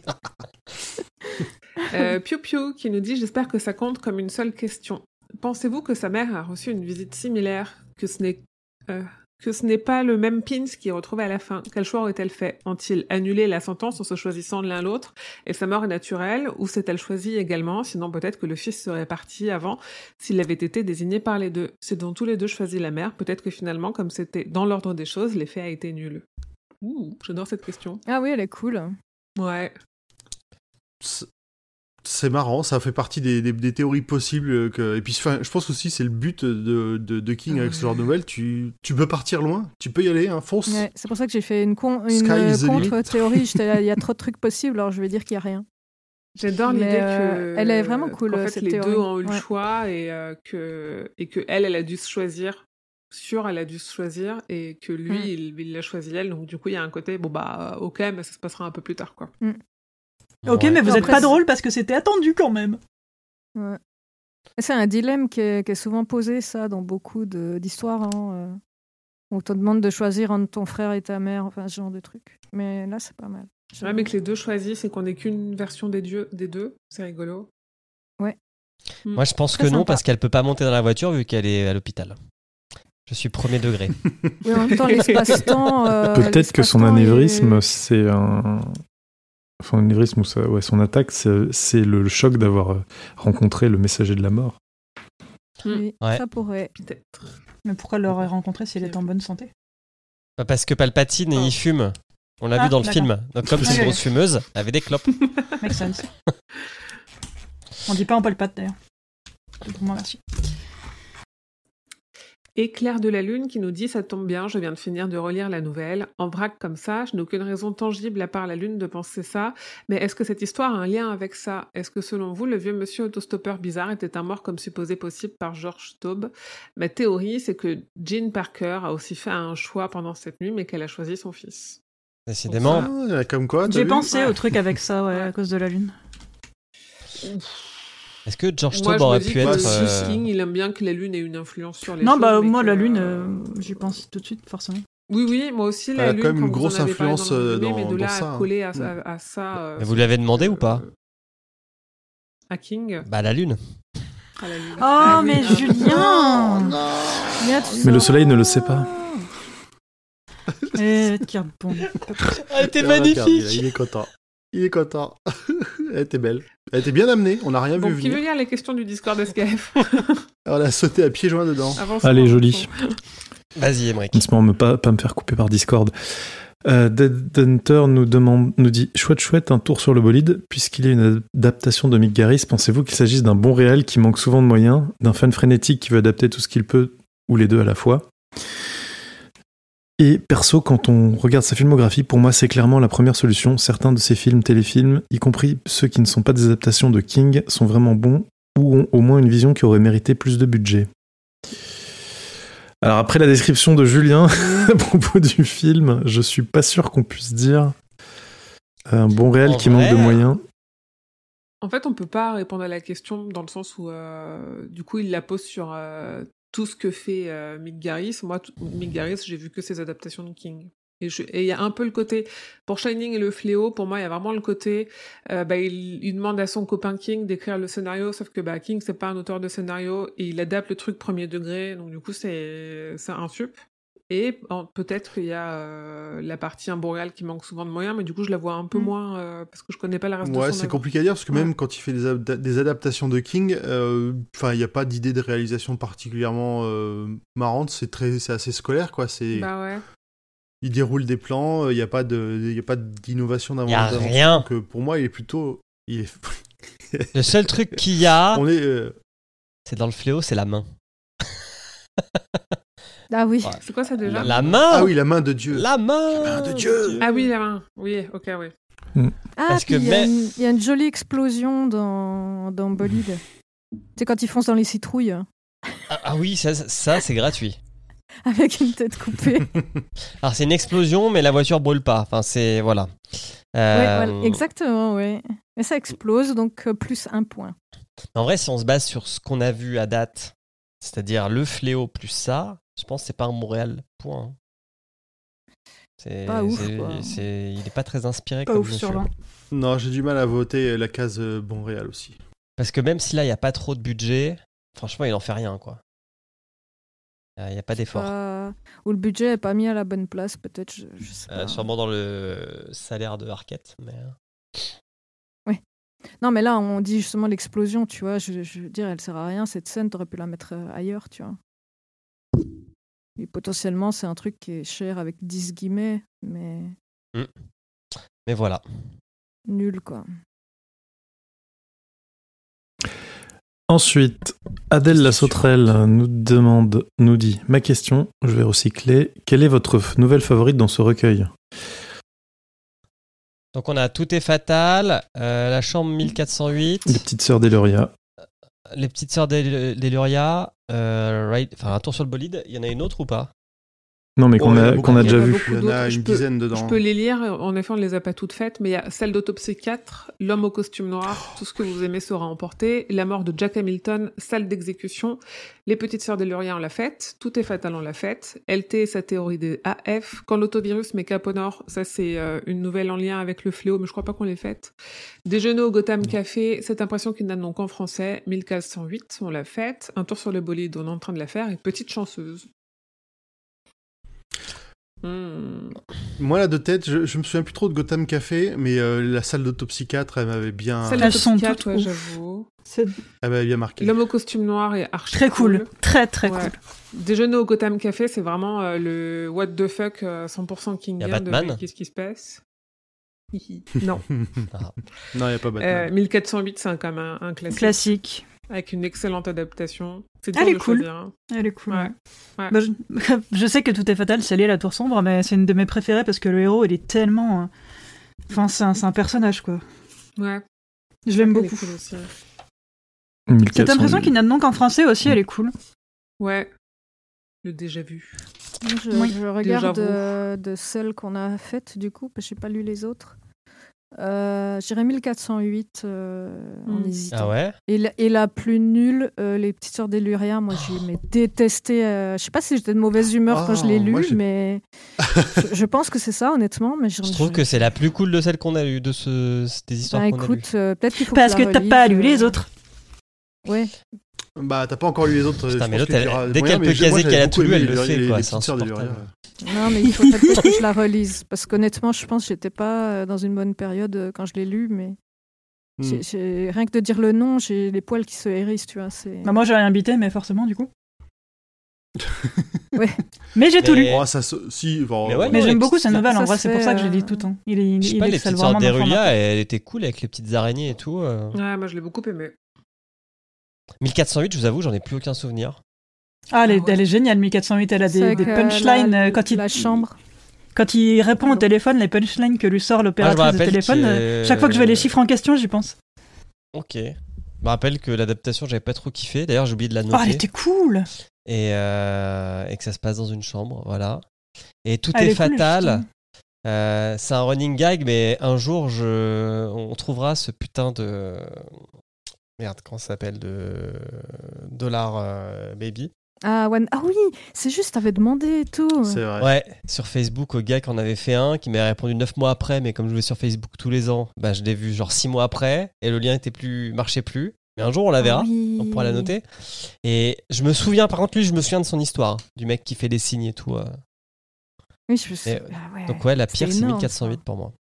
Euh, Piu Piu qui nous dit j'espère que ça compte comme une seule question. Pensez-vous que sa mère a reçu une visite similaire, que ce n'est euh, que ce n'est pas le même pins qui est retrouvé à la fin? Quel choix aurait-elle fait? Ont-ils annulé la sentence en se choisissant l'un l'autre et sa mort est naturelle, ou s'est-elle choisie également? Sinon peut-être que le fils serait parti avant s'il avait été désigné par les deux. C'est dont tous les deux choisi la mère. Peut-être que finalement, comme c'était dans l'ordre des choses, l'effet a été nul. Ouh, j'adore cette question. Ah oui, elle est cool. Ouais. C'est- C'est marrant, ça fait partie des, des, des théories possibles. Que... Et puis, enfin, je pense aussi c'est le but de, de, de King avec ce genre de nouvelles. Tu, tu peux partir loin, tu peux y aller, hein, fonce. Ouais, c'est pour ça que j'ai fait une, con- une Sky euh, is the contre-théorie. J'étais là, il y a trop de trucs possibles, alors je vais dire qu'il n'y a rien. J'adore Mais, l'idée euh, que elle est vraiment cool, qu'en fait, cette les théorie. deux ont eu le Ouais. choix et euh, que et que elle elle a dû se choisir. Sûre, elle a dû se choisir et que lui Mm. il il l'a choisi elle. Donc du coup il y a un côté bon bah ok mais ça se passera un peu plus tard quoi. Ok, Ouais. mais vous Non, êtes après, pas c'est- drôle parce que c'était attendu quand même. Ouais. Et c'est un dilemme qui est, qui est souvent posé, ça, dans beaucoup de- d'histoires. Hein, euh, on te demande de choisir entre ton frère et ta mère, enfin, ce genre de truc. Mais là, c'est pas mal. Ouais, mais que les deux choisissent et qu'on ait qu'une version des dieux des deux, c'est rigolo. Moi, je pense Très que non, sympa. parce qu'elle peut pas monter dans la voiture vu qu'elle est à l'hôpital. Je suis premier degré. Oui, en même temps, l'espace-temps. euh, Peut-être que son l'espace-temps est- anévrisme, c'est un, son anévrisme ou sa, ouais, son attaque, c'est, c'est le, le choc d'avoir euh, rencontré le messager de la mort. Oui, Ouais. ça pourrait. Peut-être. Mais pourquoi l'aurait rencontré s'il était en bonne santé? Bah, parce que Palpatine, Oh. il fume. On l'a Ah, vu dans le d'accord. film. Donc, comme c'est Ouais, une ouais. grosse fumeuse, elle avait des clopes. Make sense. On dit pas en palpate d'ailleurs. Pour moi, merci. Et Claire de la Lune qui nous dit « Ça tombe bien, je viens de finir de relire la nouvelle. En vrac comme ça, je n'ai aucune raison tangible à part la Lune de penser ça. Mais est-ce que cette histoire a un lien avec ça? Est-ce que selon vous, le vieux monsieur autostoppeur bizarre était un mort comme supposé possible par George Taube? Ma théorie, c'est que Jean Parker a aussi fait un choix pendant cette nuit, mais qu'elle a choisi son fils. Décidément. Ah, comme quoi, t'as J'ai vu pensé Ouais. au truc avec ça, ouais, à cause de la lune. Est-ce que George Moi, Taube je me aurait dis pu que être... Steve euh, King, il aime bien que la Lune ait une influence sur les Non, choses. bah mais moi, que, la lune, euh, euh, j'y pense tout de suite, forcément. Oui, oui, moi aussi, la Elle a Lune, quand même une comme vous en grosse avez parlé influence, dans le euh, résumé, mais dans- de là dans ça, à hein. coller à, Mm. à, à ça... euh, Mais vous l'avez demandé euh, ou pas? À King Bah, la Lune. à la Lune. Oh, Ah oui, mais ah. Julien Mais, tu Mais le sens- soleil ne le sait pas. Eh, tiens, bon. Elle était Regarde, il, magnifique. il est content. Il est content. Elle était belle. Elle était bien amenée, on n'a rien Bon, vu qui veut venir. lire les questions du Discord S K F? On a sauté à pieds joints dedans. Avance, Allez, avance. joli. Vas-y, Emmerich. Doucement, me pas, pas me faire couper par Discord. Euh, Dead Hunter nous, demande, nous dit « Chouette chouette, un tour sur le bolide. Puisqu'il est une adaptation de Mick Garris, pensez-vous qu'il s'agisse d'un bon réal qui manque souvent de moyens, d'un fan frénétique qui veut adapter tout ce qu'il peut, ou les deux à la fois ?» Et perso, quand on regarde sa filmographie, pour moi, c'est clairement la première solution. Certains de ses films, téléfilms, y compris ceux qui ne sont pas des adaptations de King, sont vraiment bons ou ont au moins une vision qui aurait mérité plus de budget. Alors après la description de Julien à propos du film, je suis pas sûr qu'on puisse dire un bon réel En qui vrai, manque de moyens. En fait, on peut pas répondre à la question dans le sens où, euh, du coup, il la pose sur euh, tout ce que fait euh, Mick Garris. Moi, tout- Mick Garris, j'ai vu que ses adaptations de King. Et je- et il y a un peu le côté, pour Shining et le Fléau, pour moi, il y a vraiment le côté, euh, bah, il, il demande à son copain King d'écrire le scénario, sauf que bah, King, c'est pas un auteur de scénario, et il adapte le truc premier degré, donc du coup, c'est c'est un sup. Et en- peut-être qu'il y a euh, la partie un Boréal qui manque souvent de moyens, mais du coup, je la vois un peu Mm. moins, euh, parce que je connais pas la reste de Ouais, son c'est œuvre. compliqué à dire parce que Ouais. même quand il fait des, ad- des adaptations de King, euh, enfin, il n'y a pas d'idée de réalisation particulièrement euh, marrante. C'est très, c'est assez scolaire, quoi. C'est, Bah ouais. il déroule des plans. Il n'y a pas de, il y a pas d'innovation Y a d'invention. rien. Donc, euh, pour moi, il est plutôt, il est, Le seul truc qu'il y a, on est, euh, c'est dans le Fléau, c'est la main. Ah oui. Ouais. C'est quoi ça déjà? La main ah oui, la main de Dieu. La main La main de Dieu. Ah oui, la main. Oui, ok, oui. Ah, Parce puis que il y, a mais- une- il y a une jolie explosion dans, dans Bolide. C'est quand ils foncent dans les citrouilles, hein, Ah, ah oui, ça, ça, c'est gratuit. avec une tête coupée. Alors c'est une explosion, mais la voiture brûle pas. Enfin, c'est... Voilà. Ouais, Euh, voilà, exactement, ouais. Et ça explose, donc euh, plus un point. En vrai, si on se base sur ce qu'on a vu à date, c'est-à-dire le Fléau plus ça, je pense que c'est pas un Montréal point. hein. C'est, Pas ouf, c'est- quoi. c'est- il est pas très inspiré Pas comme ouf monsieur. sur l'un. Non, j'ai du mal à voter la case euh, Bon Réal aussi. Parce que même si là, il n'y a pas trop de budget, franchement, il en fait rien, quoi. Il n'y a pas d'effort. Pas- Ou le budget n'est pas mis à la bonne place, peut-être, je, je sais Euh, pas. sûrement dans le salaire de Arquette, mais... euh, Non, mais là, on dit justement l'explosion, tu vois. Je, je veux dire, elle sert à rien, cette scène, t'aurais pu la mettre euh, ailleurs, tu vois. Et potentiellement, c'est un truc qui est cher avec dix guillemets, mais Mais voilà. nul, quoi. Ensuite, Adèle la Sauterelle nous demande, nous dit, ma question, je vais recycler, quelle est votre f- nouvelle favorite dans ce recueil? Donc on a Tout est fatal, euh, La chambre mille quatre cent huit, Les petites sœurs d'Eloria. Les petites sœurs d'El- d'Eluria, euh, Ride- enfin un tour sur le bolide. Il y en a une autre ou pas? Non, mais qu'on Oh, il y a a, beaucoup- qu'on a il y déjà en a vu. beaucoup. Il y en a d'autres. Je une peux- dizaine dedans. Je peux les lire, en effet, on ne les a pas toutes faites, mais il y a celle d'autopsie quatre, L'homme au costume noir, Tout ce que vous aimez sera emporté, La mort de Jack Hamilton, Salle d'exécution, Les petites sœurs d'Eluria, on l'a faite, Tout est fatal, on l'a faite, L T et sa théorie des A F, Quand l'autovirus met cap au nord, ça c'est euh, une nouvelle en lien avec le fléau, mais je crois pas qu'on l'ait faite. Déjeuner au Gotham Café, Cette impression qu'il n'a de nom qu'en français, mille quatre cent huit, on l'a faite, Un tour sur le bolide, on est en train de la faire, et Petite chanceuse. Hmm. Moi, là, de tête, je, je me souviens plus trop de Gotham Café, mais euh, la salle d'autopsie quatre, elle m'avait bien... Celle Elles de sont quatre, toutes ouais, ouf. j'avoue. C'est Elle m'avait bien marqué. L'homme au costume noir est archi très cool. Très, très Ouais. cool. Déjeuner au Gotham Café, c'est vraiment euh, le what the fuck euh, cent pour cent King Y a Game de Batman mais qu'est-ce qui se passe. Hihi. Non. Ah. Non, il n'y a pas Batman. Euh, mille quatre cent huit, c'est un, quand même un, un classique. Classique. Avec une excellente adaptation. C'est Elle dur est de cool. choisir, hein. Elle est cool. Ouais. ouais. Ouais. Bah, je... je sais que Tout est fatal, c'est lié à la Tour sombre, mais c'est une de mes préférées parce que le héros, il est tellement... euh, Enfin, c'est un, c'est un personnage, quoi. Ouais. Je l'aime Elle est beaucoup. cool aussi. Cette impression qu'il n'a de nom qu'en français aussi, elle est cool. Ouais. Le déjà vu. Je, Oui. je regarde Déjà vu. euh, de celles qu'on a faites, du coup, parce que je n'ai pas lu les autres. Euh, J'irais mille quatre cent huit euh, en Mm. hésitant. Ah ouais Et, la, et la plus nulle, euh, Les Petites Sœurs d'Eluria, moi j'ai mais détesté. Euh, je sais pas si j'étais de mauvaise humeur Oh, quand je l'ai lu, moi, j'ai- mais je, je pense que c'est ça, honnêtement. Mais je, Je trouve que c'est la plus cool de celles qu'on a lues, de ce... des histoires Bah, qu'on a lues. écoute, euh, peut-être qu'il faut Parce que, que je la t'as relise, pas lu euh, les autres. Ouais. Bah, t'as pas encore lu les autres. Putain, je mais pense l'autre, qu'il y elle- aura dès moyen, qu'elle mais peut je- moi, caser j'avais qu'elle a beaucoup tout lu, aimé elle le les- fait, les- quoi, les c'est Petites Sœurs insupportable. d'Eluria. Non, mais il faut peut-être que je la relise. Parce qu'honnêtement, je pense que j'étais pas euh, dans une bonne période euh, quand je l'ai lu, mais Hmm. j'ai- j'ai- rien que de dire le nom, j'ai les poils qui se hérissent, tu vois. C'est... Bah, moi, j'aurais invité, mais forcément, du coup. Ouais. Mais j'ai tout lu. Mais- Oh, ça se- si, enfin, Mais ouais, Mais non, j'aime les beaucoup petites sa sœurs- nouvelle, en ça vrai, se c'est pour fait, ça que je euh, lis tout. Hein. Il, est, il, Je sais il pas, les excelle petites sœurs vraiment dans le d'Erulia, format. elle était cool avec les petites araignées et tout. euh. Ouais, moi je l'ai beaucoup aimé. mille quatre cent huit, je vous avoue, j'en ai plus aucun souvenir. Ah, elle est, Ah ouais. elle est géniale, mille quatre cent huit, elle a C'est des, avec, des euh, punchlines. la, euh, quand il, la chambre. quand il répond au Pardon. téléphone, les punchlines que lui sort l'opératrice de rappelle téléphone, qu'il y a- euh, chaque fois que je vois les chiffres en question, j'y pense. Ok. Je me rappelle que l'adaptation, j'avais pas trop kiffé. D'ailleurs, j'ai oublié de la Oh, noter. elle était cool. et, euh, et que ça se passe dans une chambre, voilà. Et tout Elle est, est cool, fatal. justement. Euh, c'est un running gag, mais un jour, je... on trouvera ce putain de... Merde, comment ça s'appelle? De... Dollar euh, Baby. Ah, ouais. Ah oui, c'est juste, t'avais demandé et tout. C'est vrai. Ouais, sur Facebook, au gars qui en avait fait un, qui m'a répondu neuf mois après, mais comme je vais sur Facebook tous les ans, bah, je l'ai vu genre six mois après, et le lien était plus... marchait plus. Mais un jour, on la verra. Ah oui. On pourra la noter. Et je me souviens, par contre, lui, je me souviens de son histoire, du mec qui fait des signes et tout. euh. Oui, je me suis... Et- ah ouais. Donc ouais, la C'est pire, c'est énorme, mille quatre cent huit ça. pour moi.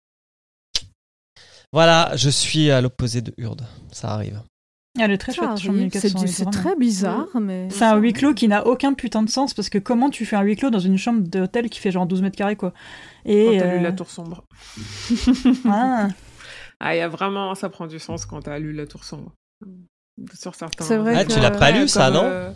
Voilà, je suis à l'opposé de Hurde. Ça arrive. Elle est très Ça chouette, sur arrive, mille quatre cent huit, C'est c'est vraiment. très bizarre, mais... C'est un huis clos qui n'a aucun putain de sens parce que comment tu fais un huis clos dans une chambre d'hôtel qui fait genre douze mètres carrés quoi. Quand Et t'as lu euh, La Tour Sombre. ah, Ah, il y a vraiment... Ça prend du sens quand t'as lu La Tour Sombre. Sur certains... C'est vrai Ah, que- tu l'as pas lu, ça, comme, non euh,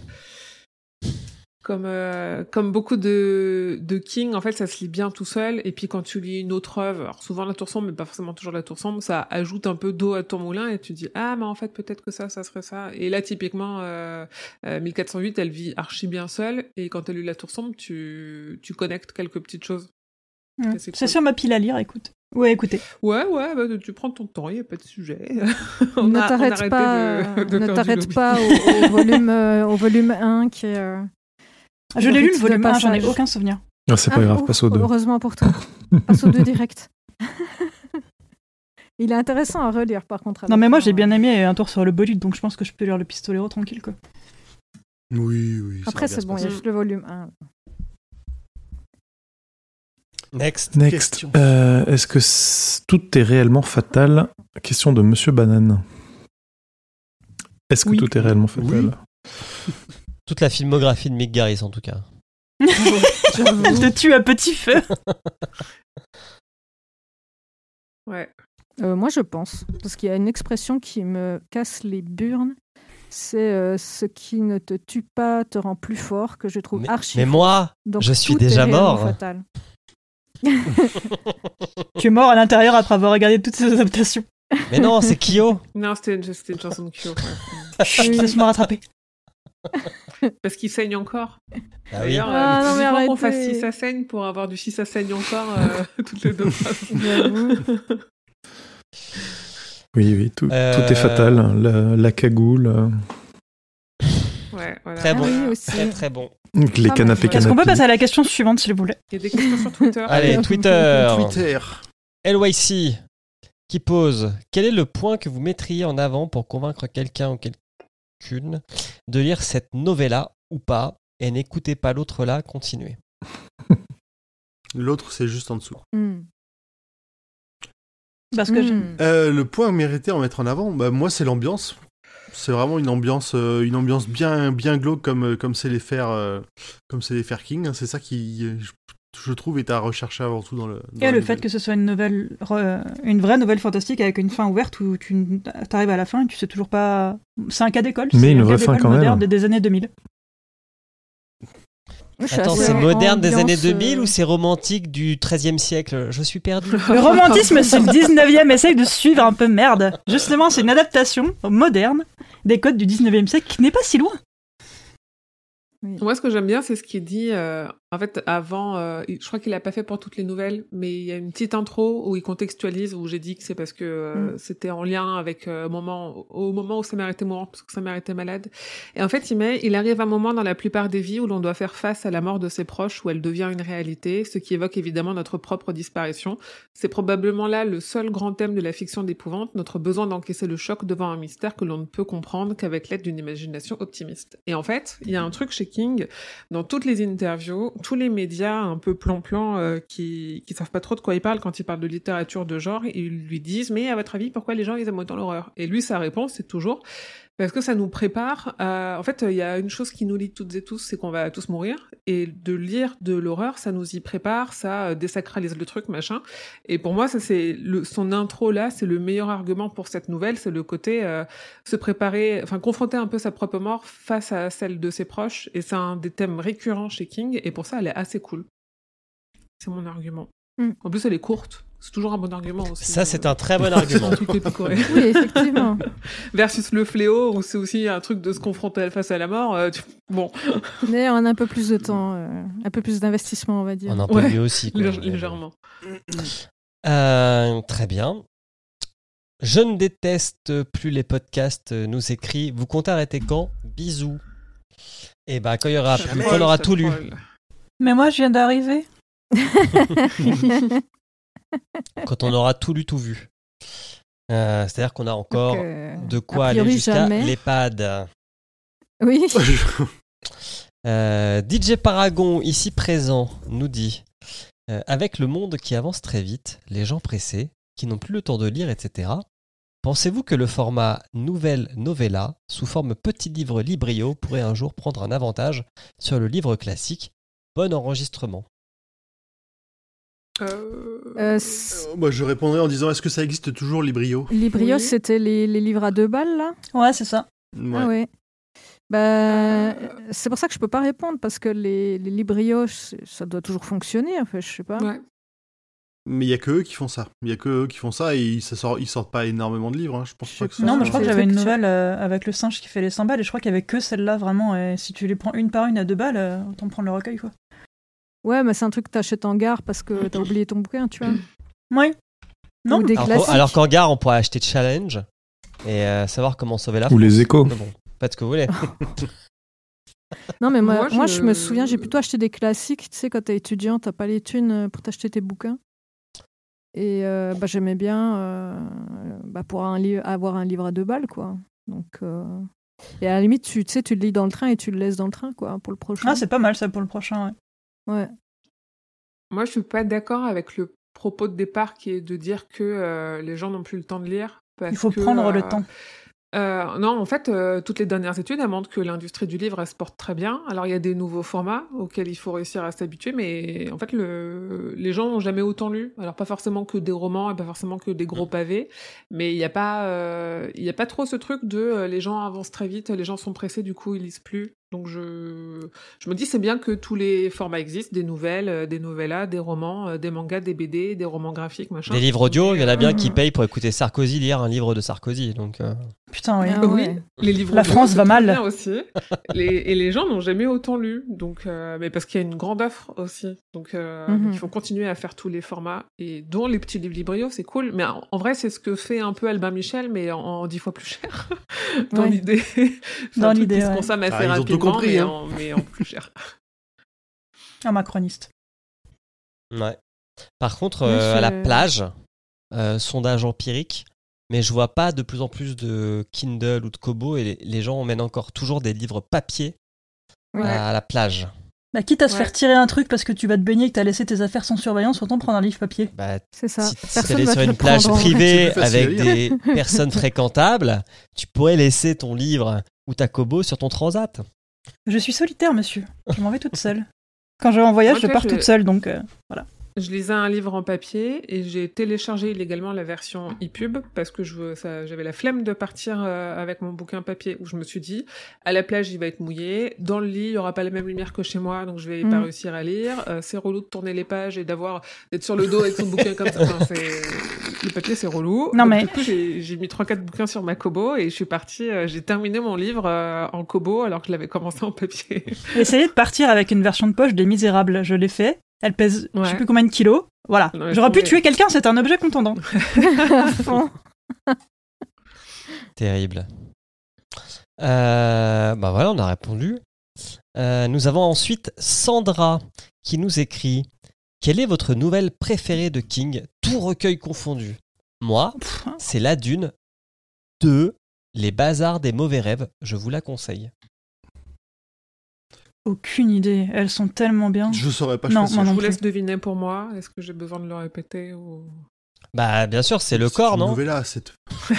Comme, euh, comme beaucoup de, de King, en fait, ça se lit bien tout seul. Et puis quand tu lis une autre œuvre, alors souvent La Tour Sombre, mais pas forcément toujours La Tour Sombre, ça ajoute un peu d'eau à ton moulin et tu dis ah mais en fait peut-être que ça, ça serait ça. Et là typiquement, euh, euh, mille quatre cent huit, elle vit archi bien seule. Et quand elle lit La Tour Sombre, tu tu connectes quelques petites choses. mm. c'est c'est cool. sur ma pile à lire, écoute. Ouais, écoutez. Ouais ouais, bah, tu prends ton temps, il y a pas de sujet. Ne a- a t'arrête arrêté pas, de- de ne faire du t'arrête lobby. pas au, au volume, euh, au volume un qui est... euh, Je l'ai lu le rythme de volume un, j'en ai passage. aucun souvenir. Ah, c'est pas Ah, grave, oh, passe au deux. Heureusement pour toi. Passe au deux direct. Il est intéressant à relire, par contre. à la Non mais moi fin, j'ai bien ouais. aimé Un tour sur le bolide, donc je pense que je peux lire le Pistolero tranquille quoi. Oui, oui. ça Après, va bien c'est se bon, il y passer. a juste le volume un. Next. Next. Question. Euh, Est-ce que c- tout est réellement fatal? Question de Monsieur Banane. Est-ce que Oui. tout est réellement fatal? Toute la filmographie de Mick Garris, en tout cas. Je te tue à petit feu. Ouais. Euh, moi, je pense. Parce qu'il y a une expression qui me casse les burnes. C'est euh, ce qui ne te tue pas te rend plus fort, que je trouve Mais, archi mais faux. moi, Donc, je suis tout déjà est réellement mort. fatal. Tu es mort à l'intérieur après avoir regardé toutes ces adaptations. Mais non, c'est Kyo. Non, c'était une, c'était une chanson de Kyo. ouais. Chut, laisse-moi rattraper. Parce qu'il saigne encore. Ah oui. D'ailleurs, Ah, euh, non, mais vivement qu'on fasse arrêtez. si ça saigne pour avoir du si ça saigne encore euh, toutes les deux phrases. J'avoue. Oui, oui, tout, Euh, tout est fatal. La, la cagoule, euh, Ouais, voilà. Très bon. Ah oui, aussi. Très très bon. les Ah, mais canapés voilà. Est-ce qu'on peut canapés. passer à la question suivante s'il vous plaît? Il y a des questions sur Twitter. Allez, Euh, Twitter. Twitter. L Y C qui pose: quel est le point que vous mettriez en avant pour convaincre quelqu'un ou quelqu'une de lire cette novella ou pas? Et n'écoutez pas l'autre là, continuez. L'autre, c'est juste en dessous. Mm. Parce que j'ai- Mm. Euh, le point mérité à en mettre en avant, bah, moi, c'est l'ambiance. C'est vraiment une ambiance, euh, une ambiance bien, bien glauque comme, comme c'est les faire, euh, comme c'est les faire King. hein. C'est ça qui, euh, je, je trouve, est à rechercher avant tout dans le. Dans Et la le nouvelle. fait que ce soit une nouvelle, re- une vraie nouvelle fantastique avec une fin ouverte où tu arrives à la fin et tu sais toujours pas. C'est un cas d'école. Mais c'est une un vraie cas fin d'école quand même. moderne des, des années deux mille. Je suis Attends, assez c'est en- moderne des années ambiance, deux mille euh, ou c'est romantique du treizième siècle? Je suis perdu. Le romantisme, c'est le dix-neuvième. Essaye de suivre un peu, merde. Justement, c'est une adaptation moderne des codes du dix-neuvième siècle qui n'est pas si loin. Moi, ce que j'aime bien, c'est ce qu'il dit. euh, en fait, avant, euh, il- je crois qu'il l'a pas fait pour toutes les nouvelles, mais il y a une petite intro où il contextualise, où j'ai dit que c'est parce que euh, Mm. c'était en lien avec euh, moment, au moment où sa mère était mourante, parce que sa mère était malade. Et en fait, il met, il arrive un moment dans la plupart des vies où l'on doit faire face à la mort de ses proches, où elle devient une réalité, ce qui évoque évidemment notre propre disparition. C'est probablement là le seul grand thème de la fiction d'épouvante, notre besoin d'encaisser le choc devant un mystère que l'on ne peut comprendre qu'avec l'aide d'une imagination optimiste. Et en fait, il y a un truc chez King, dans toutes les interviews, tous les médias un peu plan-plan euh, qui qui savent pas trop de quoi ils parlent quand ils parlent de littérature de genre, ils lui disent mais à votre avis pourquoi les gens ils aiment autant l'horreur? Et lui sa réponse c'est toujours parce que ça nous prépare à... En fait, il y a une chose qui nous lie toutes et tous, c'est qu'on va tous mourir. Et de lire de l'horreur, ça nous y prépare, ça euh, désacralise le truc, machin. Et pour moi, ça c'est le... son intro là, c'est le meilleur argument pour cette nouvelle, c'est le côté euh, se préparer, enfin confronter un peu sa propre mort face à celle de ses proches. Et c'est un des thèmes récurrents chez King. Et pour ça, elle est assez cool. C'est mon argument. Mm. En plus, elle est courte. C'est toujours un bon argument aussi. Ça, c'est un très bon argument. Un truc épicoré. Oui, effectivement. Versus le fléau, où c'est aussi un truc de se confronter face à la mort. euh, tu- Bon, Mais on a un peu plus de temps, euh, un peu plus d'investissement, on va dire. On en peut Ouais. mieux aussi. quoi. lég- légèrement. Euh, très bien. Je ne déteste plus les podcasts, euh, nous écrit. Vous comptez arrêter quand? Bisous. Et bah, quand il y aura, Ça quand on troll, aura ça tout lu. troll. Mais moi, je viens d'arriver. Quand on aura tout lu, tout vu. Euh, C'est-à-dire qu'on a encore Donc, euh, de quoi a aller priori, jusqu'à jamais. l'EHPAD. Oui. Euh, D J Paragon, ici présent, nous dit euh, avec le monde qui avance très vite, les gens pressés, qui n'ont plus le temps de lire, et cetera, pensez-vous que le format nouvelle novella, sous forme petit livre librio, pourrait un jour prendre un avantage sur le livre classique? Bon enregistrement. Euh, Euh, c- Euh, moi, je répondrais en disant est-ce que ça existe toujours, Librio? Librio, Oui. c'était les, les livres à deux balles, là? Ouais, c'est ça. Ouais. Ah ouais. Bah, c'est pour ça que je peux pas répondre, parce que les, les Librio, c'est- ça doit toujours fonctionner, en fait, je sais pas. ouais. Mais il y a que eux qui font ça. Il y a que eux qui font ça et ils, ça sort, ils sortent pas énormément de livres. hein. Je pense Je pas sais que ça. pas. Non, Non, mais je crois c'est que des j'avais une trucs sur- nouvelle euh, avec le singe qui fait les cent balles et je crois qu'il y avait que celle-là vraiment. Et si tu les prends une par une à deux balles, euh, autant prendre le recueil, quoi. Ouais, mais c'est un truc que t'achètes en gare parce que t'as oublié ton bouquin, tu vois. Oui. Non, Ou des Alors, classiques. qu'en- alors qu'en gare, on pourrait acheter Challenge et euh, savoir comment sauver la Ou France. les échos. Mais bon, faites ce que vous voulez. Non, mais moi, Moi, moi, je... je- me souviens, j'ai plutôt acheté des classiques. Tu sais, quand t'es étudiant, t'as pas les thunes euh, pour t'acheter tes bouquins. Et euh, bah, j'aimais bien euh, bah, pour un li- avoir un livre à deux balles, quoi. Donc, euh, et à la limite, tu tu sais, tu le lis dans le train et tu le laisses dans le train, quoi, pour le prochain. Ah, c'est pas mal ça pour le prochain, ouais. Ouais. Moi, je suis pas d'accord avec le propos de départ qui est de dire que euh, les gens n'ont plus le temps de lire. Parce Il faut que, prendre euh, le temps. Euh, non, en fait, euh, toutes les dernières études elles montrent que l'industrie du livre elle se porte très bien. Alors il y a des nouveaux formats auxquels il faut réussir à s'habituer, mais en fait, le... les gens n'ont jamais autant lu. Alors pas forcément que des romans et pas forcément que des gros pavés, mais il n'y a pas, euh, il y a pas trop ce truc de euh, les gens avancent très vite, les gens sont pressés, du coup ils lisent plus. Donc je, je me dis c'est bien que tous les formats existent, des nouvelles, euh, des novellas, des romans, euh, des mangas, des B D, des romans graphiques, machin. Des livres audio, il y en a bien Mhm. qui payent pour écouter Sarkozy lire un livre de Sarkozy. Donc, euh, Putain, oui. Ah Oui, ouais. les livres La audio, France c'est va très mal. bien aussi. les, et les gens n'ont jamais autant lu, donc euh, mais parce qu'il y a une grande offre aussi. Donc euh, Mhm. donc il faut continuer à faire tous les formats et dont les petits livres Librio, c'est cool. Mais en, en vrai, c'est ce que fait un peu Albin Michel, mais en, en dix fois plus cher dans Ouais. l'idée. C'est Dans un truc l'idée, qui se ouais. consomme assez Ah, ils ont tout rapidement, compris, mais, hein. en, mais en plus cher. Un macroniste. ouais. Par contre, Oui, euh, à la je- plage, euh, sondage empirique, mais je vois pas de plus en plus de Kindle ou de Kobo et les, les gens emmènent encore toujours des livres papier Ouais. à la plage. Bah, quitte à se Ouais. faire tirer un truc parce que tu vas te baigner et que t'as laissé tes affaires sans surveillance, autant prendre un livre papier. Bah, C'est ça. si Personne tu allais va sur te une le plage prendre, en vrai. privée C'est plus facile avec à des personnes fréquentables, tu pourrais laisser ton livre ou ta Kobo sur ton transat. Je suis solitaire, monsieur. Je m'en vais toute seule. Quand je vais en voyage, Moi, je tu sais, pars je- toute seule, donc euh, voilà. Je lisais un livre en papier et j'ai téléchargé illégalement la version e-pub parce que je veux, ça, j'avais la flemme de partir euh, avec mon bouquin papier où je me suis dit, à la plage, il va être mouillé. Dans le lit, il y aura pas la même lumière que chez moi, donc je vais pas Mm. réussir à lire. Euh, c'est relou de tourner les pages et d'avoir, d'être sur le dos avec son bouquin comme ça. Enfin, c'est, le papier, c'est relou. Non, Donc, mais- du coup, j'ai, j'ai mis trois, quatre bouquins sur ma Kobo et je suis partie, euh, j'ai terminé mon livre euh, en Kobo alors que je l'avais commencé en papier. Essayez de partir avec une version de poche des Misérables. Je l'ai fait. Elle pèse, je Ouais. sais plus combien de kilos. Voilà. Non, mais J'aurais je pu trouvais- tuer quelqu'un, c'est un objet contondant. À fond. Terrible. Euh, bah voilà, on a répondu. Euh, nous avons ensuite Sandra qui nous écrit: quelle est votre nouvelle préférée de King, tout recueil confondu? Moi, Pff, hein. c'est La Dune deux, Les Bazars des Mauvais Rêves. Je vous la conseille. Aucune idée. Elles sont tellement bien. Je saurais pas Non, choisir. moi Je non vous plus. laisse deviner pour moi. Est-ce que j'ai besoin de le répéter ou... Bah bien sûr, c'est le corps, une non? novella, c'est...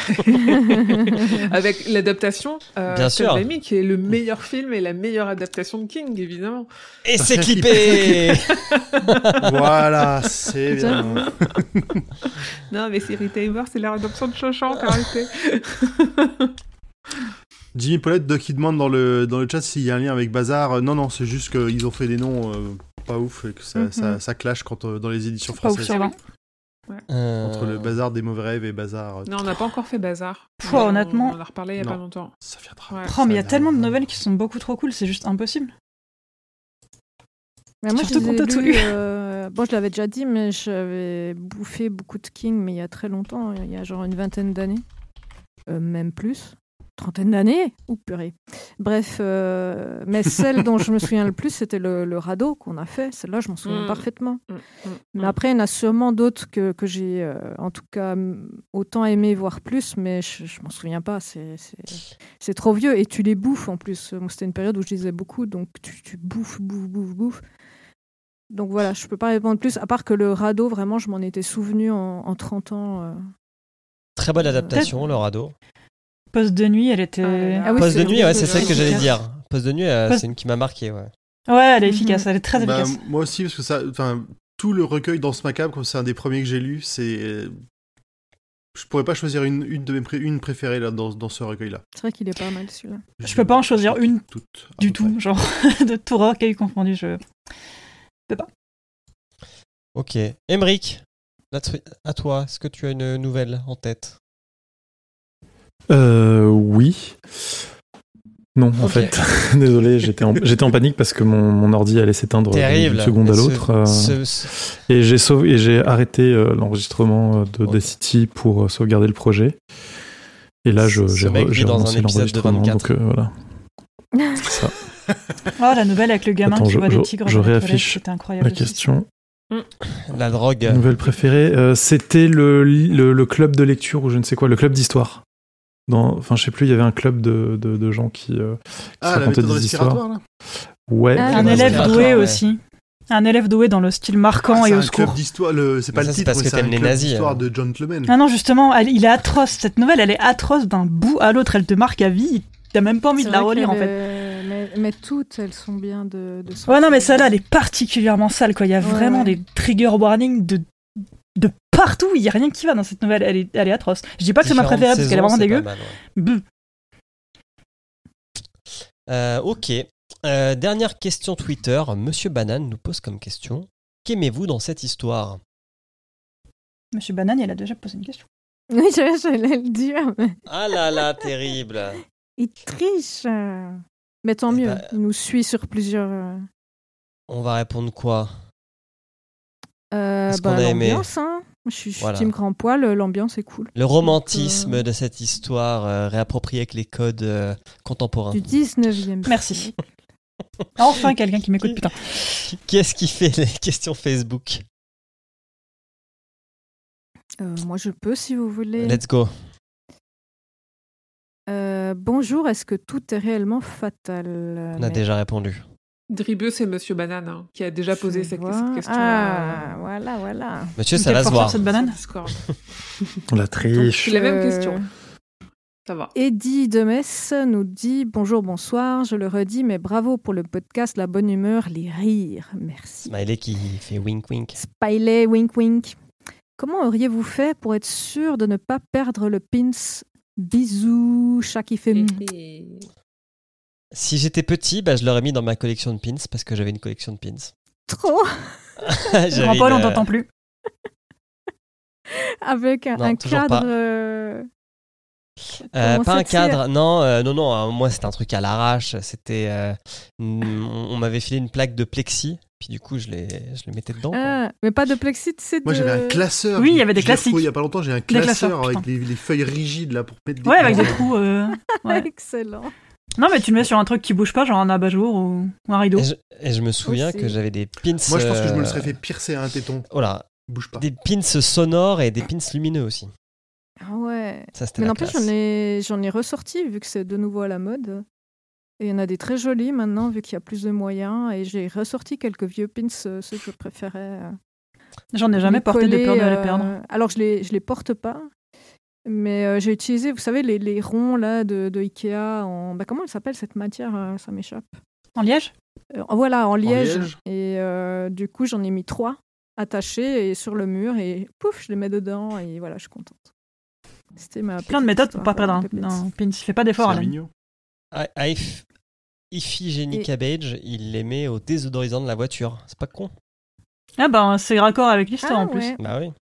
Avec l'adaptation, euh, Bien Stand sûr. By Me, qui est le meilleur film et la meilleure adaptation de King, évidemment. Et Ça c'est fait clippé. Voilà, c'est bien. Non, mais c'est Rita Hayworth, c'est la rédemption de Shawshank, arrêtez. Jimmy Paulette de- qui demande dans le, dans le chat s'il y a un lien avec Bazar. Euh, non, non, c'est juste qu'ils ont fait des noms euh, pas ouf et que ça, Mhm. ça, ça clash quand, euh, dans les éditions C'est pas ouf françaises. sur vingt. Euh, Entre le Bazar des Mauvais Rêves et Bazar. euh, Non, on n'a pas encore fait Bazar. Pouah, On- honnêtement. On en a reparlé il y a Non. pas longtemps. Ça viendra. Ouais. Oh, mais il y a Ça tellement de viendra. nouvelles qui sont beaucoup trop cool, c'est juste impossible. Mais moi, je Surtout les ai quand t'as tout lus, lu. euh, bon, je l'avais déjà dit, mais j'avais bouffé beaucoup de King, mais il y a très longtemps, il y a genre une vingtaine d'années. Euh, même plus. Trentaine d'années. Ouh, purée. Bref, euh, mais celle dont je me souviens le plus, c'était le, le radeau qu'on a fait. Celle-là, je m'en souviens Mm. parfaitement. Mm, mm, Mais mm. après, il y en a sûrement d'autres que, que j'ai, euh, en tout cas, m- autant aimé, voire plus, mais je, je m'en souviens pas. C'est, c'est, c'est trop vieux. Et tu les bouffes, en plus. Moi, c'était une période où je lisais beaucoup, donc tu, tu bouffes, bouffes, bouffes, bouffes. Donc voilà, je peux pas répondre plus, à part que le radeau, vraiment, je m'en étais souvenu en, en trente ans. euh. Très bonne adaptation, le radeau. Poste de nuit, elle était. Ah là là. Ah oui, Poste de c'est- nuit, ouais, c'est c'est ça que j'allais efficace. dire. Poste de nuit, euh, Poste- c'est une qui m'a marqué, ouais. Ouais, elle est Mhm. efficace, elle est très Bah, efficace. moi aussi, parce que ça, enfin, tout le recueil dans ce macabre, comme c'est un des premiers que j'ai lu, c'est. euh, Je pourrais pas choisir une, une de mes pré- une préférée là, dans, dans ce recueil-là. C'est vrai qu'il est pas mal, celui-là. Je peux pas en choisir une Toutes, à Du peu tout, près. genre, de tout recueil confondu, je. Ok. Emric, à t- à toi, est-ce que tu as une nouvelle en tête? Euh, oui. Non, en Ok. fait. Désolé, j'étais en, j'étais en panique parce que mon, mon ordi allait s'éteindre Terrible. d'une seconde à Ce- l'autre. euh, ce- ce- Et j'ai sauvé, et j'ai arrêté euh, l'enregistrement euh, de Ok. The City pour euh, sauvegarder le projet. Et là, je, Ce j'ai, mec re- vit j'ai dans un relancé épisode de l'enregistrement. vingt-quatre. Donc euh, voilà. C'est ça. Oh, la nouvelle avec le gamin Attends, qui je- voit je- des tigres je dans les réaffiche toilettes, c'était incroyable. La aussi. question. La drogue. Nouvelle préférée, euh, c'était le, li- le, le club de lecture ou je ne sais quoi, le club d'histoire. Dans, enfin, je sais plus, il y avait un club de, de, de gens qui, euh, qui Ah, se la racontaient méthode des histoires. respiratoire, là. Ouais. Ah, Un Ouais, élève c'est doué d'accord, ouais. aussi. Un élève doué dans le style marquant Ah, et c'est au un secours. club d'histoire, le... c'est Mais pas ça, le c'est titre, parce mais que c'est un t'aimes les club nazis, d'histoire hein. de gentlemen. Ah non, justement, elle- il est atroce. Cette nouvelle, elle est atroce d'un bout à l'autre. Elle te marque à vie. T'as même pas envie C'est de la vrai relire, en qu'elle fait. est- Mais, mais toutes, elles sont bien de, de Ouais, non, mais celle-là, elle est particulièrement sale, quoi. Il y a Ouais, vraiment ouais. des trigger warnings de, de partout. Il y a rien qui va dans cette nouvelle. Elle est, elle est atroce. Je dis pas que c'est ma Différentes préférée parce qu'elle est saisons, vraiment c'est dégueu. pas mal, ouais. Buh. Euh, ok. Euh, dernière question Twitter. Monsieur Banane nous pose comme question: qu'aimez-vous dans cette histoire? Monsieur Banane, il a déjà posé une question. Oui, je- j'allais le dire, mais Ah là là, terrible. il triche. Mais tant Eh mieux, ben- il nous suit sur plusieurs... euh, On va répondre quoi? Euh, Qu'est-ce bah, qu'on a aimé? l'ambiance, hein. Je suis, je suis Voilà. team grand poil, l'ambiance est cool. Le romantisme Donc, euh, de cette histoire euh, réapproprié avec les codes euh, contemporains. Du dix-neuvième. Merci. Enfin, quelqu'un qui m'écoute, putain. Qu'est-ce qui fait les questions Facebook? Euh, moi, je peux, si vous voulez. Let's go. Euh, bonjour, est-ce que tout est réellement fatal? On a Mais- déjà répondu. Dribeux, c'est Monsieur Banane hein, qui a déjà posé Je cette, vois. cette question. Ah, voilà, voilà. Monsieur, ça Quelle va se force voir. sur cette banane. Discord. La triche. C'est la même Euh, question. Ça va. Eddie de Metz nous dit bonjour, bonsoir. Je le redis, mais bravo pour le podcast, la bonne humeur, les rires. Merci. Smiley qui fait wink wink. Smiley, wink wink. Comment auriez-vous fait pour être sûr de ne pas perdre le pins? Bisous, chat qui fait. Et- Si j'étais petit, bah, je l'aurais mis dans ma collection de pins parce que j'avais une collection de pins. Trop. J'avais Grand-Paul, une, on euh, t'entend plus. Avec un, Non, un toujours cadre. pas. euh, Euh, Comment pas ça un tire cadre, non, euh, non, non. euh, moi, c'était un truc à l'arrache. C'était, euh, une- on, on m'avait filé une plaque de plexi, puis du coup, je les, je les mettais dedans. quoi. Ah, mais pas de plexi, c'est de. Moi, j'avais un classeur. Oui, il y je- avait des je l'ai retrouvé classiques. Il y a pas longtemps, j'ai un classeurs, classeur avec putain. les, les feuilles rigides là pour mettre des. Ouais, avec des trous. euh, ouais. Excellent. Non, mais tu le mets sur un truc qui bouge pas, genre un abat-jour ou ou un rideau. Et je, et je me souviens Aussi. que j'avais des pins. Moi, je pense que je me le euh, serais fait piercer à un téton. Voilà, Bouge pas. des pins sonores et des pins lumineux aussi. Ah ouais. Ça, c'était Mais la n'empêche, classe. j'en ai, j'en ai ressorti vu que c'est de nouveau à la mode. Et il y en a des très jolis maintenant vu qu'il y a plus de moyens. Et j'ai ressorti quelques vieux pins, euh, ceux que je préférais. euh, J'en ai jamais les porté de coller, peur de les euh, perdre. Alors je les, je les porte pas. Mais euh, j'ai utilisé, vous savez, les, les ronds là de, de Ikea en. Bah, comment elle s'appelle cette matière euh, Ça m'échappe. En liège? Euh, voilà, en liège. liège. Et euh, du coup, j'en ai mis trois attachés et sur le mur. Et pouf, je les mets dedans. Et voilà, je suis contente. C'était ma Plein de petite méthodes pour histoire, pas perdre euh, un, de pins. un pin. Il fait pas d'effort, C'est Alan. mignon. Ah, ah, If- Iphigénie Et- Cabbage, il les met au désodorisant de la voiture. C'est pas con. Ah ben, c'est raccord avec l'histoire Ah, en plus. ouais. Bah oui.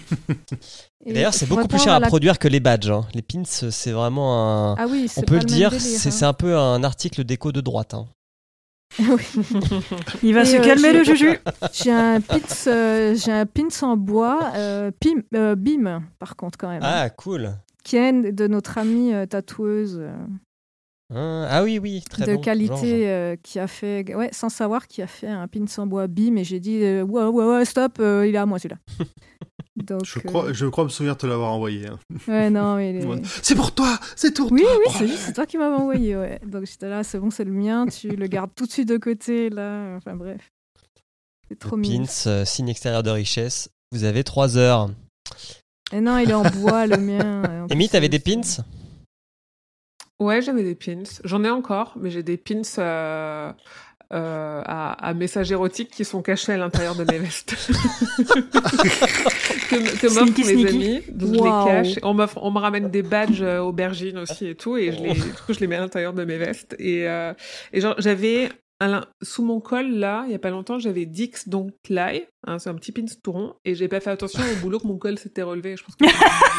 Et Et D'ailleurs, c'est pour beaucoup plus répondre cher à la- produire que les badges. hein. Les pins, c'est vraiment un. Ah oui, On c'est peut pas le même dire, délire, c'est hein. c'est un peu un article d'éco de droite. hein. Oui. Il va Et, se euh, calmer j'ai- le juju. J'ai un pins, euh, j'ai un pins en bois, euh, pim, euh, Bim, par contre quand même, Ah, cool. qui est de notre amie euh, tatoueuse euh, Hein, ah oui, oui, très de bon. Georges. qualité euh, qui a fait, ouais, sans savoir, qui a fait un pins en bois Bim, et j'ai dit euh, ouais, ouais, ouais, stop, euh, il est à moi celui-là. Donc, Je euh, crois, je crois me souvenir te l'avoir envoyé. hein. ouais, non, mais il est- Ouais. C'est pour toi, c'est pour Oui, toi. oui, Oh. c'est juste c'est toi qui m'avais envoyé, ouais. Donc j'étais là, c'est bon, c'est le mien, tu le gardes tout de suite de côté, là. Enfin bref. C'est trop Le mignon. Pins, euh, signe extérieur de richesse. Vous avez trois heures. Et non, il est en bois, le mien. et en Amy, plus, t'avais euh, des pins? c'est- Ouais, j'avais des pins. J'en ai encore, mais j'ai des pins euh, euh, à, à messages érotiques qui sont cachés à l'intérieur de mes vestes. que que m'offrent Sneaky, mes sneaky. amis. Donc Waouh. je les cache. On, m'offre- on me ramène des badges euh, aubergines aussi et tout. Et je les, du coup, je les mets à l'intérieur de mes vestes. Et, euh, et genre, j'avais... un- sous mon col, là, il y a pas longtemps, j'avais Dix Don't Lie. Hein, c'est un petit pins tout rond. Et j'ai pas fait attention au boulot que mon col s'était relevé. Je pense que...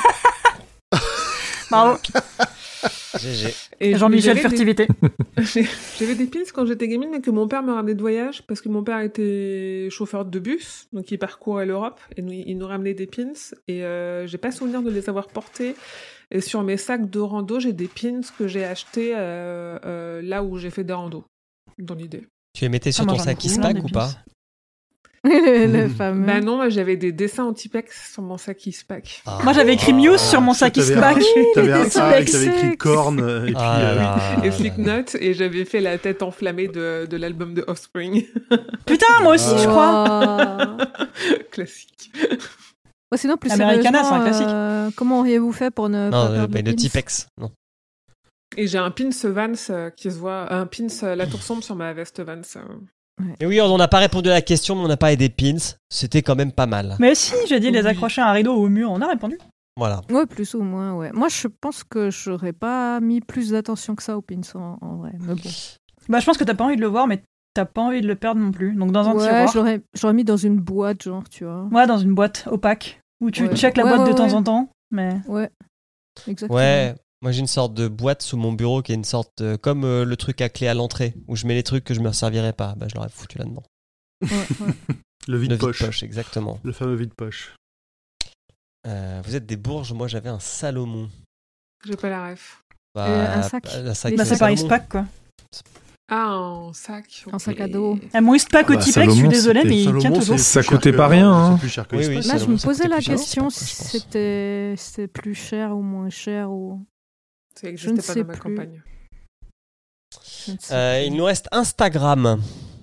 Bravo. G G. Et Jean-Michel j'avais des- Furtivité. J'ai- J'avais des pins quand j'étais gamine, mais que mon père me ramenait de voyage, parce que mon père était chauffeur de bus, donc il parcourait l'Europe, et nous, il nous ramenait des pins, et euh, j'ai pas souvenir de les avoir portés. Et sur mes sacs de rando, j'ai des pins que j'ai achetés euh, euh, là où j'ai fait des randos, dans l'idée. Tu les mettais sur Ah, moi, ton j'en ai sac plein, Ispac des ou pins. pas? le, le fameux. Bah non, moi, j'avais des dessins anti-pex sur mon sac Ispac. Ah. Moi, j'avais écrit Muse sur mon sac T'avais Ispac. un- T'avais un des A avec sex. t'avais écrit corne et puis. Ah là euh, là Et là Slipknot, et j'avais fait la tête enflammée de, de l'album de Offspring. Putain, moi aussi, je crois. Oh. Classique. Ouais, sinon, plus Americana, c'est un sérieusement, classique. euh, comment auriez-vous fait pour ne pas Non, euh, perdre bah, le le pins Tipex. Non. Et j'ai un pins Vans euh, qui se voit, un pins euh, la tour sombre sur ma veste Vans. euh. Mais oui, on n'a pas répondu à la question, mais on n'a pas des pins. C'était quand même pas mal. Mais si, j'ai dit les Oui. accrocher à un rideau ou au mur, on a répondu. Voilà. Ouais, plus ou moins, ouais. Moi, je pense que j'aurais pas mis plus d'attention que ça au pins en, en vrai. Mais bon. Bah, je pense que t'as pas envie de le voir, mais t'as pas envie de le perdre non plus. Donc, dans un Ouais, tiroir. je l'aurais, j'aurais mis dans une boîte, genre, tu vois. Ouais, dans une boîte opaque. Où tu Ouais. checkes la Ouais, boîte ouais, de temps ouais. en temps. Mais. Ouais. Exactement. Ouais, moi j'ai une sorte de boîte sous mon bureau qui est une sorte de- comme euh, le truc à clé à l'entrée où je mets les trucs que je me servirais pas. Bah, je l'aurais foutu là-dedans. Ouais, ouais. Le vide Le poche. vide-poche, exactement. Le fameux vide poche. Euh, vous êtes des bourges, moi j'avais un Salomon. J'ai pas la ref. Bah, Euh, un sac. un sac Les Bah, de c'est pas un Salomon. Ispac, quoi. Ah, en sac. En ok. sac à dos. Ah, mon Ispac au Bah, Tipex, je suis Salomon, désolé, c'était- mais il tient Salomon, toujours. c'est Ça plus cher coûtait que- pas rien, hein. C'est plus cher que Oui, les oui, Ispac. Là, je Salomon, me ça posais coûtait la plus cher, question c'est pas, si je pense. c'était, c'était plus cher ou moins cher ou. Ça Je n'existait ne pas sais dans ma plus. campagne. Je ne sais Euh, plus. il nous reste Instagram.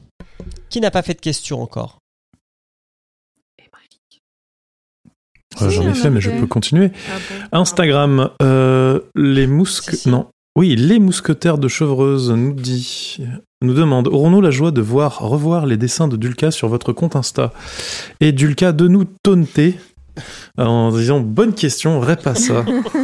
Qui n'a pas fait de questions encore? Euh, Si, J'en on ai a fait, mais je fait. peux continuer. Ah bon Instagram, euh, les mousques... Si, si. Non. Oui, les mousquetaires de Chevreuse nous dit, nous demande, aurons-nous la joie de voir, revoir les dessins de Dulka sur votre compte Insta? Et Dulka de nous taunter en disant, bonne question, répa ça.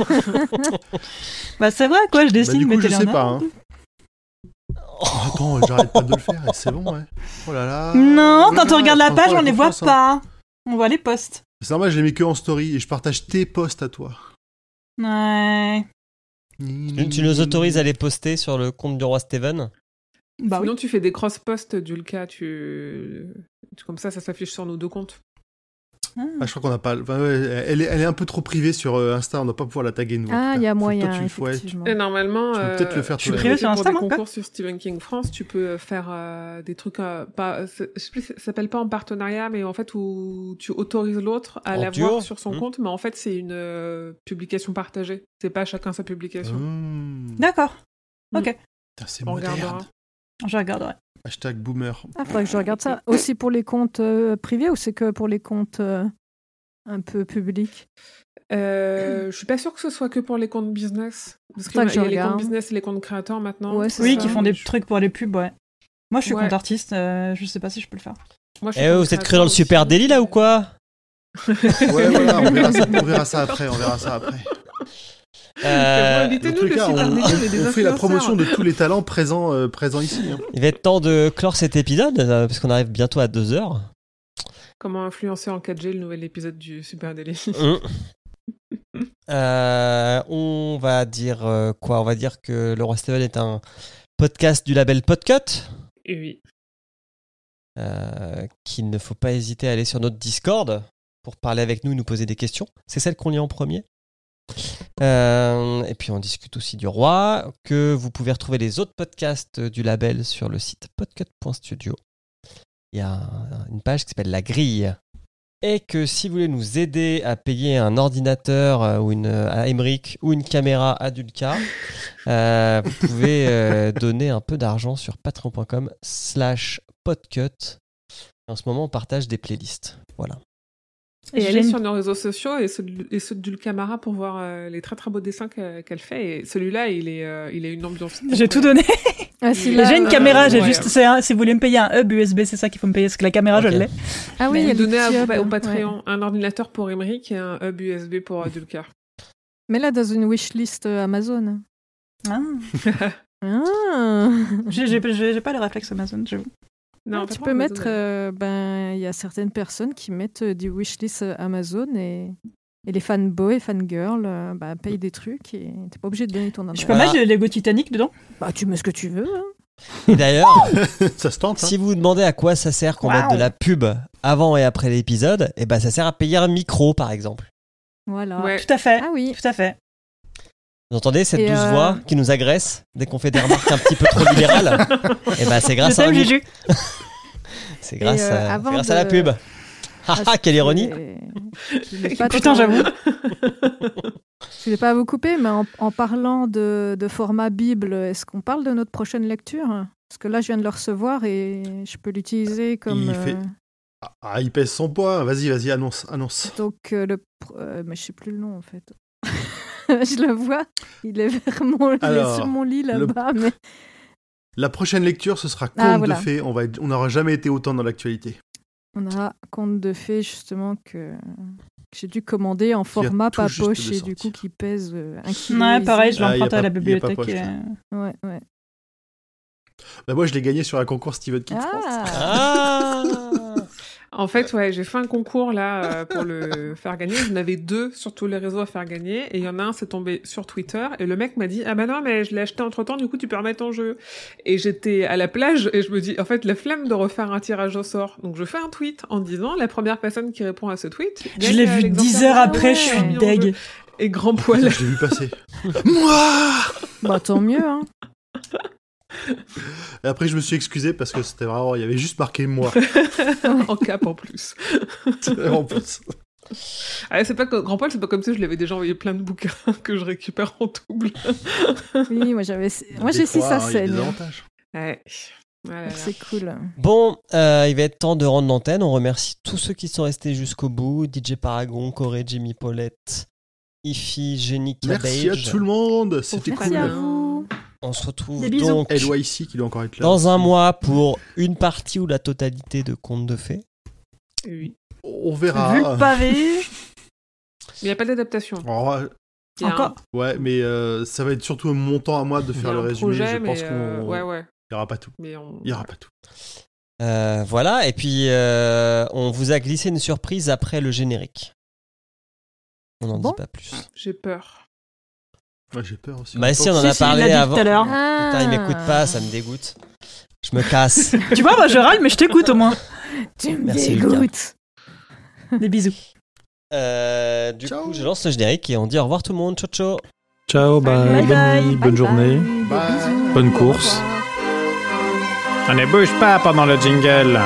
Bah, c'est vrai, quoi, je Bah, dessine, du coup, je mettez-les en sais pas. avant. Hein. Oh, attends, j'arrête pas de le faire et c'est bon, ouais. Oh là là. Non, Oh quand là on regarde là, la je prends page, pas on les voit confiance, hein. pas. On voit les posts. C'est normal, je les mets que en story et je partage tes posts à toi. Ouais. Tu, tu nous autorises à les poster sur le compte du roi Steven? Bah oui. Sinon, tu fais des cross-posts d'Ulka, tu... tu- comme ça, ça s'affiche sur nos deux comptes. Ah, je crois qu'on n'a pas. Enfin, ouais, elle, est, elle est un peu trop privée sur euh, Insta, on ne va pas pouvoir la taguer nous. en Ah, tout il y cas. a Faut que moyen, toi, tu, faut- ouais, tu- effectivement. Et normalement, Tu peux euh, peut-être le faire je suis toi-même. privée Sur pour Insta, des moi, concours sur Stephen King France. Tu peux faire euh, des trucs, euh, pas, c'est- je sais plus, ça s'appelle pas en partenariat, mais en fait où tu autorises l'autre à En l'avoir duo. sur son Mmh. compte, mais en fait c'est une euh, publication partagée. C'est pas chacun sa publication. Mmh. D'accord, Putain, c'est On moderne. regardera. je regarderai. Hashtag boomer. Ah, faudrait que je regarde ça. Aussi pour les comptes euh, privés ou c'est que pour les comptes euh, un peu publics? Euh, je suis pas sûre que ce soit que pour les comptes business, parce qu'il y, Faudrait a- que je il y a les regarde. comptes business et les comptes créateurs maintenant. Ouais, c'est Oui, ça. qui font des trucs pour les pubs, ouais. Moi, je suis Ouais. compte artiste, euh, je sais pas si je peux le faire. Moi, je suis Eh, compte vous êtes cru créateur dans le super aussi. délit là ou quoi? Ouais, voilà, on verra, ça, on verra ça après. On verra ça après. Euh, Bon, Dans invitez-nous, tous les le cas, on, super délit, on est des on fait la influenceurs. promotion de tous les talents présents, euh, présents ici. hein. Il va être temps de clore cet épisode, euh, parce qu'on arrive bientôt à deux heures. Comment influencer en quatre G le nouvel épisode du Super Daily. Mmh. Euh, on va dire euh, quoi? On va dire que le Roi Steven est un podcast du label Podcut, Et oui. euh, qu'il ne faut pas hésiter à aller sur notre Discord pour parler avec nous et nous poser des questions. C'est celle qu'on lit en premier. Euh, et puis on discute aussi du Roi, que vous pouvez retrouver les autres podcasts du label sur le site podcut point studio. Il y a un- une page qui s'appelle La Grille. Et que si vous voulez nous aider à payer un ordinateur euh, ou une, à Emmerich ou une caméra à Dulka, euh, vous pouvez euh, donner un peu d'argent sur patreon point com slash podcut. En ce moment, on partage des playlists. Voilà. Et J'ai allez une- sur nos réseaux sociaux et ceux de, et ceux de Dulka Mara pour voir euh, les très très beaux dessins que- qu'elle fait. Et celui-là, il est, euh, il a une ambiance. J'ai tout donné. Ah, si, Et Et là, j'ai une euh, caméra, j'ai ouais. juste. c'est un- si vous voulez me payer un hub U S B, c'est ça qu'il faut me payer, parce que la caméra, Ok. je l'ai. Ah oui, il y a Il les donnait petits à- hubs, au ouais. Patreon un ordinateur pour Emmerich et un hub U S B pour euh, Dulka. Mais là, dans une wishlist euh, Amazon. Ah. Ah. J'ai j'ai- j'ai- j'ai pas le réflexe Amazon, j'avoue. Non, Ah, pas tu pour peux Amazon, mettre, elle. euh, ben, il y a certaines personnes qui mettent euh, du wishlist euh, Amazon et, et les fanboys et fangirls euh, bah, payent des trucs et t'es pas obligé de donner ton adresse. Je peux Voilà. mettre le Lego Titanic dedans? Bah, tu mets ce que tu veux. Hein. Et d'ailleurs, Ça se tente. hein. si vous vous demandez à quoi ça sert qu'on Wow. mette de la pub avant et après l'épisode, eh ben ça sert à payer un micro par exemple. Voilà. Ouais. Tout à fait. Ah oui. Tout à fait. Vous entendez cette Et douce euh, voix qui nous agresse dès qu'on fait des remarques un petit peu trop libérales? Eh ben c'est grâce Je à un t'aime, micro. Juju. C'est grâce, Et, euh, à, avant c'est grâce à la de- pub. Ah ah, quelle ironie! Je voulais pas Putain, te- j'avoue. Je voulais pas vous couper, mais en, en parlant de, de format Bible, est-ce qu'on parle de notre prochaine lecture? Parce que là, je viens de le recevoir et je peux l'utiliser comme. Il fait- euh, Ah, il pèse son poids. Vas-y, vas-y, annonce, annonce. Donc, euh, le. pr- euh, mais je sais plus le nom en fait. Je le vois. Il est, vers mon... il est Alors, sur mon lit le- là-bas. Mais... La prochaine lecture, ce sera Conte Ah, voilà. de fées. On va être- on n'aura jamais été autant dans l'actualité. On aura Conte de fées justement que, que j'ai dû commander en format tout pas juste poche de et du coup sortir. qui pèse euh, un kilo. Ouais, pareil, je Ah, y a l'emprunte pas- à la y a pas bibliothèque. poche, et- là. Ouais, ouais. Bah, moi, je l'ai gagné sur un concours Steven King France. Ah, Ah En fait, ouais, j'ai fait un concours là euh, pour le faire gagner. J'en avais deux sur tous les réseaux à faire gagner. Et il y en a un, c'est tombé sur Twitter. Et le mec m'a dit, ah bah non, mais je l'ai acheté entre temps, du coup, tu peux remettre en jeu. Et j'étais à la plage et je me dis, en fait, la flemme de refaire un tirage au sort. Donc, je fais un tweet en disant, la première personne qui répond à ce tweet. Je gagne, l'ai euh, vu l'exemplaire dix heures de- après, Ouais, je suis mis en deg. jeu. Et grand poil. Je l'ai vu passer. Moi bah tant mieux. Hein. Et après, je me suis excusé parce que c'était vraiment. Il y avait juste marqué moi. En cap en plus. en plus. Ah, c'est pas que grand poil, c'est pas comme ça. Je lui avais déjà envoyé plein de bouquins que je récupère en double. Oui, moi j'avais. Moi Des j'ai six fois, à hein, il y a des scène. avantages. Ouais. Voilà. Donc c'est cool. Bon, euh, il va être temps de rendre l'antenne. On remercie tous ceux qui sont restés jusqu'au bout. D J Paragon, Corée, Jimmy Paulette, Ifi, Jenny Cabbage. Merci à tout le monde, c'était Merci cool. à À vous. On se retrouve Des bisous. donc L Y C qui doit encore être là. dans un mois pour une partie ou la totalité de Contes de Fées. Oui. On Vu verra. le pavé. Il n'y a pas d'adaptation. Oh, ouais, Il y a Encore. ouais, mais euh, ça va être surtout mon temps à moi de un, il y faire a le un résumé. projet, Je pense mais qu'on euh, ouais, ouais. il y aura pas tout. Mais on... Il y aura pas tout. Euh, voilà, et puis euh, on vous a glissé une surprise après le générique. On n'en Bon. dit pas plus. J'ai peur. Ouais, j'ai peur aussi. Bah si, on en Si, a si, il parlé l'a dit avant. tout à l'heure. Putain, il m'écoute pas, ça me dégoûte. Je me casse. Tu vois, moi je râle, mais je t'écoute au moins. Tu me Merci, dégoûtes. Des bisous. Euh, du Ciao. coup, je lance le générique et on dit au revoir tout le monde. Ciao, ciao. Ciao, bye, Bye bonne bye. nuit, Bye bonne bye. journée. Des Bye. bisous. Bonne Au course. revoir. On ne bouge pas pendant le jingle.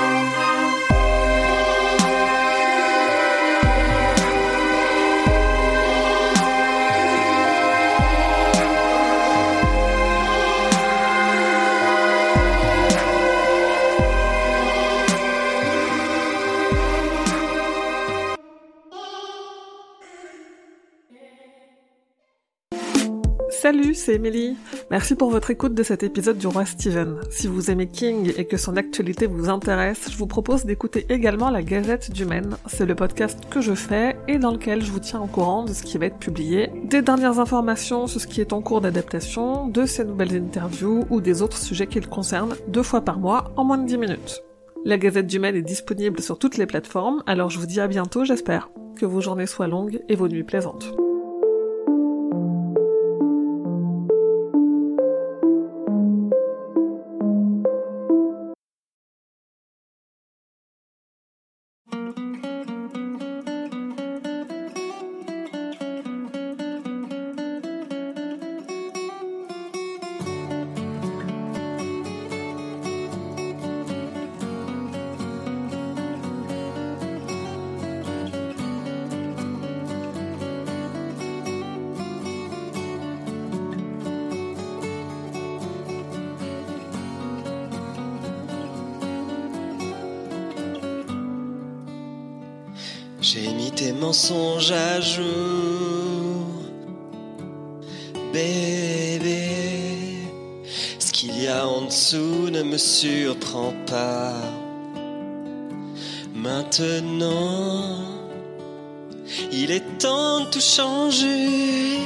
Salut, c'est Émilie. Merci pour votre écoute de cet épisode du Roi Steven. Si vous aimez King et que son actualité vous intéresse, je vous propose d'écouter également la Gazette du Maine. C'est le podcast que je fais et dans lequel je vous tiens au courant de ce qui va être publié, des dernières informations sur ce qui est en cours d'adaptation, de ses nouvelles interviews ou des autres sujets qui le concernent deux fois par mois en moins de dix minutes. La Gazette du Maine est disponible sur toutes les plateformes, alors je vous dis à bientôt, j'espère. Que vos journées soient longues et vos nuits plaisantes. J'ai mis tes mensonges à jour, bébé. Ce qu'il y a en dessous ne me surprend pas. Maintenant, il est temps de tout changer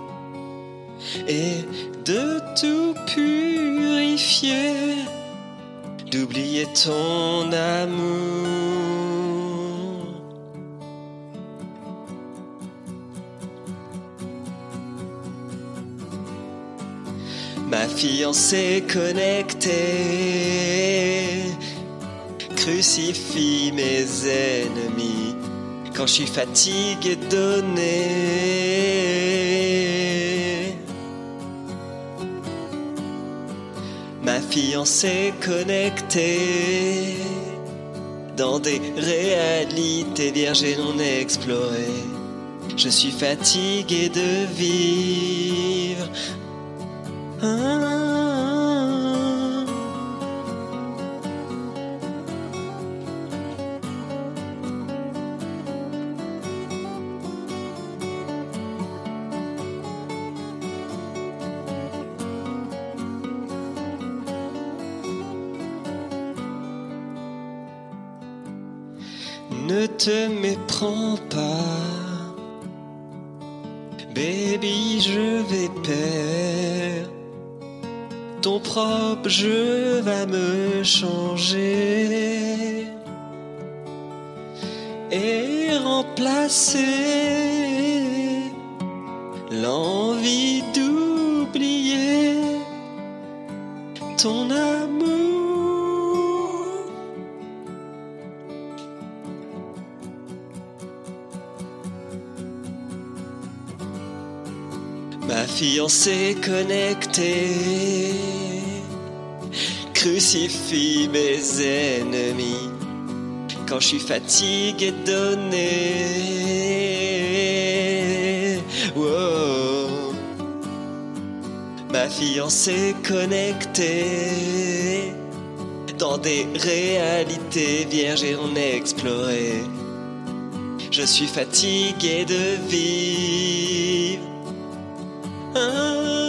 et de tout purifier, d'oublier ton amour. Ma fiancée connectée crucifie mes ennemis quand je suis fatigué de donner. Ma fiancée connectée dans des réalités vierges et non explorées. Je suis fatigué de vivre. Ah. Ne te méprends pas, baby, je vais perdre ton propre jeu va me changer et remplacer l'envie d'oublier ton amour. Ma fiancée connectée crucifie mes ennemis quand je suis fatigué de donner. Wow. Ma fiancée connectée dans des réalités vierges et on est exploré. Je suis fatigué de vivre. Ah.